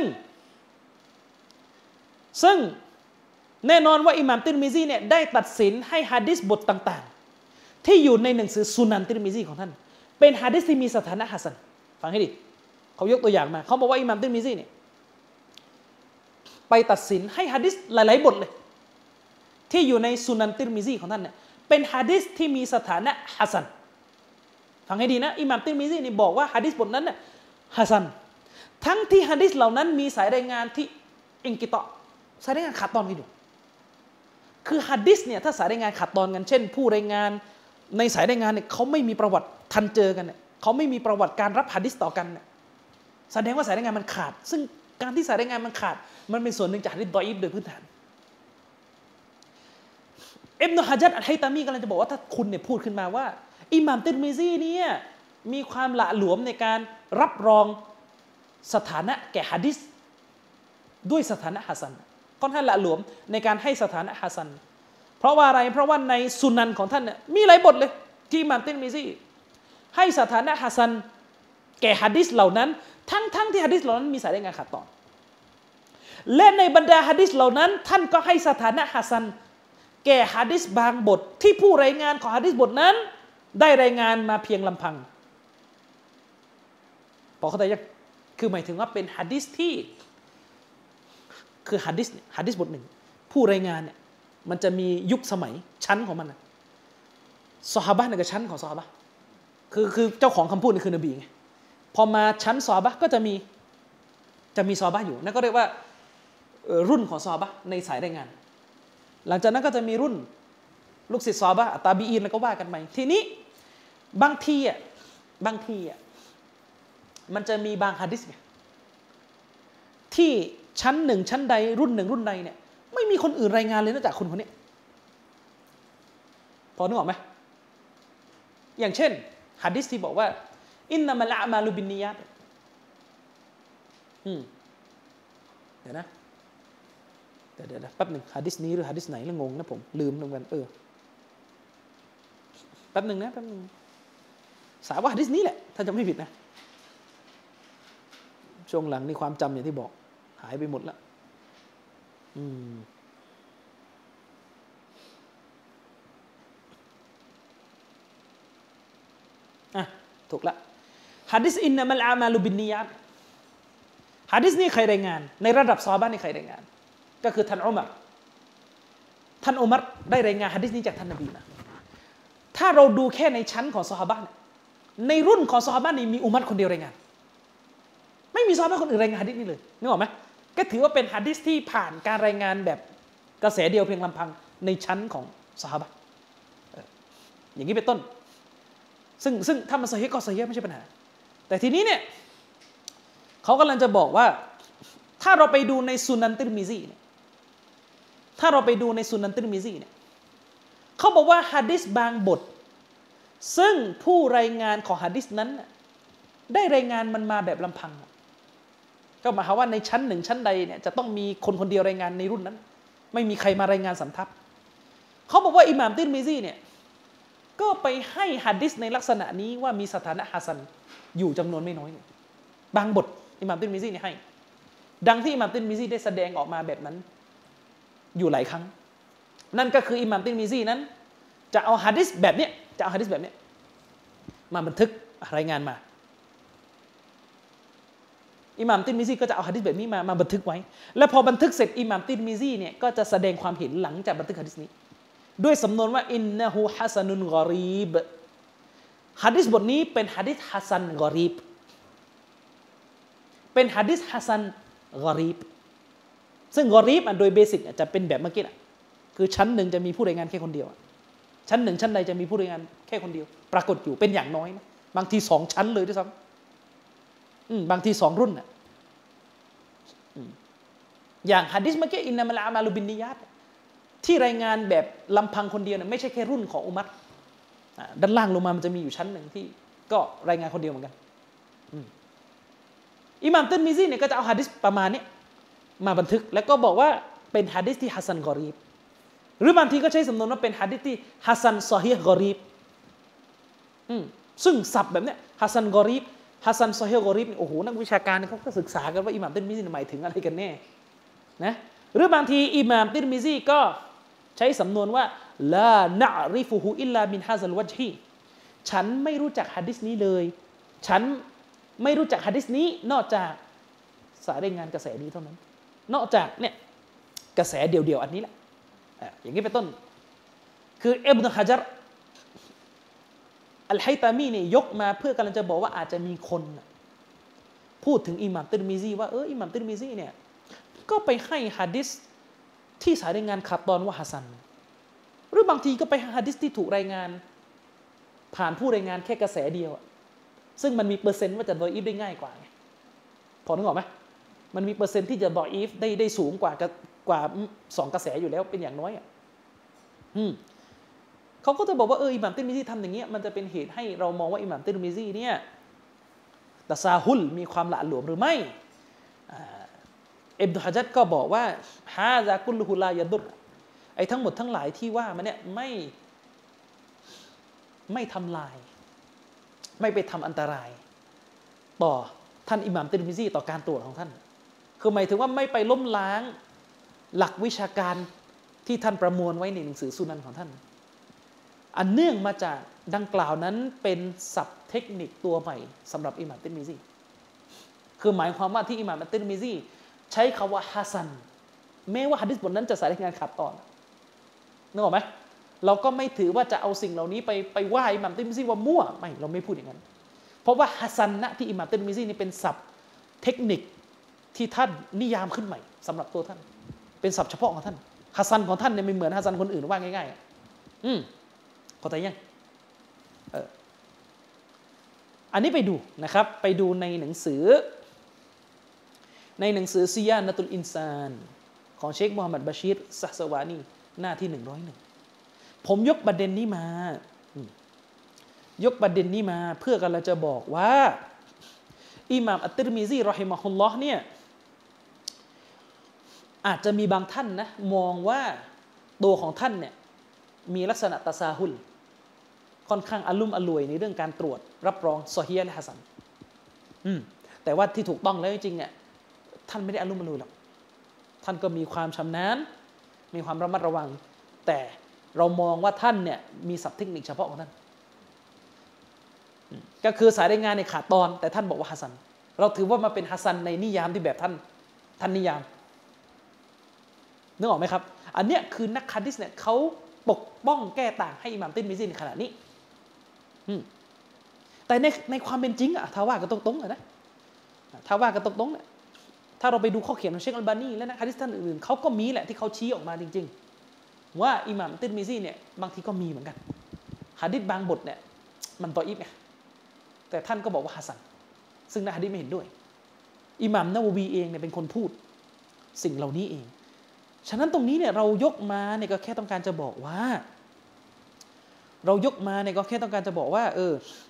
ซึ่งแน่นอนว่าอิหม่ามติรมิซีเนี่ยได้ตัดสินให้หะดีษบทต่างๆที่อยู่ในหนังสือซุนันติรมิซีของท่านเป็นหะดีษที่มีสถานะฮัสซันฟังให้ดีเขายกตัวอย่างมาเขาบอกว่าอิหม่ามติรมิซีเนี่ยไปตัดสินให้หะดีษหลายๆบทเลยที่อยู่ในซุนันติรมิซีของท่านเนี่ยเป็นหะดีษที่มีสถานะฮัสซันฟังให้ดีนะอิหม่ามติรมิซีนี่บอกว่าหะดีษบทนั้นน่ะฮัสซันทั้งที่หะดีษเหล่านั้นมีสายรายงานที่อินกิตอสายรายงานขาดตอนกันอยู่คือหะดีษเนี่ยถ้าสายรายงานขาดตอนกันเช่นผู้รายงานในสายรายงานเนี่ยเขาไม่มีประวัติทันเจอกันเนี่ยเขาไม่มีประวัติการรับหะดีษต่อกันเนี่ยแสดงว่าสายรายงานมันขาดซึ่งการที่สายรายงานมันขาดมันเป็นส่วนหนึ่งจากหะดีษฎออีฟโดยพื้นฐานอิบนุฮะญัรอัลไฮตามีกำลังจะบอกว่าถ้าคุณเนี่ยพูดขึ้นมาว่าอิหม่ามติรมิซีเนี่ยมีความละหลวมในการรับรองสถานะแก่หะดีษด้วยสถานะฮัสซันค่อนข้างละหลวมในการให้สถานะฮัสซันเพราะว่าอะไรเพราะว่าในซุนันของท่านเนี่ยมีหลายบทเลยที่อิหม่ามติรมิซีให้สถานะฮัสซันแก่หะดีษเหล่านั้นทั้งๆ ท, ที่หะดีษเหล่านั้นมีสายรายงานขาดตอนและในบรรดาหะดีษเหล่านั้นท่านก็ให้สถานะฮัสซันแก่หะดีษบางบทที่ผู้รายงานของหะดีษบทนั้นได้รายงานมาเพียงลำพังพอเข้าใจยังคือหมายถึงว่าเป็นหะดีษที่คือหะดีษหะดีษบทหนึ่งผู้รายงานเนี่ยมันจะมียุคสมัยชั้นของมันนะซอฮาบะห์เนี่ยก็ชั้นของซอฮาบะห์คือคือเจ้าของคำพูดนี่คือนบีไงพอมาชั้นซอฮาบะห์ก็จะมีจะมีซอฮาบะห์อยู่นั่นก็เรียกว่ารุ่นของซอฮาบะห์ในสายรายงานหลังจากนั้นก็จะมีรุ่นลูกศิษย์ซอฮาบะห์ตาบีอีนแล้วก็ว่ากันไปทีนี้บางทีอ่ะบางทีอ่ะมันจะมีบางหะดีษไงที่ชั้นหนึ่งชั้นใดรุ่นหนึ่งรุ่นใดเนี่ยไม่มีคนอื่นรายงานเลยนอกจากคนคนนี้พอนึกออกไหมอย่างเช่นหะดีษที่บอกว่าอินนัมัลอามาลุบินนิยาตอืมเดี๋ยวนะเดี๋ยวเดี๋ยวแป๊บหนึ่งหะดีษนี้หรือหะดีษไหนแล้วงงนะผมลืมเหมือนกันเออแป๊บหนึ่งนะแป๊บหนึ่งสายว่าหะดีษนี้แหละถ้าจำไม่ผิดนะช่วงหลังนี่ความจำอย่างที่บอกหายไปหมดแล้วอืมอ่ะถูกละหะดีษอินนัมัลอามาลุบินนิยาตหะดีษนี้ใครรายงานในระดับซอฮาบะห์นี่ใครรายงานก็คือท่านอุมัรท่านอุมัรได้รายงานหะดีษนี้จากท่านนบีนะถ้าเราดูแค่ในชั้นของซอฮาบะห์ในรุ่นของซอฮาบะห์นี่มีอุมัรคนเดียวรายงานไม่มีซอฮาบะห์คนอื่นรายงานหะดีษนี้เลยนึกออกไหมก็ถือว่าเป็นหะดีษที่ผ่านการรายงานแบบกระแสเดียวเพียงลำพังในชั้นของซอฮาบะห์อย่างนี้เป็นต้นซึ่งซึ่งถ้ามันซอฮีฮ์ก็ซอฮีฮ์ไม่ใช่ปัญหาแต่ทีนี้เนี่ยเขากำลังจะบอกว่าถ้าเราไปดูในซุนันติรมิซีเนี่ยถ้าเราไปดูในซุนันติรมิซีเนี่ยเขาบอกว่าหะดีษบางบทซึ่งผู้รายงานของหะดีษนั้นได้รายงานมันมาแบบลำพังก็หมายความว่าในชั้นหนึ่งชั้นใดเนี่ยจะต้องมีคนคนเดียวรายงานในรุ่นนั้นไม่มีใครมารายงานสำทับเขาบอกว่าอิหม่ามติรมิซีเนี่ยก็ไปให้หะดีษในลักษณะนี้ว่ามีสถานะฮะซันอยู่จำนวนไม่น้อยบางบทอิหม่ามติรมิซีเนี่ยให้ดังที่อิหม่ามติรมิซีได้แสดงออกมาแบบนั้นอยู่หลายครั้งนั่นก็คืออิหม่ามติรมิซีนั้นจะเอาหะดีษแบบเนี้ยจะเอาหะดีษแบบเนี้ยมาบันทึกรายงานมาอิหม่ามติรมิซีก็จะเอาหะดีษแบบนี้มามาบันทึกไว้และพอบันทึกเสร็จอิหม่ามติรมิซีเนี่ยก็จะแสดงความเห็นหลังจากบันทึกหะดีษนี้ด้วยสำนวนว่าอินนะฮูฮะซันุนกอรีบหะดีษบทนี้เป็นหะดีษฮะซันกอรีบเป็นหะดีษฮะซันกอรีบซึ่งกอรีบโดยเบสิกจะเป็นแบบเมื่อกี้นะคือชั้นหนึ่งจะมีผู้รายงานแค่คนเดียวชั้นหนึ่งชั้นใดจะมีผู้รายงานแค่คนเดียวปรากฏอยู่เป็นอย่างน้อยนะบางทีสองชั้นเลยด้วยซ้ำบางทีสองรุ่นนะอย่างหะดีษเมื่อกี้อินนัมัลอามาลุบินนิยาตที่รายงานแบบลำพังคนเดียวเนี่ยไม่ใช่แค่รุ่นของอุมัรด้านล่างลงมามันจะมีอยู่ชั้นหนึ่งที่ก็รายงานคนเดียวเหมือนกันอิหม่ามติรมิซีเนี่ยก็จะเอาหะดีษประมาณนี้มาบันทึกแล้วก็บอกว่าเป็นหะดีษที่ฮะซันกอรีบหรือบางทีก็ใช้สำนวนว่าเป็นหะดีษที่ฮะซันซอฮีฮ์กอรีบซึ่งศัพท์แบบเนี้ยฮะซันกอรีบฮะซันซอฮีฮ์กอรีบโอ้โหนักวิชาการเขาก็ศึกษากันว่าอิหม่ามติรมิซีหมายถึงอะไรกันแน่นะหรือบางทีอิหม่ามติรมิซีก็ใช้สำนวนว่าลานะริฟุฮุอิลลามินฮาซัลวัจฮีฉันไม่รู้จักหะดีษนี้เลยฉันไม่รู้จักหะดีษนี้นอกจากสายรายงานกระแสนี้เท่านั้นนอกจากเนี่ยกระแสเดี่ยวๆอันนี้แหละอย่างนี้เป็นต้นคืออิบนุฮะญัรอัลไฮตามีเนี่ยยกมาเพื่อกำลังจะบอกว่าอาจจะมีคนพูดถึงอิหม่ามติรมิซีว่าเอออิหม่ามติรมิซีเนี่ยก็ไปให้หะดีษที่สายรายงานขัดตอนว่าฮะซันหรือบางทีก็ไปหะดีษที่ถูกรายงานผ่านผู้รายงานแค่กระแสเดียวซึ่งมันมีเปอร์เซ็นต์ว่าจะดออีฟได้ง่ายกว่าไงพอนึกออกไหมมันมีเปอร์เซ็นต์ที่จะดออีฟได้ได้สูงกว่ากว่าสองกระแสอยู่แล้วเป็นอย่างน้อยอ่ะอืมเขาก็จะบอกว่าเอออิหม่ามติรมิซีทำอย่างเงี้ยมันจะเป็นเหตุให้เรามองว่าอิหม่ามติรมิซีเนี่ยตะซาฮุลมีความละหลวมหรือไม่อิบนุฮะญัรก็บอกว่าฮาซากุลลุฮุลายะดุรไอ้ทั้งหมดทั้งหลายที่ว่ามันเนี่ยไม่ไม่ทำลายไม่ไปทำอันตรายต่อท่านอิหม่ามติรมิซีต่อการตรวจของท่านคือหมายถึงว่าไม่ไปล้มล้างหลักวิชาการที่ท่านประมวลไว้ในหนังสือซุนันของท่านอันเนื่องมาจากดังกล่าวนั้นเป็นศัพท์เทคนิคตัวใหม่สำหรับอิหม่ามติรมิซีคือหมายความว่าที่อิหม่ามติรมิซีใช้คำว่าฮะซันแม้ว่าหะดีษบทนั้นจะสายรายงานขัดตอนนึกออกไหมเราก็ไม่ถือว่าจะเอาสิ่งเหล่านี้ไปไปว่าอิหม่ามติรมิซีว่ามั่วไม่เราไม่พูดอย่างนั้นเพราะว่าฮะซันนะที่อิหม่ามติรมิซีนี่เป็นศัพท์เทคนิคที่ท่านนิยามขึ้นใหม่สำหรับตัวท่านเป็นศัพท์เฉพาะของท่านฮะซันของท่านเนี่ยไม่เหมือนฮะซันคนอื่นว่าง่ายๆอืมเข้าใจยังเอออันนี้ไปดูนะครับไปดูในหนังสือในหนังสือซิยานะตุลอินซานของเชคมูฮัมหมัดบาชีรซะฮ์ซะวานีหน้าที่หนึ่งร้อยเอ็ดผมยกประเด็นนี้มายกประเด็นนี้มาเพื่อกำลังจะบอกว่าอิหม่ามอัตติรมิซีรอฮิมะฮุลลอฮ์เนี่ยอาจจะมีบางท่านนะมองว่าตัวของท่านเนี่ยมีลักษณะตะซาฮุลค่อนข้างอลุ่มอล่วยในเรื่องการตรวจรับรองซอฮีฮ์และฮะซันอืมแต่ว่าที่ถูกต้องแล้วจริงๆเนี่ยท่านไม่ได้อลุ่มอล่วยหรอกท่านก็มีความชำนาญมีความระมัดระวังแต่เรามองว่าท่านเนี่ยมีศัพท์เทคนิคเฉพาะของท่านก็คือสายรายงานในขาดตอนแต่ท่านบอกว่าฮะซันเราถือว่ามาเป็นฮะซันในนิยามที่แบบท่านท่านนิยามนึกออกไหมครับอันเนี้ยคือนักฮะดีษเนี่ยเขาปกป้องแก้ต่างให้อิหม่ามติรมิซีในขณะนี้แต่ในในความเป็นจริงอะถ้าว่ากันตรงๆอะนะถ้าว่ากันตรงๆเนี่ยถ้าเราไปดูข้อเขียนของเชคอัลบานีและนักฮะดีษท่านอื่นๆเขาก็มีแหละที่เขาชี้ออกมาจริงๆว่าอิหม่ามติรมิซีเนี่ยบางทีก็มีเหมือนกันหะดีษบางบทเนี่ยมันดออีฟไงแต่ท่านก็บอกว่าฮะซันซึ่งนักหะดีษไม่เห็นด้วยอิหม่ามนะวะวีเองเนี่ยเป็นคนพูดสิ่งเหล่านี้เองฉะนั้นตรงนี้เนี่ยเรายกมาเนี่ยก็แค่ต้องการจะบอกว่าเรายกมาเนี่ยก็แค่ต้องการจะบอกว่าเออ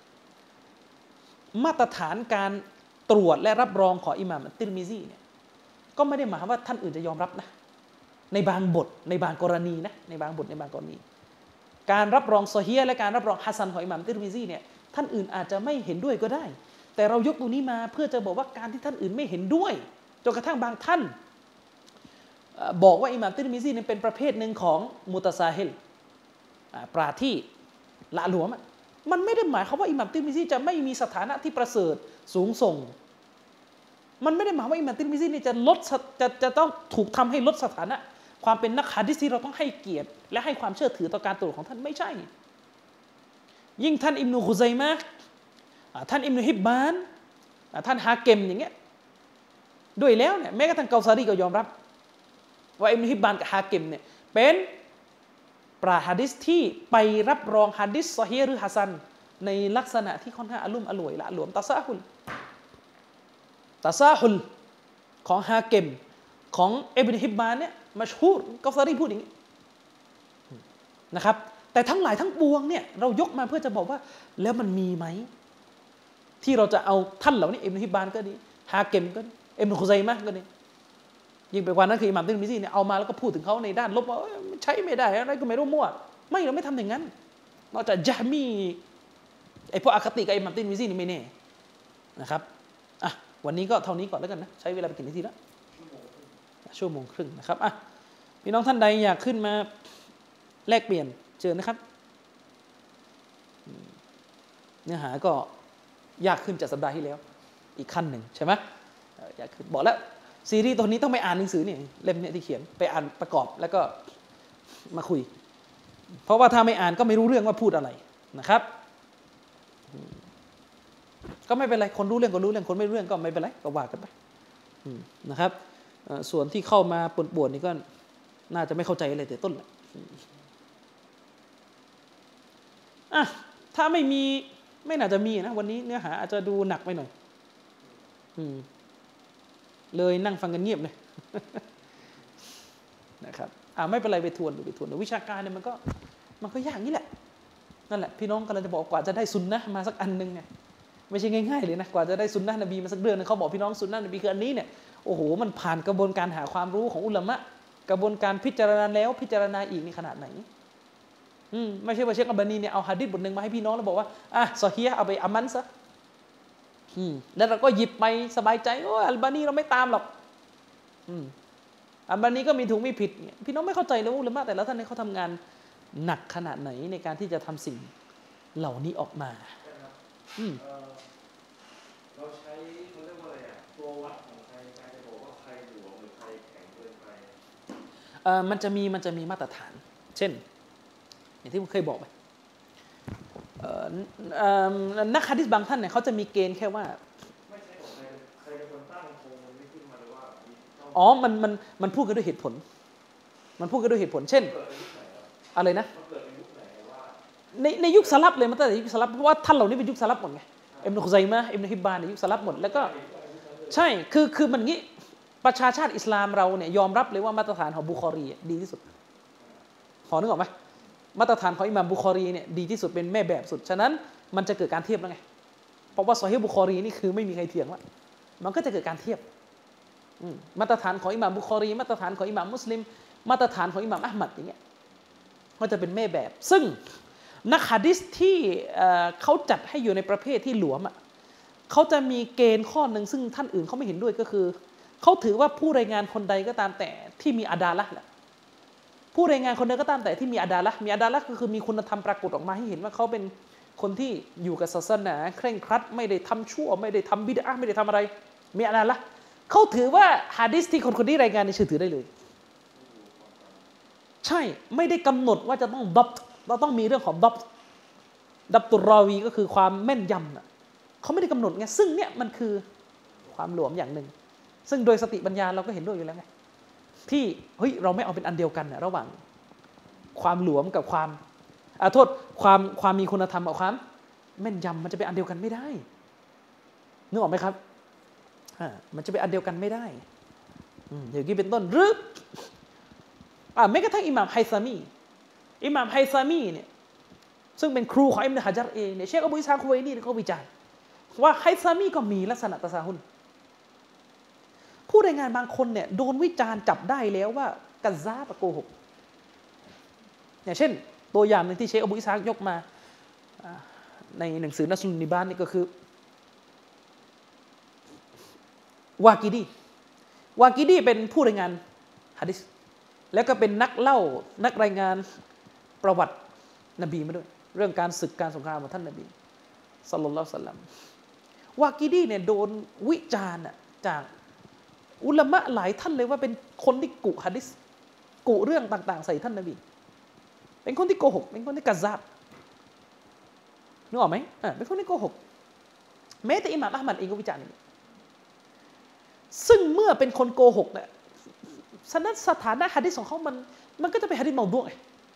มาตรฐานการตรวจและรับรองของอิหม่ามติรมิซีเนี่ยก็ไม่ได้หมายว่าท่านอื่นจะยอมรับนะในบางบทในบางกรณีนะในบางบทในบางกรณีการรับรองซอฮีฮ์และการรับรองฮะซันของอิหม่ามติรมิซีเนี่ยท่านอื่นอาจจะไม่เห็นด้วยก็ได้แต่เรายกตรงนี้มาเพื่อจะบอกว่าการที่ท่านอื่นไม่เห็นด้วยจนกระทั่งบางท่านบอกว่าอิหม่ามติรมิซีเป็นประเภทหนึ่งของมุตะซาฮิลปราที่ละหลวมมันไม่ได้หมายความว่าอิหม่ามติรมิซีจะไม่มีสถานะที่ประเสริฐสูงส่งมันไม่ได้หมายว่าอิหม่ามติรมิซีจะลดจะจะต้องถูกทำให้ลดสถานะความเป็นนักหะดีษที่เราต้องให้เกียรติและให้ความเชื่อถือต่อการตรวจของท่านไม่ใช่ยิ่งท่านอิบนุคุซัยมะห์ท่านอิบนุฮิบบานท่านฮาเกมอย่างเงี้ยด้วยแล้วเนี่ยแม้กระทั่งเกาซารีก็ยอมรับว่าอิบนุฮิบบานกับฮาเกมเนี่ยเป็นปราหะดีษที่ไปรับรองหะดีษซอฮีฮ์หรือฮะซันในลักษณะที่ค่อนข้างอลุ่มอล่วยละหลวมตะซาฮุลตะซาฮุลของฮาเกมของอิบนุฮิบบานเนี่ยมัชฮูรเกาซารีพูดอย่างนี้นะครับแต่ทั้งหลายทั้งปวงเนี่ยเรายกมาเพื่อจะบอกว่าแล้วมันมีไหมที่เราจะเอาท่านเหล่านี้อิบนุฮิบบานก็ดีฮาเกมก็ดีอิบนุคุซัยมะห์ก็ดียิ่งไปกว่านั้นคืออิหม่ามติรมิซีเนี่ยเอามาแล้วก็พูดถึงเขาในด้านลบว่าใช้ไม่ได้อะไรก็ไม่รู้มั่วไม่เราไม่ทำอย่างนั้นนอกจากญะมีไอ้พวกอคติกับอิหม่ามติรมิซีนี่ไม่แน่นะครับอ่ะวันนี้ก็เท่านี้ก่อนแล้วกันนะใช้เวลาไปกี่นาทีแล้วชั่วโมงครึ่งนะครับอ่ะพี่น้องท่านใดอยากขึ้นมาแลกเปลี่ยนเชิญนะครับเนื้อหาก็ยากขึ้นจากสัปดาห์ที่แล้วอีกขั้นหนึ่งใช่ไหมอยากขึ้นบอกแล้วซีรีส์ตัวนี้ต้องไปอ่านหนังสือนี่เล่มนี้ที่เขียนไปอ่านประกอบแล้วก็มาคุยเพราะว่าถ้าไม่อ่านก็ไม่รู้เรื่องว่าพูดอะไรนะครับก็ไม่เป็นไรคนรู้เรื่องก็รู้เรื่องคนไม่รู้เรื่องก็ไม่เป็นไรก็ว่ากันไปนะครับส่วนที่เข้ามาป่วนๆนี่ก็น่าจะไม่เข้าใจอะไรแต่ต้นแหละอ่ะถ้าไม่มีไม่น่าจะมีนะวันนี้เนื้อหาอาจจะดูหนักไปหน่อยอืมเลยนั่งฟังกันเงียบเลยนะครับอ่าไม่เป็นไรไปทวนดูไปทวนดูวิชาการเนี่ยมันก็มันก็ยากนี่แหละนั่นแหละพี่น้องกำลังจะบอกกว่าจะได้ซุนนะห์มาสักอันนึงเนี่ยไม่ใช่ง่ายๆเลยนะกว่าจะได้ซุนนะห์นบีมาสักเรื่องนึงเขาบอกพี่น้องซุนนะห์นบีคืออันนี้เนี่ยโอ้โหมันผ่านกระบวนการหาความรู้ของอุลามะกระบวนการพิจารณาแล้วพิจารณาอีกนี่ขนาดไหนอืมไม่ใช่ว่าเชคอัลบานีเนี่ยเอาหะดีษบทนึงมาให้พี่น้องแล้วบอกว่าอ่ะซอฮีฮ์เอาไปอามันซะอืมแล้วเราก็หยิบไปสบายใจโอ้อัลบานีเราไม่ตามหรอกอืมอัลบานีก็มีถูกมีผิดพี่น้องไม่เข้าใจเลยว่าอุลามะแต่ละท่านเนี่ยเขาทำงานหนักขนาดไหนในการที่จะทำสิ่งเหล่านี้ออกมาอืมเราใช้เขาเรียกว่าอะไรอ่ะตัววัดของใครใครจะบอกว่าใครหลวมหรือใครแข็งเกินไปเอ่อมันจะมีมันจะมีมาตรฐานเช่นอย่างที่ผมเคยบอกไปนักหะดีษบางท่านเนี่ยเขาจะมีเกณฑ์แค่ว่าไม่ใช่ของใครใครเป็นคนตั้งโครงมันไม่ขึ้นมาเลยว่าอ๋อมันมันมันพูดกันด้วยเหตุผลมันพูดกันด้วยเหตุผลเช่นอะไรนะในในยุคสลับเลยมันตั้งแต่ยุคสลับเพราะว่าท่านเหล่านี้เป็นยุคสลับหมดไงอิบนุคุซัยมะห์อิบนุฮิบบานในยุคสลับหมดแล้วก็ใช่คือคือมันงี้ประชาชาติอิสลามเราเนี่ยยอมรับเลยว่ามาตรฐานของบุคอรีดีที่สุดพอนึกออกไหมมาตรฐานของอิหม่ามบุคอรีเนี่ยดีที่สุดเป็นแม่แบบสุดฉะนั้นมันจะเกิดการเทียบแล้วไงเพราะว่าซอฮีฮ์บุคอรีนี่คือไม่มีใครเถียงว่ามันก็จะเกิดการเทียบมาตรฐานของอิหม่ามบุคอรีมาตรฐานของอิหม่ามมุสลิมมาตรฐานของอิหม่ามอะห์มัดอย่างเงี้ยก็จะเป็นแม่แบบซึ่งนักหะดีษที่เขาจัดให้อยู่ในประเภทที่หลวมอ่ะเขาจะมีเกณฑ์ข้อหนึ่งซึ่งท่านอื่นเขาไม่เห็นด้วยก็คือเขาถือว่าผู้รายงานคนใดก็ตามแต่ที่มีอะดาละห์แหละผู้รายงานคนใดก็ตามแต่ที่มีอะดาละห์มีอะดาละห์ก็คือมีคุณธรรมปรากฏออกมาให้เห็นว่าเขาเป็นคนที่อยู่กับศาสนาเคร่งครัดไม่ได้ทำชั่วไม่ได้ทำบิดอะห์ไม่ได้ทำอะไรมีอะดาละห์เขาถือว่าหะดีษที่คนคนนี้รายงานนี่เชื่อถือได้เลยใช่ไม่ได้กำหนดว่าจะต้องดับเราต้องมีเรื่องของดับดับตุรอวีก็คือความแม่นยำนะเขาไม่ได้กำหนดไงซึ่งเนี่ยมันคือความหลวมอย่างหนึ่งซึ่งโดยสติปัญญาเราก็เห็นด้วยอยู่แล้วไงที่เฮ้ยเราไม่เอาเป็นอันเดียวกันนะระหว่างความหลวมกับความอ่าโทษความความมีคุณธรรมกับความแม่นยำมันจะเป็นอันเดียวกันไม่ได้นึกออกไหมครับอ่ามันจะเป็นอันเดียวกันไม่ได้อย่างนี้เป็นต้นหรืออ่าแม้กระทั่งอิหม่ามไฮซามีอิหม่ามไฮซามีเนี่ยซึ่งเป็นครูของอิบนุฮะญัรเองเนี่ยเชคอบูอิสฮากคุไวนีเขาวิจารณ์ว่าไฮซามีก็มีลักษณะตะซาฮุนผู้รายงานบางคนเนี่ยโดนวิจารณ์จับได้แล้วว่ากัซซาบโกหกอย่างเช่นตัวอย่างหนึ่งที่เชคอบูอิสฮากยกมาในหนังสือนัสลุนนิบานนี่ก็คือวากิดีวากิดีเป็นผู้รายงานหะดีษแล้วก็เป็นนักเล่านักรายงานประวัตินบีมาด้วยเรื่องการศึกการสงครามของท่านนบีศ็อลลัลลอฮุอะลัยฮิวะซัลลัมวากิดีเนี่ยโดนวิจารณ์จากอุลามะหลายท่านเลยว่าเป็นคนที่กุหะดีษกุเรื่องต่างๆใส่ท่านนบีเป็นคนที่โกหกเป็นคนที่กัซซาบนึกออกไหมอ่าเป็นคนที่โกหกแม้แต่อิหม่ามอะห์มัดเองก็วิจารณ์อย่างนี้ซึ่งเมื่อเป็นคนโกหกเนี่ยสถานะหะดีษของเขามันมันก็จะเป็นหะดีษเมาดุอ์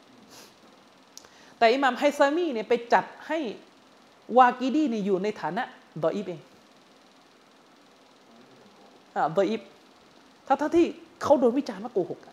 แต่อิหม่ามไฮซามีเนี่ยไปจัดให้วากิดีเนี่ยอยู่ในฐานะดออีฟเองอ่าดออีฟถ้าถ้าที่เขาโดนวิจารณ์ว่าโกหกอ่ะ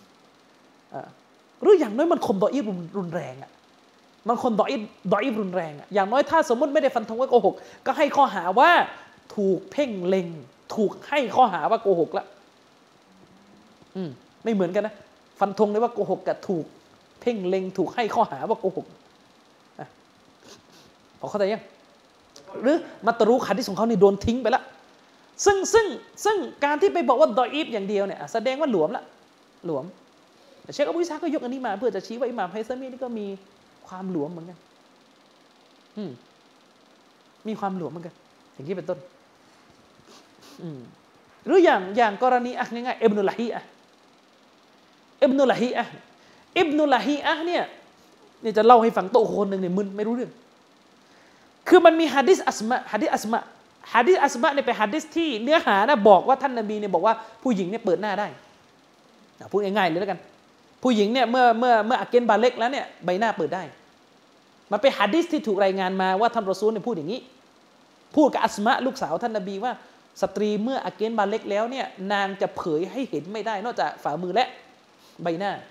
หรืออย่างน้อยมันคนดออีฟรุนแรงอ่ะมันคนดออีฟดออีฟรุนแรงอ่ะอย่างน้อยถ้าสมมติไม่ได้ฟันธงว่าโกหกก็ให้ข้อหาว่าถูกเพ่งเล็งถูกให้ข้อหาว่าโกหกละอืมไม่เหมือนกันนะฟันธงเลยว่าโกหกกับถูกเพ่งเล็งถูกให้ข้อหาว่าโกหกอ่ะพอเข้าใจยังหรือมัตรูคหะดีษของเขานี่โดนทิ้งไปแล้วซึ่งซึ่งซึ่งการที่ไปบอกว่าดออีฟอย่างเดียวเนี่ยแสดงว่าหลวมละหลวมแต่เชคอบูอิสฮากก็ยกอันนี้มาเพื่อจะชี้ว่าอิหม่ามไฮซามีนี่ก็มีความหลวมเหมือนกันอืมมีความหลวมเหมือนกันอย่างนี้เป็นต้นอืมหรืออย่างอย่างกรณีอ่ะง่ายๆอิบนุลละฮีอะห์อิบนุลละฮีอะห์อิบนุลละฮีอะห์เนี่ยนี่จะเล่าให้ฟังโตคนหนึ่งเนี่ยมึนไม่รู้เรื่องคือมันมีหะดีษอัสมาหะดีษอัสมาหะดีษอัสมาเนี่ยเป็นหะดีษที่เนื้อหานะบอกว่าท่านนบีเนี่ยบอกว่าผู้หญิงเนี่ยเปิดหน้าได้พูดง่ายๆเลยแล้วกันผู้หญิงเนี่ยเมื่อเมื่อเมื่ออาเกนบาเล็กแล้วเนี่ยใบหน้าเปิดได้มันเป็นหะดีษที่ถูกรายงานมาว่าท่านรอซูลเนี่ยพูดอย่างนี้พูดกับอัสมาลูกสาวท่านนบีว่าสตรีเมื่ออาเกนบาเล็กแล้วเนี่ยนางจะเผยให้เห็นไม่ได้นอกจากฝ่ามือและใบหน้า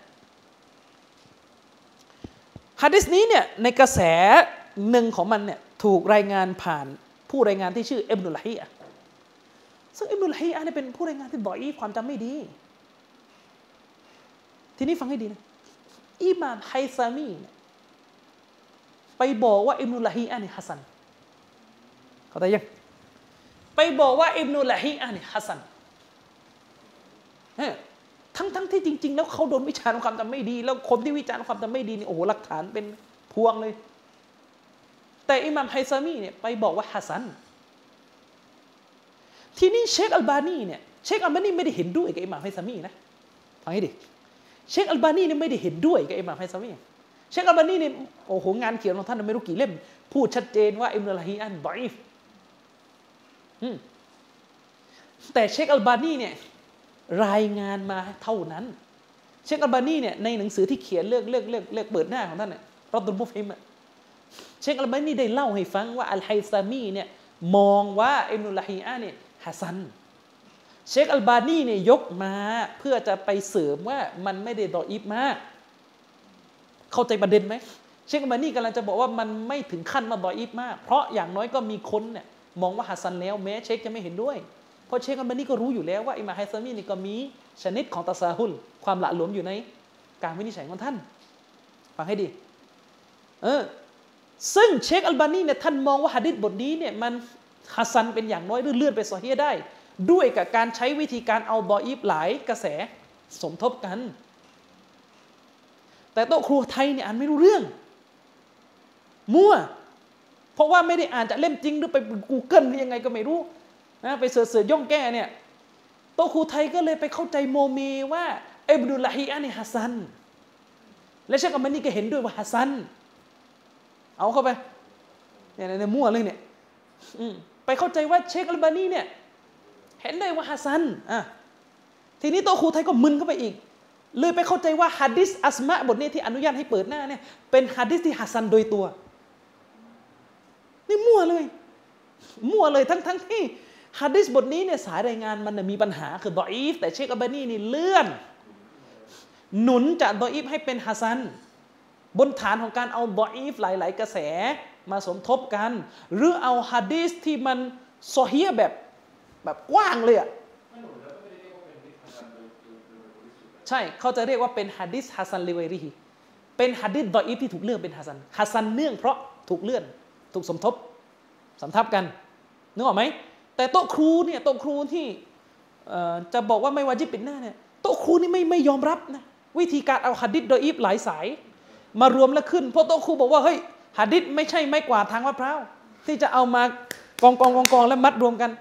หะดีษนี้เนี่ยในกระแสหนึ่งของมันเนี่ยถูกรายงานผ่านผู้รายงานที่ชื่ออิบนุลละฮีอะห์ซึ่งอิบนุลละฮีอะห์เนี่ยเป็นผู้รายงานที่ดออีฟความจำไม่ดีทีนี้ฟังให้ดีนะอิหม่ามไฮซามีเนี่ยไปบอกว่าอิบนุลละฮีอะห์นี่ฮัสซันเข้าใจยังไปบอกว่าอิบนุลละฮีอะห์นี่ฮัสซันทั้งทั้งที่จริงๆแล้วเขาโดนวิจารณ์ความจำไม่ดีแล้วคนที่วิจารณ์ความจำไม่ดีนี่โอ้โหหลักฐานเป็นพวงเลยแต่อิหม่ามไฮซามีเนี่ยไปบอกว่าฮัสซันทีนี้เชคอัลบานีเนี่ยเชคอัลบานีไม่ได้เห็นด้วยกับอิหม่ามไฮซามีนะฟังให้ดีเชคอัลบานีเนี่ยไม่ได้เห็นด้วยกับอิหม่ามไฮซามีเชคอัลบานีเนี่ยโอ้โหงานเขียนของท่านไม่รู้กี่เล่มพูดชัดเจนว่าอิบนุลละฮีอะห์ดออีฟแต่เชคอัลบานีเนี่ยรายงานมาเท่านั้นเชคอัลบานีเนี่ยในหนังสือที่เขียนเรื่องเรื่องเรื่องเรื่องเปิดหน้าของท่านเนี่ยรอดุลมุฟฮิมเชคอัลบานีได้เล่าให้ฟังว่าอัลไฮซามีเนี่ยมองว่าอิบนุลละฮีอะห์เนี่ยฮัสซันเชคอัลบานีเนี่ยยกมาเพื่อจะไปเสริมว่ามันไม่ได้ดออีฟมากเข้าใจประเด็นไหมเชคอัลบานีกำลังจะบอกว่ามันไม่ถึงขั้นมาดออีฟมากเพราะอย่างน้อยก็มีคนเนี่ยมองว่าฮัสซันแล้วแม้เชคจะไม่เห็นด้วยเพราะเชคอัลบานีก็รู้อยู่แล้วว่าอิหม่ามไฮซามีนี่ก็มีชนิดของตะซาฮุลความละหลวมอยู่ในการวินิจฉัยของท่านฟังให้ดีเออซึ่งเชคอัลบานีเนี่ยท่านมองว่าหะดีษบทนี้เนี่ยมันฮัสซันเป็นอย่างน้อยหรือเลื่อนไปซอฮีฮ์ได้ด้วยกับการใช้วิธีการเอาดออีฟหลายกระแสสมทบกันแต่โต๊ะครูไทยเนี่ยอ่านไม่รู้เรื่องมั่วเพราะว่าไม่ได้อ่านจากเล่มจริงหรือไปกูเกิลหรือยังไงก็ไม่รู้นะไปเสิร์ชย่องแก้เนี่ยโต๊ะครูไทยก็เลยไปเข้าใจโมเมว่าอิบนุลละฮีอะห์นี่ฮัสซันและเชคอัลบานีก็เห็นด้วยว่าฮัสซันเอาเข้าไปเนี่ยในมั่วเลยเนี่ยไปเข้าใจว่าเชคอัลบานีเนี่ยเห็นได้ว่าฮัสซันอ่ะทีนี้โต๊ะครูไทยก็มึนเข้าไปอีกเลยไปเข้าใจว่าหะดีษอัสมาบทนี้ที่อนุญาตให้เปิดหน้าเนี่ยเป็นหะดีษที่ฮัสซันโดยตัวนี่มั่วเลยมั่วเลยทั้งทั้งที่หะดีษบทนี้เนี่ยสายรายงานมันมีปัญหาคือดออีฟแต่เชคอัลบานีนี่เลื่อนหนุนจากดออีฟให้เป็นฮัสซันบนฐานของการเอาดออีฟหลายๆกระแสมาสมทบกันหรือเอาหะดีษที่มันซอฮีฮ์แบบแบบกว้างเลยอ่ะใช่เขาจะเรียกว่าเป็นหะดีษฮัสซันลิวัยริฮีเป็นหะดีษดออีฟที่ถูกเลื่อนเป็นฮัสซันฮัสซันเนื่องเพราะถูกเลื่อนถูกสมทบสำทับกันนึกออกไหมแต่โต๊ะครูเนี่ยโต๊ะครูที่จะบอกว่าไม่วาญิบปิดหน้าเนี่ยโต๊ะครูนี่ไม่ไม่ยอมรับนะวิธีการเอาหะดีษดออีฟหลายสายมารวมแล้วขึ้นเพราะโต๊ะครูบอกว่าเฮ้ยหะดีษไม่ใช่ไม้กวาดทางมะพร้าวที่จะเอามากองกองกองกองแล้วมัดรวมกัน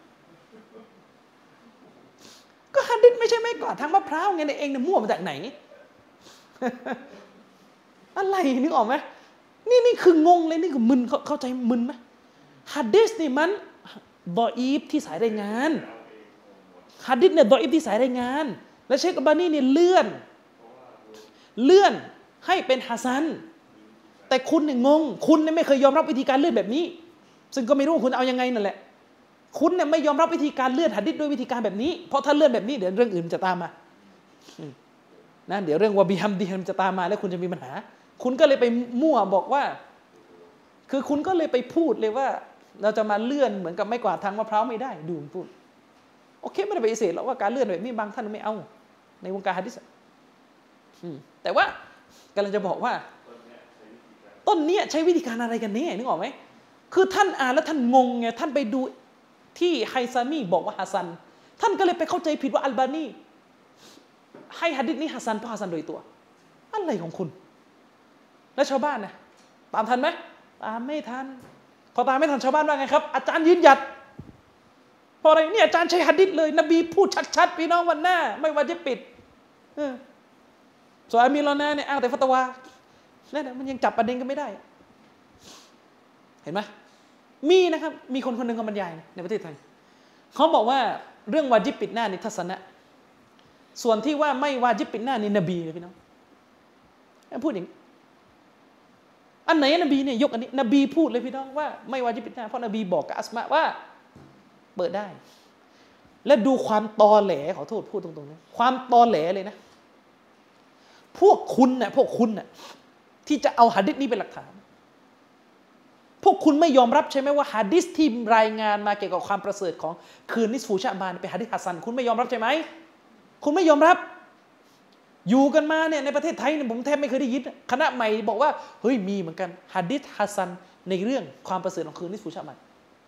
ก็หะดีษไม่ใช่ไม้กวาดทางมะพร้าวไงเนี่ยเองเนี่ยมั่วมาจากไหน อะไรนึกออกไหมนี่นี่คืองงเลยนี่คือมึนเข้าใจมึนไหมหะดีษนี่มันดออีฟที่สายรายงานหะดีษเนี่ยดออีฟที่สายรายงานและเชคอัลบานีเนี่ยเลื่อนเลื่อนให้เป็นฮัสซันแต่คุณเนี่ยงงคุณเนี่ยไม่เคยยอมรับวิธีการเลื่อนแบบนี้ซึ่งก็ไม่รู้คุณเอายังไงนั่นแหละคุณเนี่ยไม่ยอมรับวิธีการเลื่อนหะดีษด้วยวิธีการแบบนี้เพราะถ้าเลื่อนแบบนี้เดี๋ยวเรื่องอื่นจะตามมานะเดี๋ยวเรื่องวะบิฮัมดิฮัมจะตามมาแล้วคุณจะมีปัญหาคุณก็เลยไปมั่วบอกว่าคือคุณก็เลยไปพูดเลยว่าเราจะมาเลื่อนเหมือนกับไม่กวาดทางมะพร้าวไม่ได้ดูพูดโอเคไม่ได้ไปฏิเสธหรอกว่าการเลื่อนแบบนี้บางท่านไม่เอาในวงการหะดีษแต่ว่ากำลังจะบอกว่าต้นนี้ใช้วิธีการอะไรกันแน่นึกออกไหมคือท่านอ่านแล้วท่านงงไงท่านไปดูที่ไฮซามีบอกว่าฮัสซันท่านก็เลยไปเข้าใจผิดว่าอัลบานีให้หะดีษนี้ฮัสซันเพราะฮัสซันโดยตัวอะไรของคุณแล้วชาวบ้านนะตามทันไหมตามไม่ทันพอตามไม่ทันชาวบ้านว่าไงครับอาจารย์ยืนหยัดพออะไรเนี่ยอาจารย์ใช้หะดีษเลยนบีพูดชัดๆพี่น้องวันหน้าไม่ว่าจะปิดส่วนอามีรอนาเนี่ยอ้างแต่ฟัตวานั่นแหละมันยังจับประเด็นกันไม่ได้เห็นไหมมีนะครับมีคนคนหนึ่งเขาบรรยายในประเทศไทยเขาบอกว่าเรื่องวาญิบปิดหน้านี่ทัศนะส่วนที่ว่าไม่วาญิบปิดหน้านี่นบีเลยพี่น้องพูดอย่างอันไหนนบีเนี่ยยกอันนี้นบีพูดเลยพี่น้องว่าไม่วาญิบปิดหน้าเพราะนบีบอกกับอัสมาว่าเปิดได้และดูความตอแหลขอโทษพูดตรงๆนะความตอแหลเลยนะพวกคุณน่ะพวกคุณน่ะที่จะเอาหะดีษนี้เป็นหลักฐานพวกคุณไม่ยอมรับใช่ไหมว่าหะดีษที่รายงานมาเกี่ยวกับความประเสริฐของคืนนิสฟูชะบานเป็นหะดีษฮัสซันคุณไม่ยอมรับใช่ไหมคุณไม่ยอมรับอยู่กันมาเนี่ยในประเทศไทยเนี่ยผมแทบไม่เคยได้ยินคณะใหม่บอกว่าเฮ้ยมีเหมือนกันหะดีษฮัสซันในเรื่องความประเสริฐของคืนนิสฟูชะบาน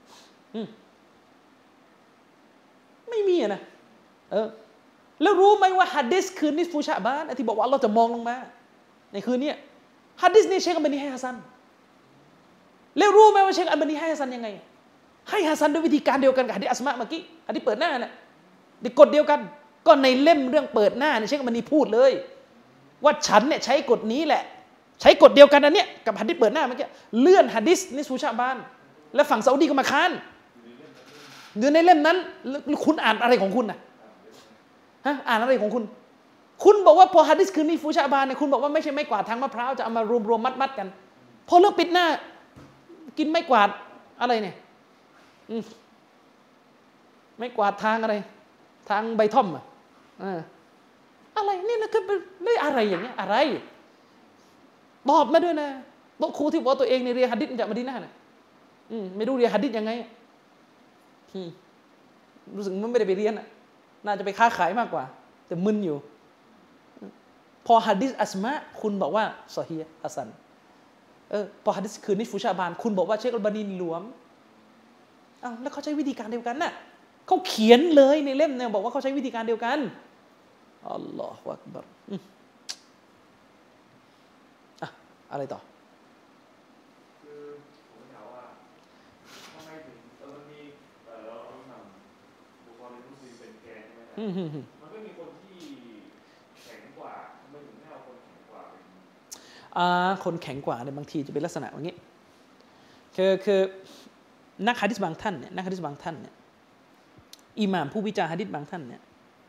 ไม่มีนะเออแล้วรู้ไหมว่าหะดีษคืนนิสฟูชะบานที่บอกว่าอัลเลาะห์จะมองลงมาในคืนนี้หะดีษนี้เชคอัลบานีให้ฮัสซันแล้วรู้ไหมว่าเชคอัลบานีให้ฮัสซันยังไงให้ฮัสซันด้วยวิธีการเดียวกันกับหะดีษอัสมาเมื่อกี้หะดีษเปิดหน้าน่ะในกฎเดียวกันก็ในเล่มเรื่องเปิดหน้าเนี่ยเชคอัลบานีพูดเลยว่าฉันเนี่ยใช้กฎนี้แหละใช้กฎเดียวกันอันเนี้ยกับหะดีษเปิดหน้าเมื่อกี้เลื่อนหะดีษนิสฟูชะบานแล้วฝั่งซาอุดีก็มาค้านอยู่ในเล่มนั้นคุณอ่านอะไรของคุณน่ะฮะอ่านอะไรของคุณคุณบอกว่าพอหะดีษคืนนิสฟูชะบานเนี่ยคุณบอกว่าไม่ใช่ไม้กวาดทางมะพร้าวจะเอามารวมๆมัดๆกันพอเลิกปิดหน้ากินไม้กวาดอะไรเนี่ยไม้กวาดทางอะไรทางใบท่อมอ่ะอะไรนี่นะคือไม่อะไรอย่างเงี้ยอะไรตอบมาด้วยนะโต๊ะครูที่บอกตัวเองในเรียนหะดีษจากมะดีนะห์น่ะไม่รู้เรียนหะดีษยังไงรู้สึกมันไม่ได้ไปเรียนอ่ะน่าจะไปค้าขายมากกว่าแต่มึนอยู่พอหะดีษอัสมาคุณบอกว่าซอฮีฮ์ฮัสซันเออพอหะดีษคือนิสฟุชาบานคุณบอกว่าเชคอัลบานีหลวมอ้าวแล้วเขาใช้วิธีการเดียวกันน่ะเขาเขียนเลยในเล่มเนี่ยบอกว่าเขาใช้วิธีการเดียวกันอัลลอฮฺอักบัรอ่ะอะไรต่อคือผมถามว่าทำไมถึงมันมีเอ่อเราเอานำบุคคลในมุสลิมเป็นแกนใช่ไหมครับมันก็มีคนที่แข็งกว่าทำไมถึงไม่เอาคนแข็งกว่าเป็นอ่าคนแข็งกว่าเนี่ยบางทีจะเป็นลักษณะอย่างนี้คือคือนักหะดีษบางท่านเนี่ยนักหะดีษบางท่านเนี่ยอิหม่ามผู้วิจารณ์หะดีษบางท่านเนี่ย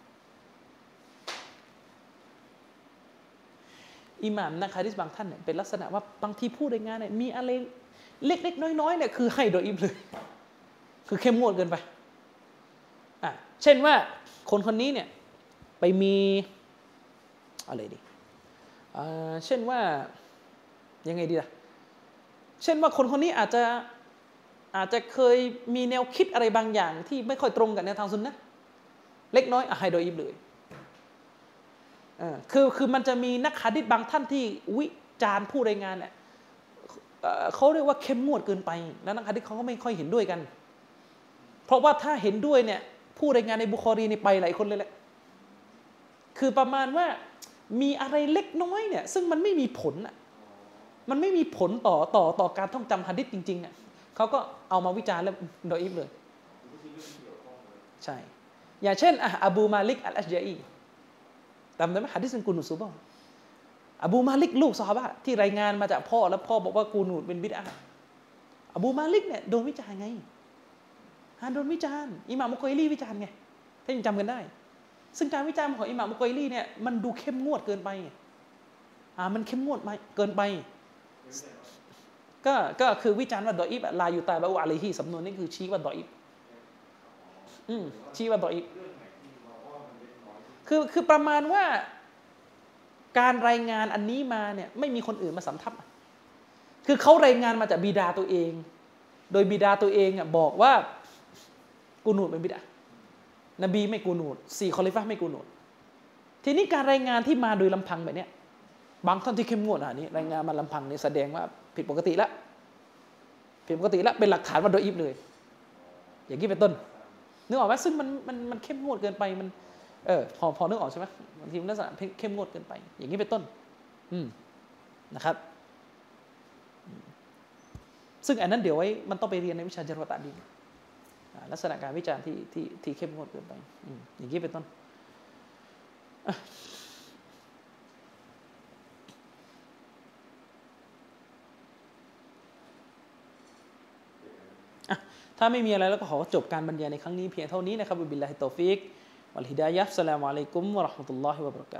อิหม่ามนักหะดีษบางท่านเนี่ยเป็นลักษณะว่าบางทีผู้รายงานเนี่ยมีอะไรเล็กๆน้อยๆเนี่ยคือให้โดยอิบเลยคือเข้มงวดเกินไปอ่ะเช่นว่าคนคนนี้เนี่ยไปมีอะไรดีอ่าเช่นว่ายังไงดีล่ะเช่นว่าคนคนนี้อาจจะอาจจะเคยมีแนวคิดอะไรบางอย่างที่ไม่ค่อยตรงกับแนวทางซุนนะห์เล็กน้อยอ่ะให้โดยอิบเลยเออคือคือมันจะมีนักหะดีษบางท่านที่วิจารณ์ผู้รายงานเนี่ยเขาเรียกว่าเข้มงวดเกินไปแล้วนักหะดีษเขาก็ไม่ค่อยเห็นด้วยกันเพราะว่าถ้าเห็นด้วยเนี่ยผู้รายงานในบุคอรีนี่ไปหลายคนเลยแหละคือประมาณว่ามีอะไรเล็กน้อยเนี่ยซึ่งมันไม่มีผลอ่ะมันไม่มีผลต่อต่อต่อการท่องจำหะดีษจริงๆอ่ะเขาก็เอามาวิจารณ์แล้วโดยอิบเลยใช่อย่างเช่นอ่ะอบูมาลิกอัลอัชญะอีจำได้ไหมหะดีษกุนูซุบะอบูมาลิกลูกซอฮาบะห์ที่รายงานมาจากพ่อแล้วพ่อบอกว่ากูนูดเป็นบิดอะห์อบูมาลิกเนี่ยโดนวิจารณ์ไงฮะโดนวิจารณ์อิหม่ามมุกอยลีวิจารณ์ไงถ้ายังจำกันได้ซึ่งการวิจารณ์ของอิหม่ามมุกอยลีเนี่ยมันดูเข้มงวดเกินไปอ่ามันเข้มงวดไปเกินไปก็ก็คือวิจารณ์ว่าดออิฟลายูตาบะอูอะลัยฮิสำนวนนี้คือชี้ว่าดออิฟอืมชี้ว่าดออิฟคือคือประมาณว่าการรายงานอันนี้มาเนี่ยไม่มีคนอื่นมาสำทับคือเขารายงานมาจากบิดาตัวเองโดยบิดาตัวเองอ่ะบอกว่ากูนูดเป็นบิดานบีไม่กูนูดสี่คอลิฟะห์ไม่กูนูดทีนี้การรายงานที่มาโดยลำพังแบบเนี้ยบางท่านที่เข้มงวดอ่ะนี่รายงานมาลำพังนี่แสดงว่าผิดปกติละผิดปกติละเป็นหลักฐานว่าโดยอิฟเลยอย่างนี้เป็นต้นนึกออกไหมซึ่งมันมันมันเข้มงวดเกินไปมันเออพอพอนึกออกใช่ไหมบางทีมันลักษณะเข้มงวดเกินไปอย่างนี้เป็นต้นอืมนะครับซึ่งอันนั้นเดี๋ยวไว้มันต้องไปเรียนในวิชาจารวะตะดีลักษณะการวิจารณ์ที่ที่ที่เข้มงวดเกินไปอย่างนี้เป็นต้นถ้าไม่มีอะไรแล้วก็ขอจบการบรรยายในครั้งนี้เพียงเท่านี้นะครับบิลลาฮิตตอฟิกวัลฮิดายะฮ์อัสสลามุอะลัยกุมวะเราะห์มะตุลลอฮิวะบะเราะกาตุฮ์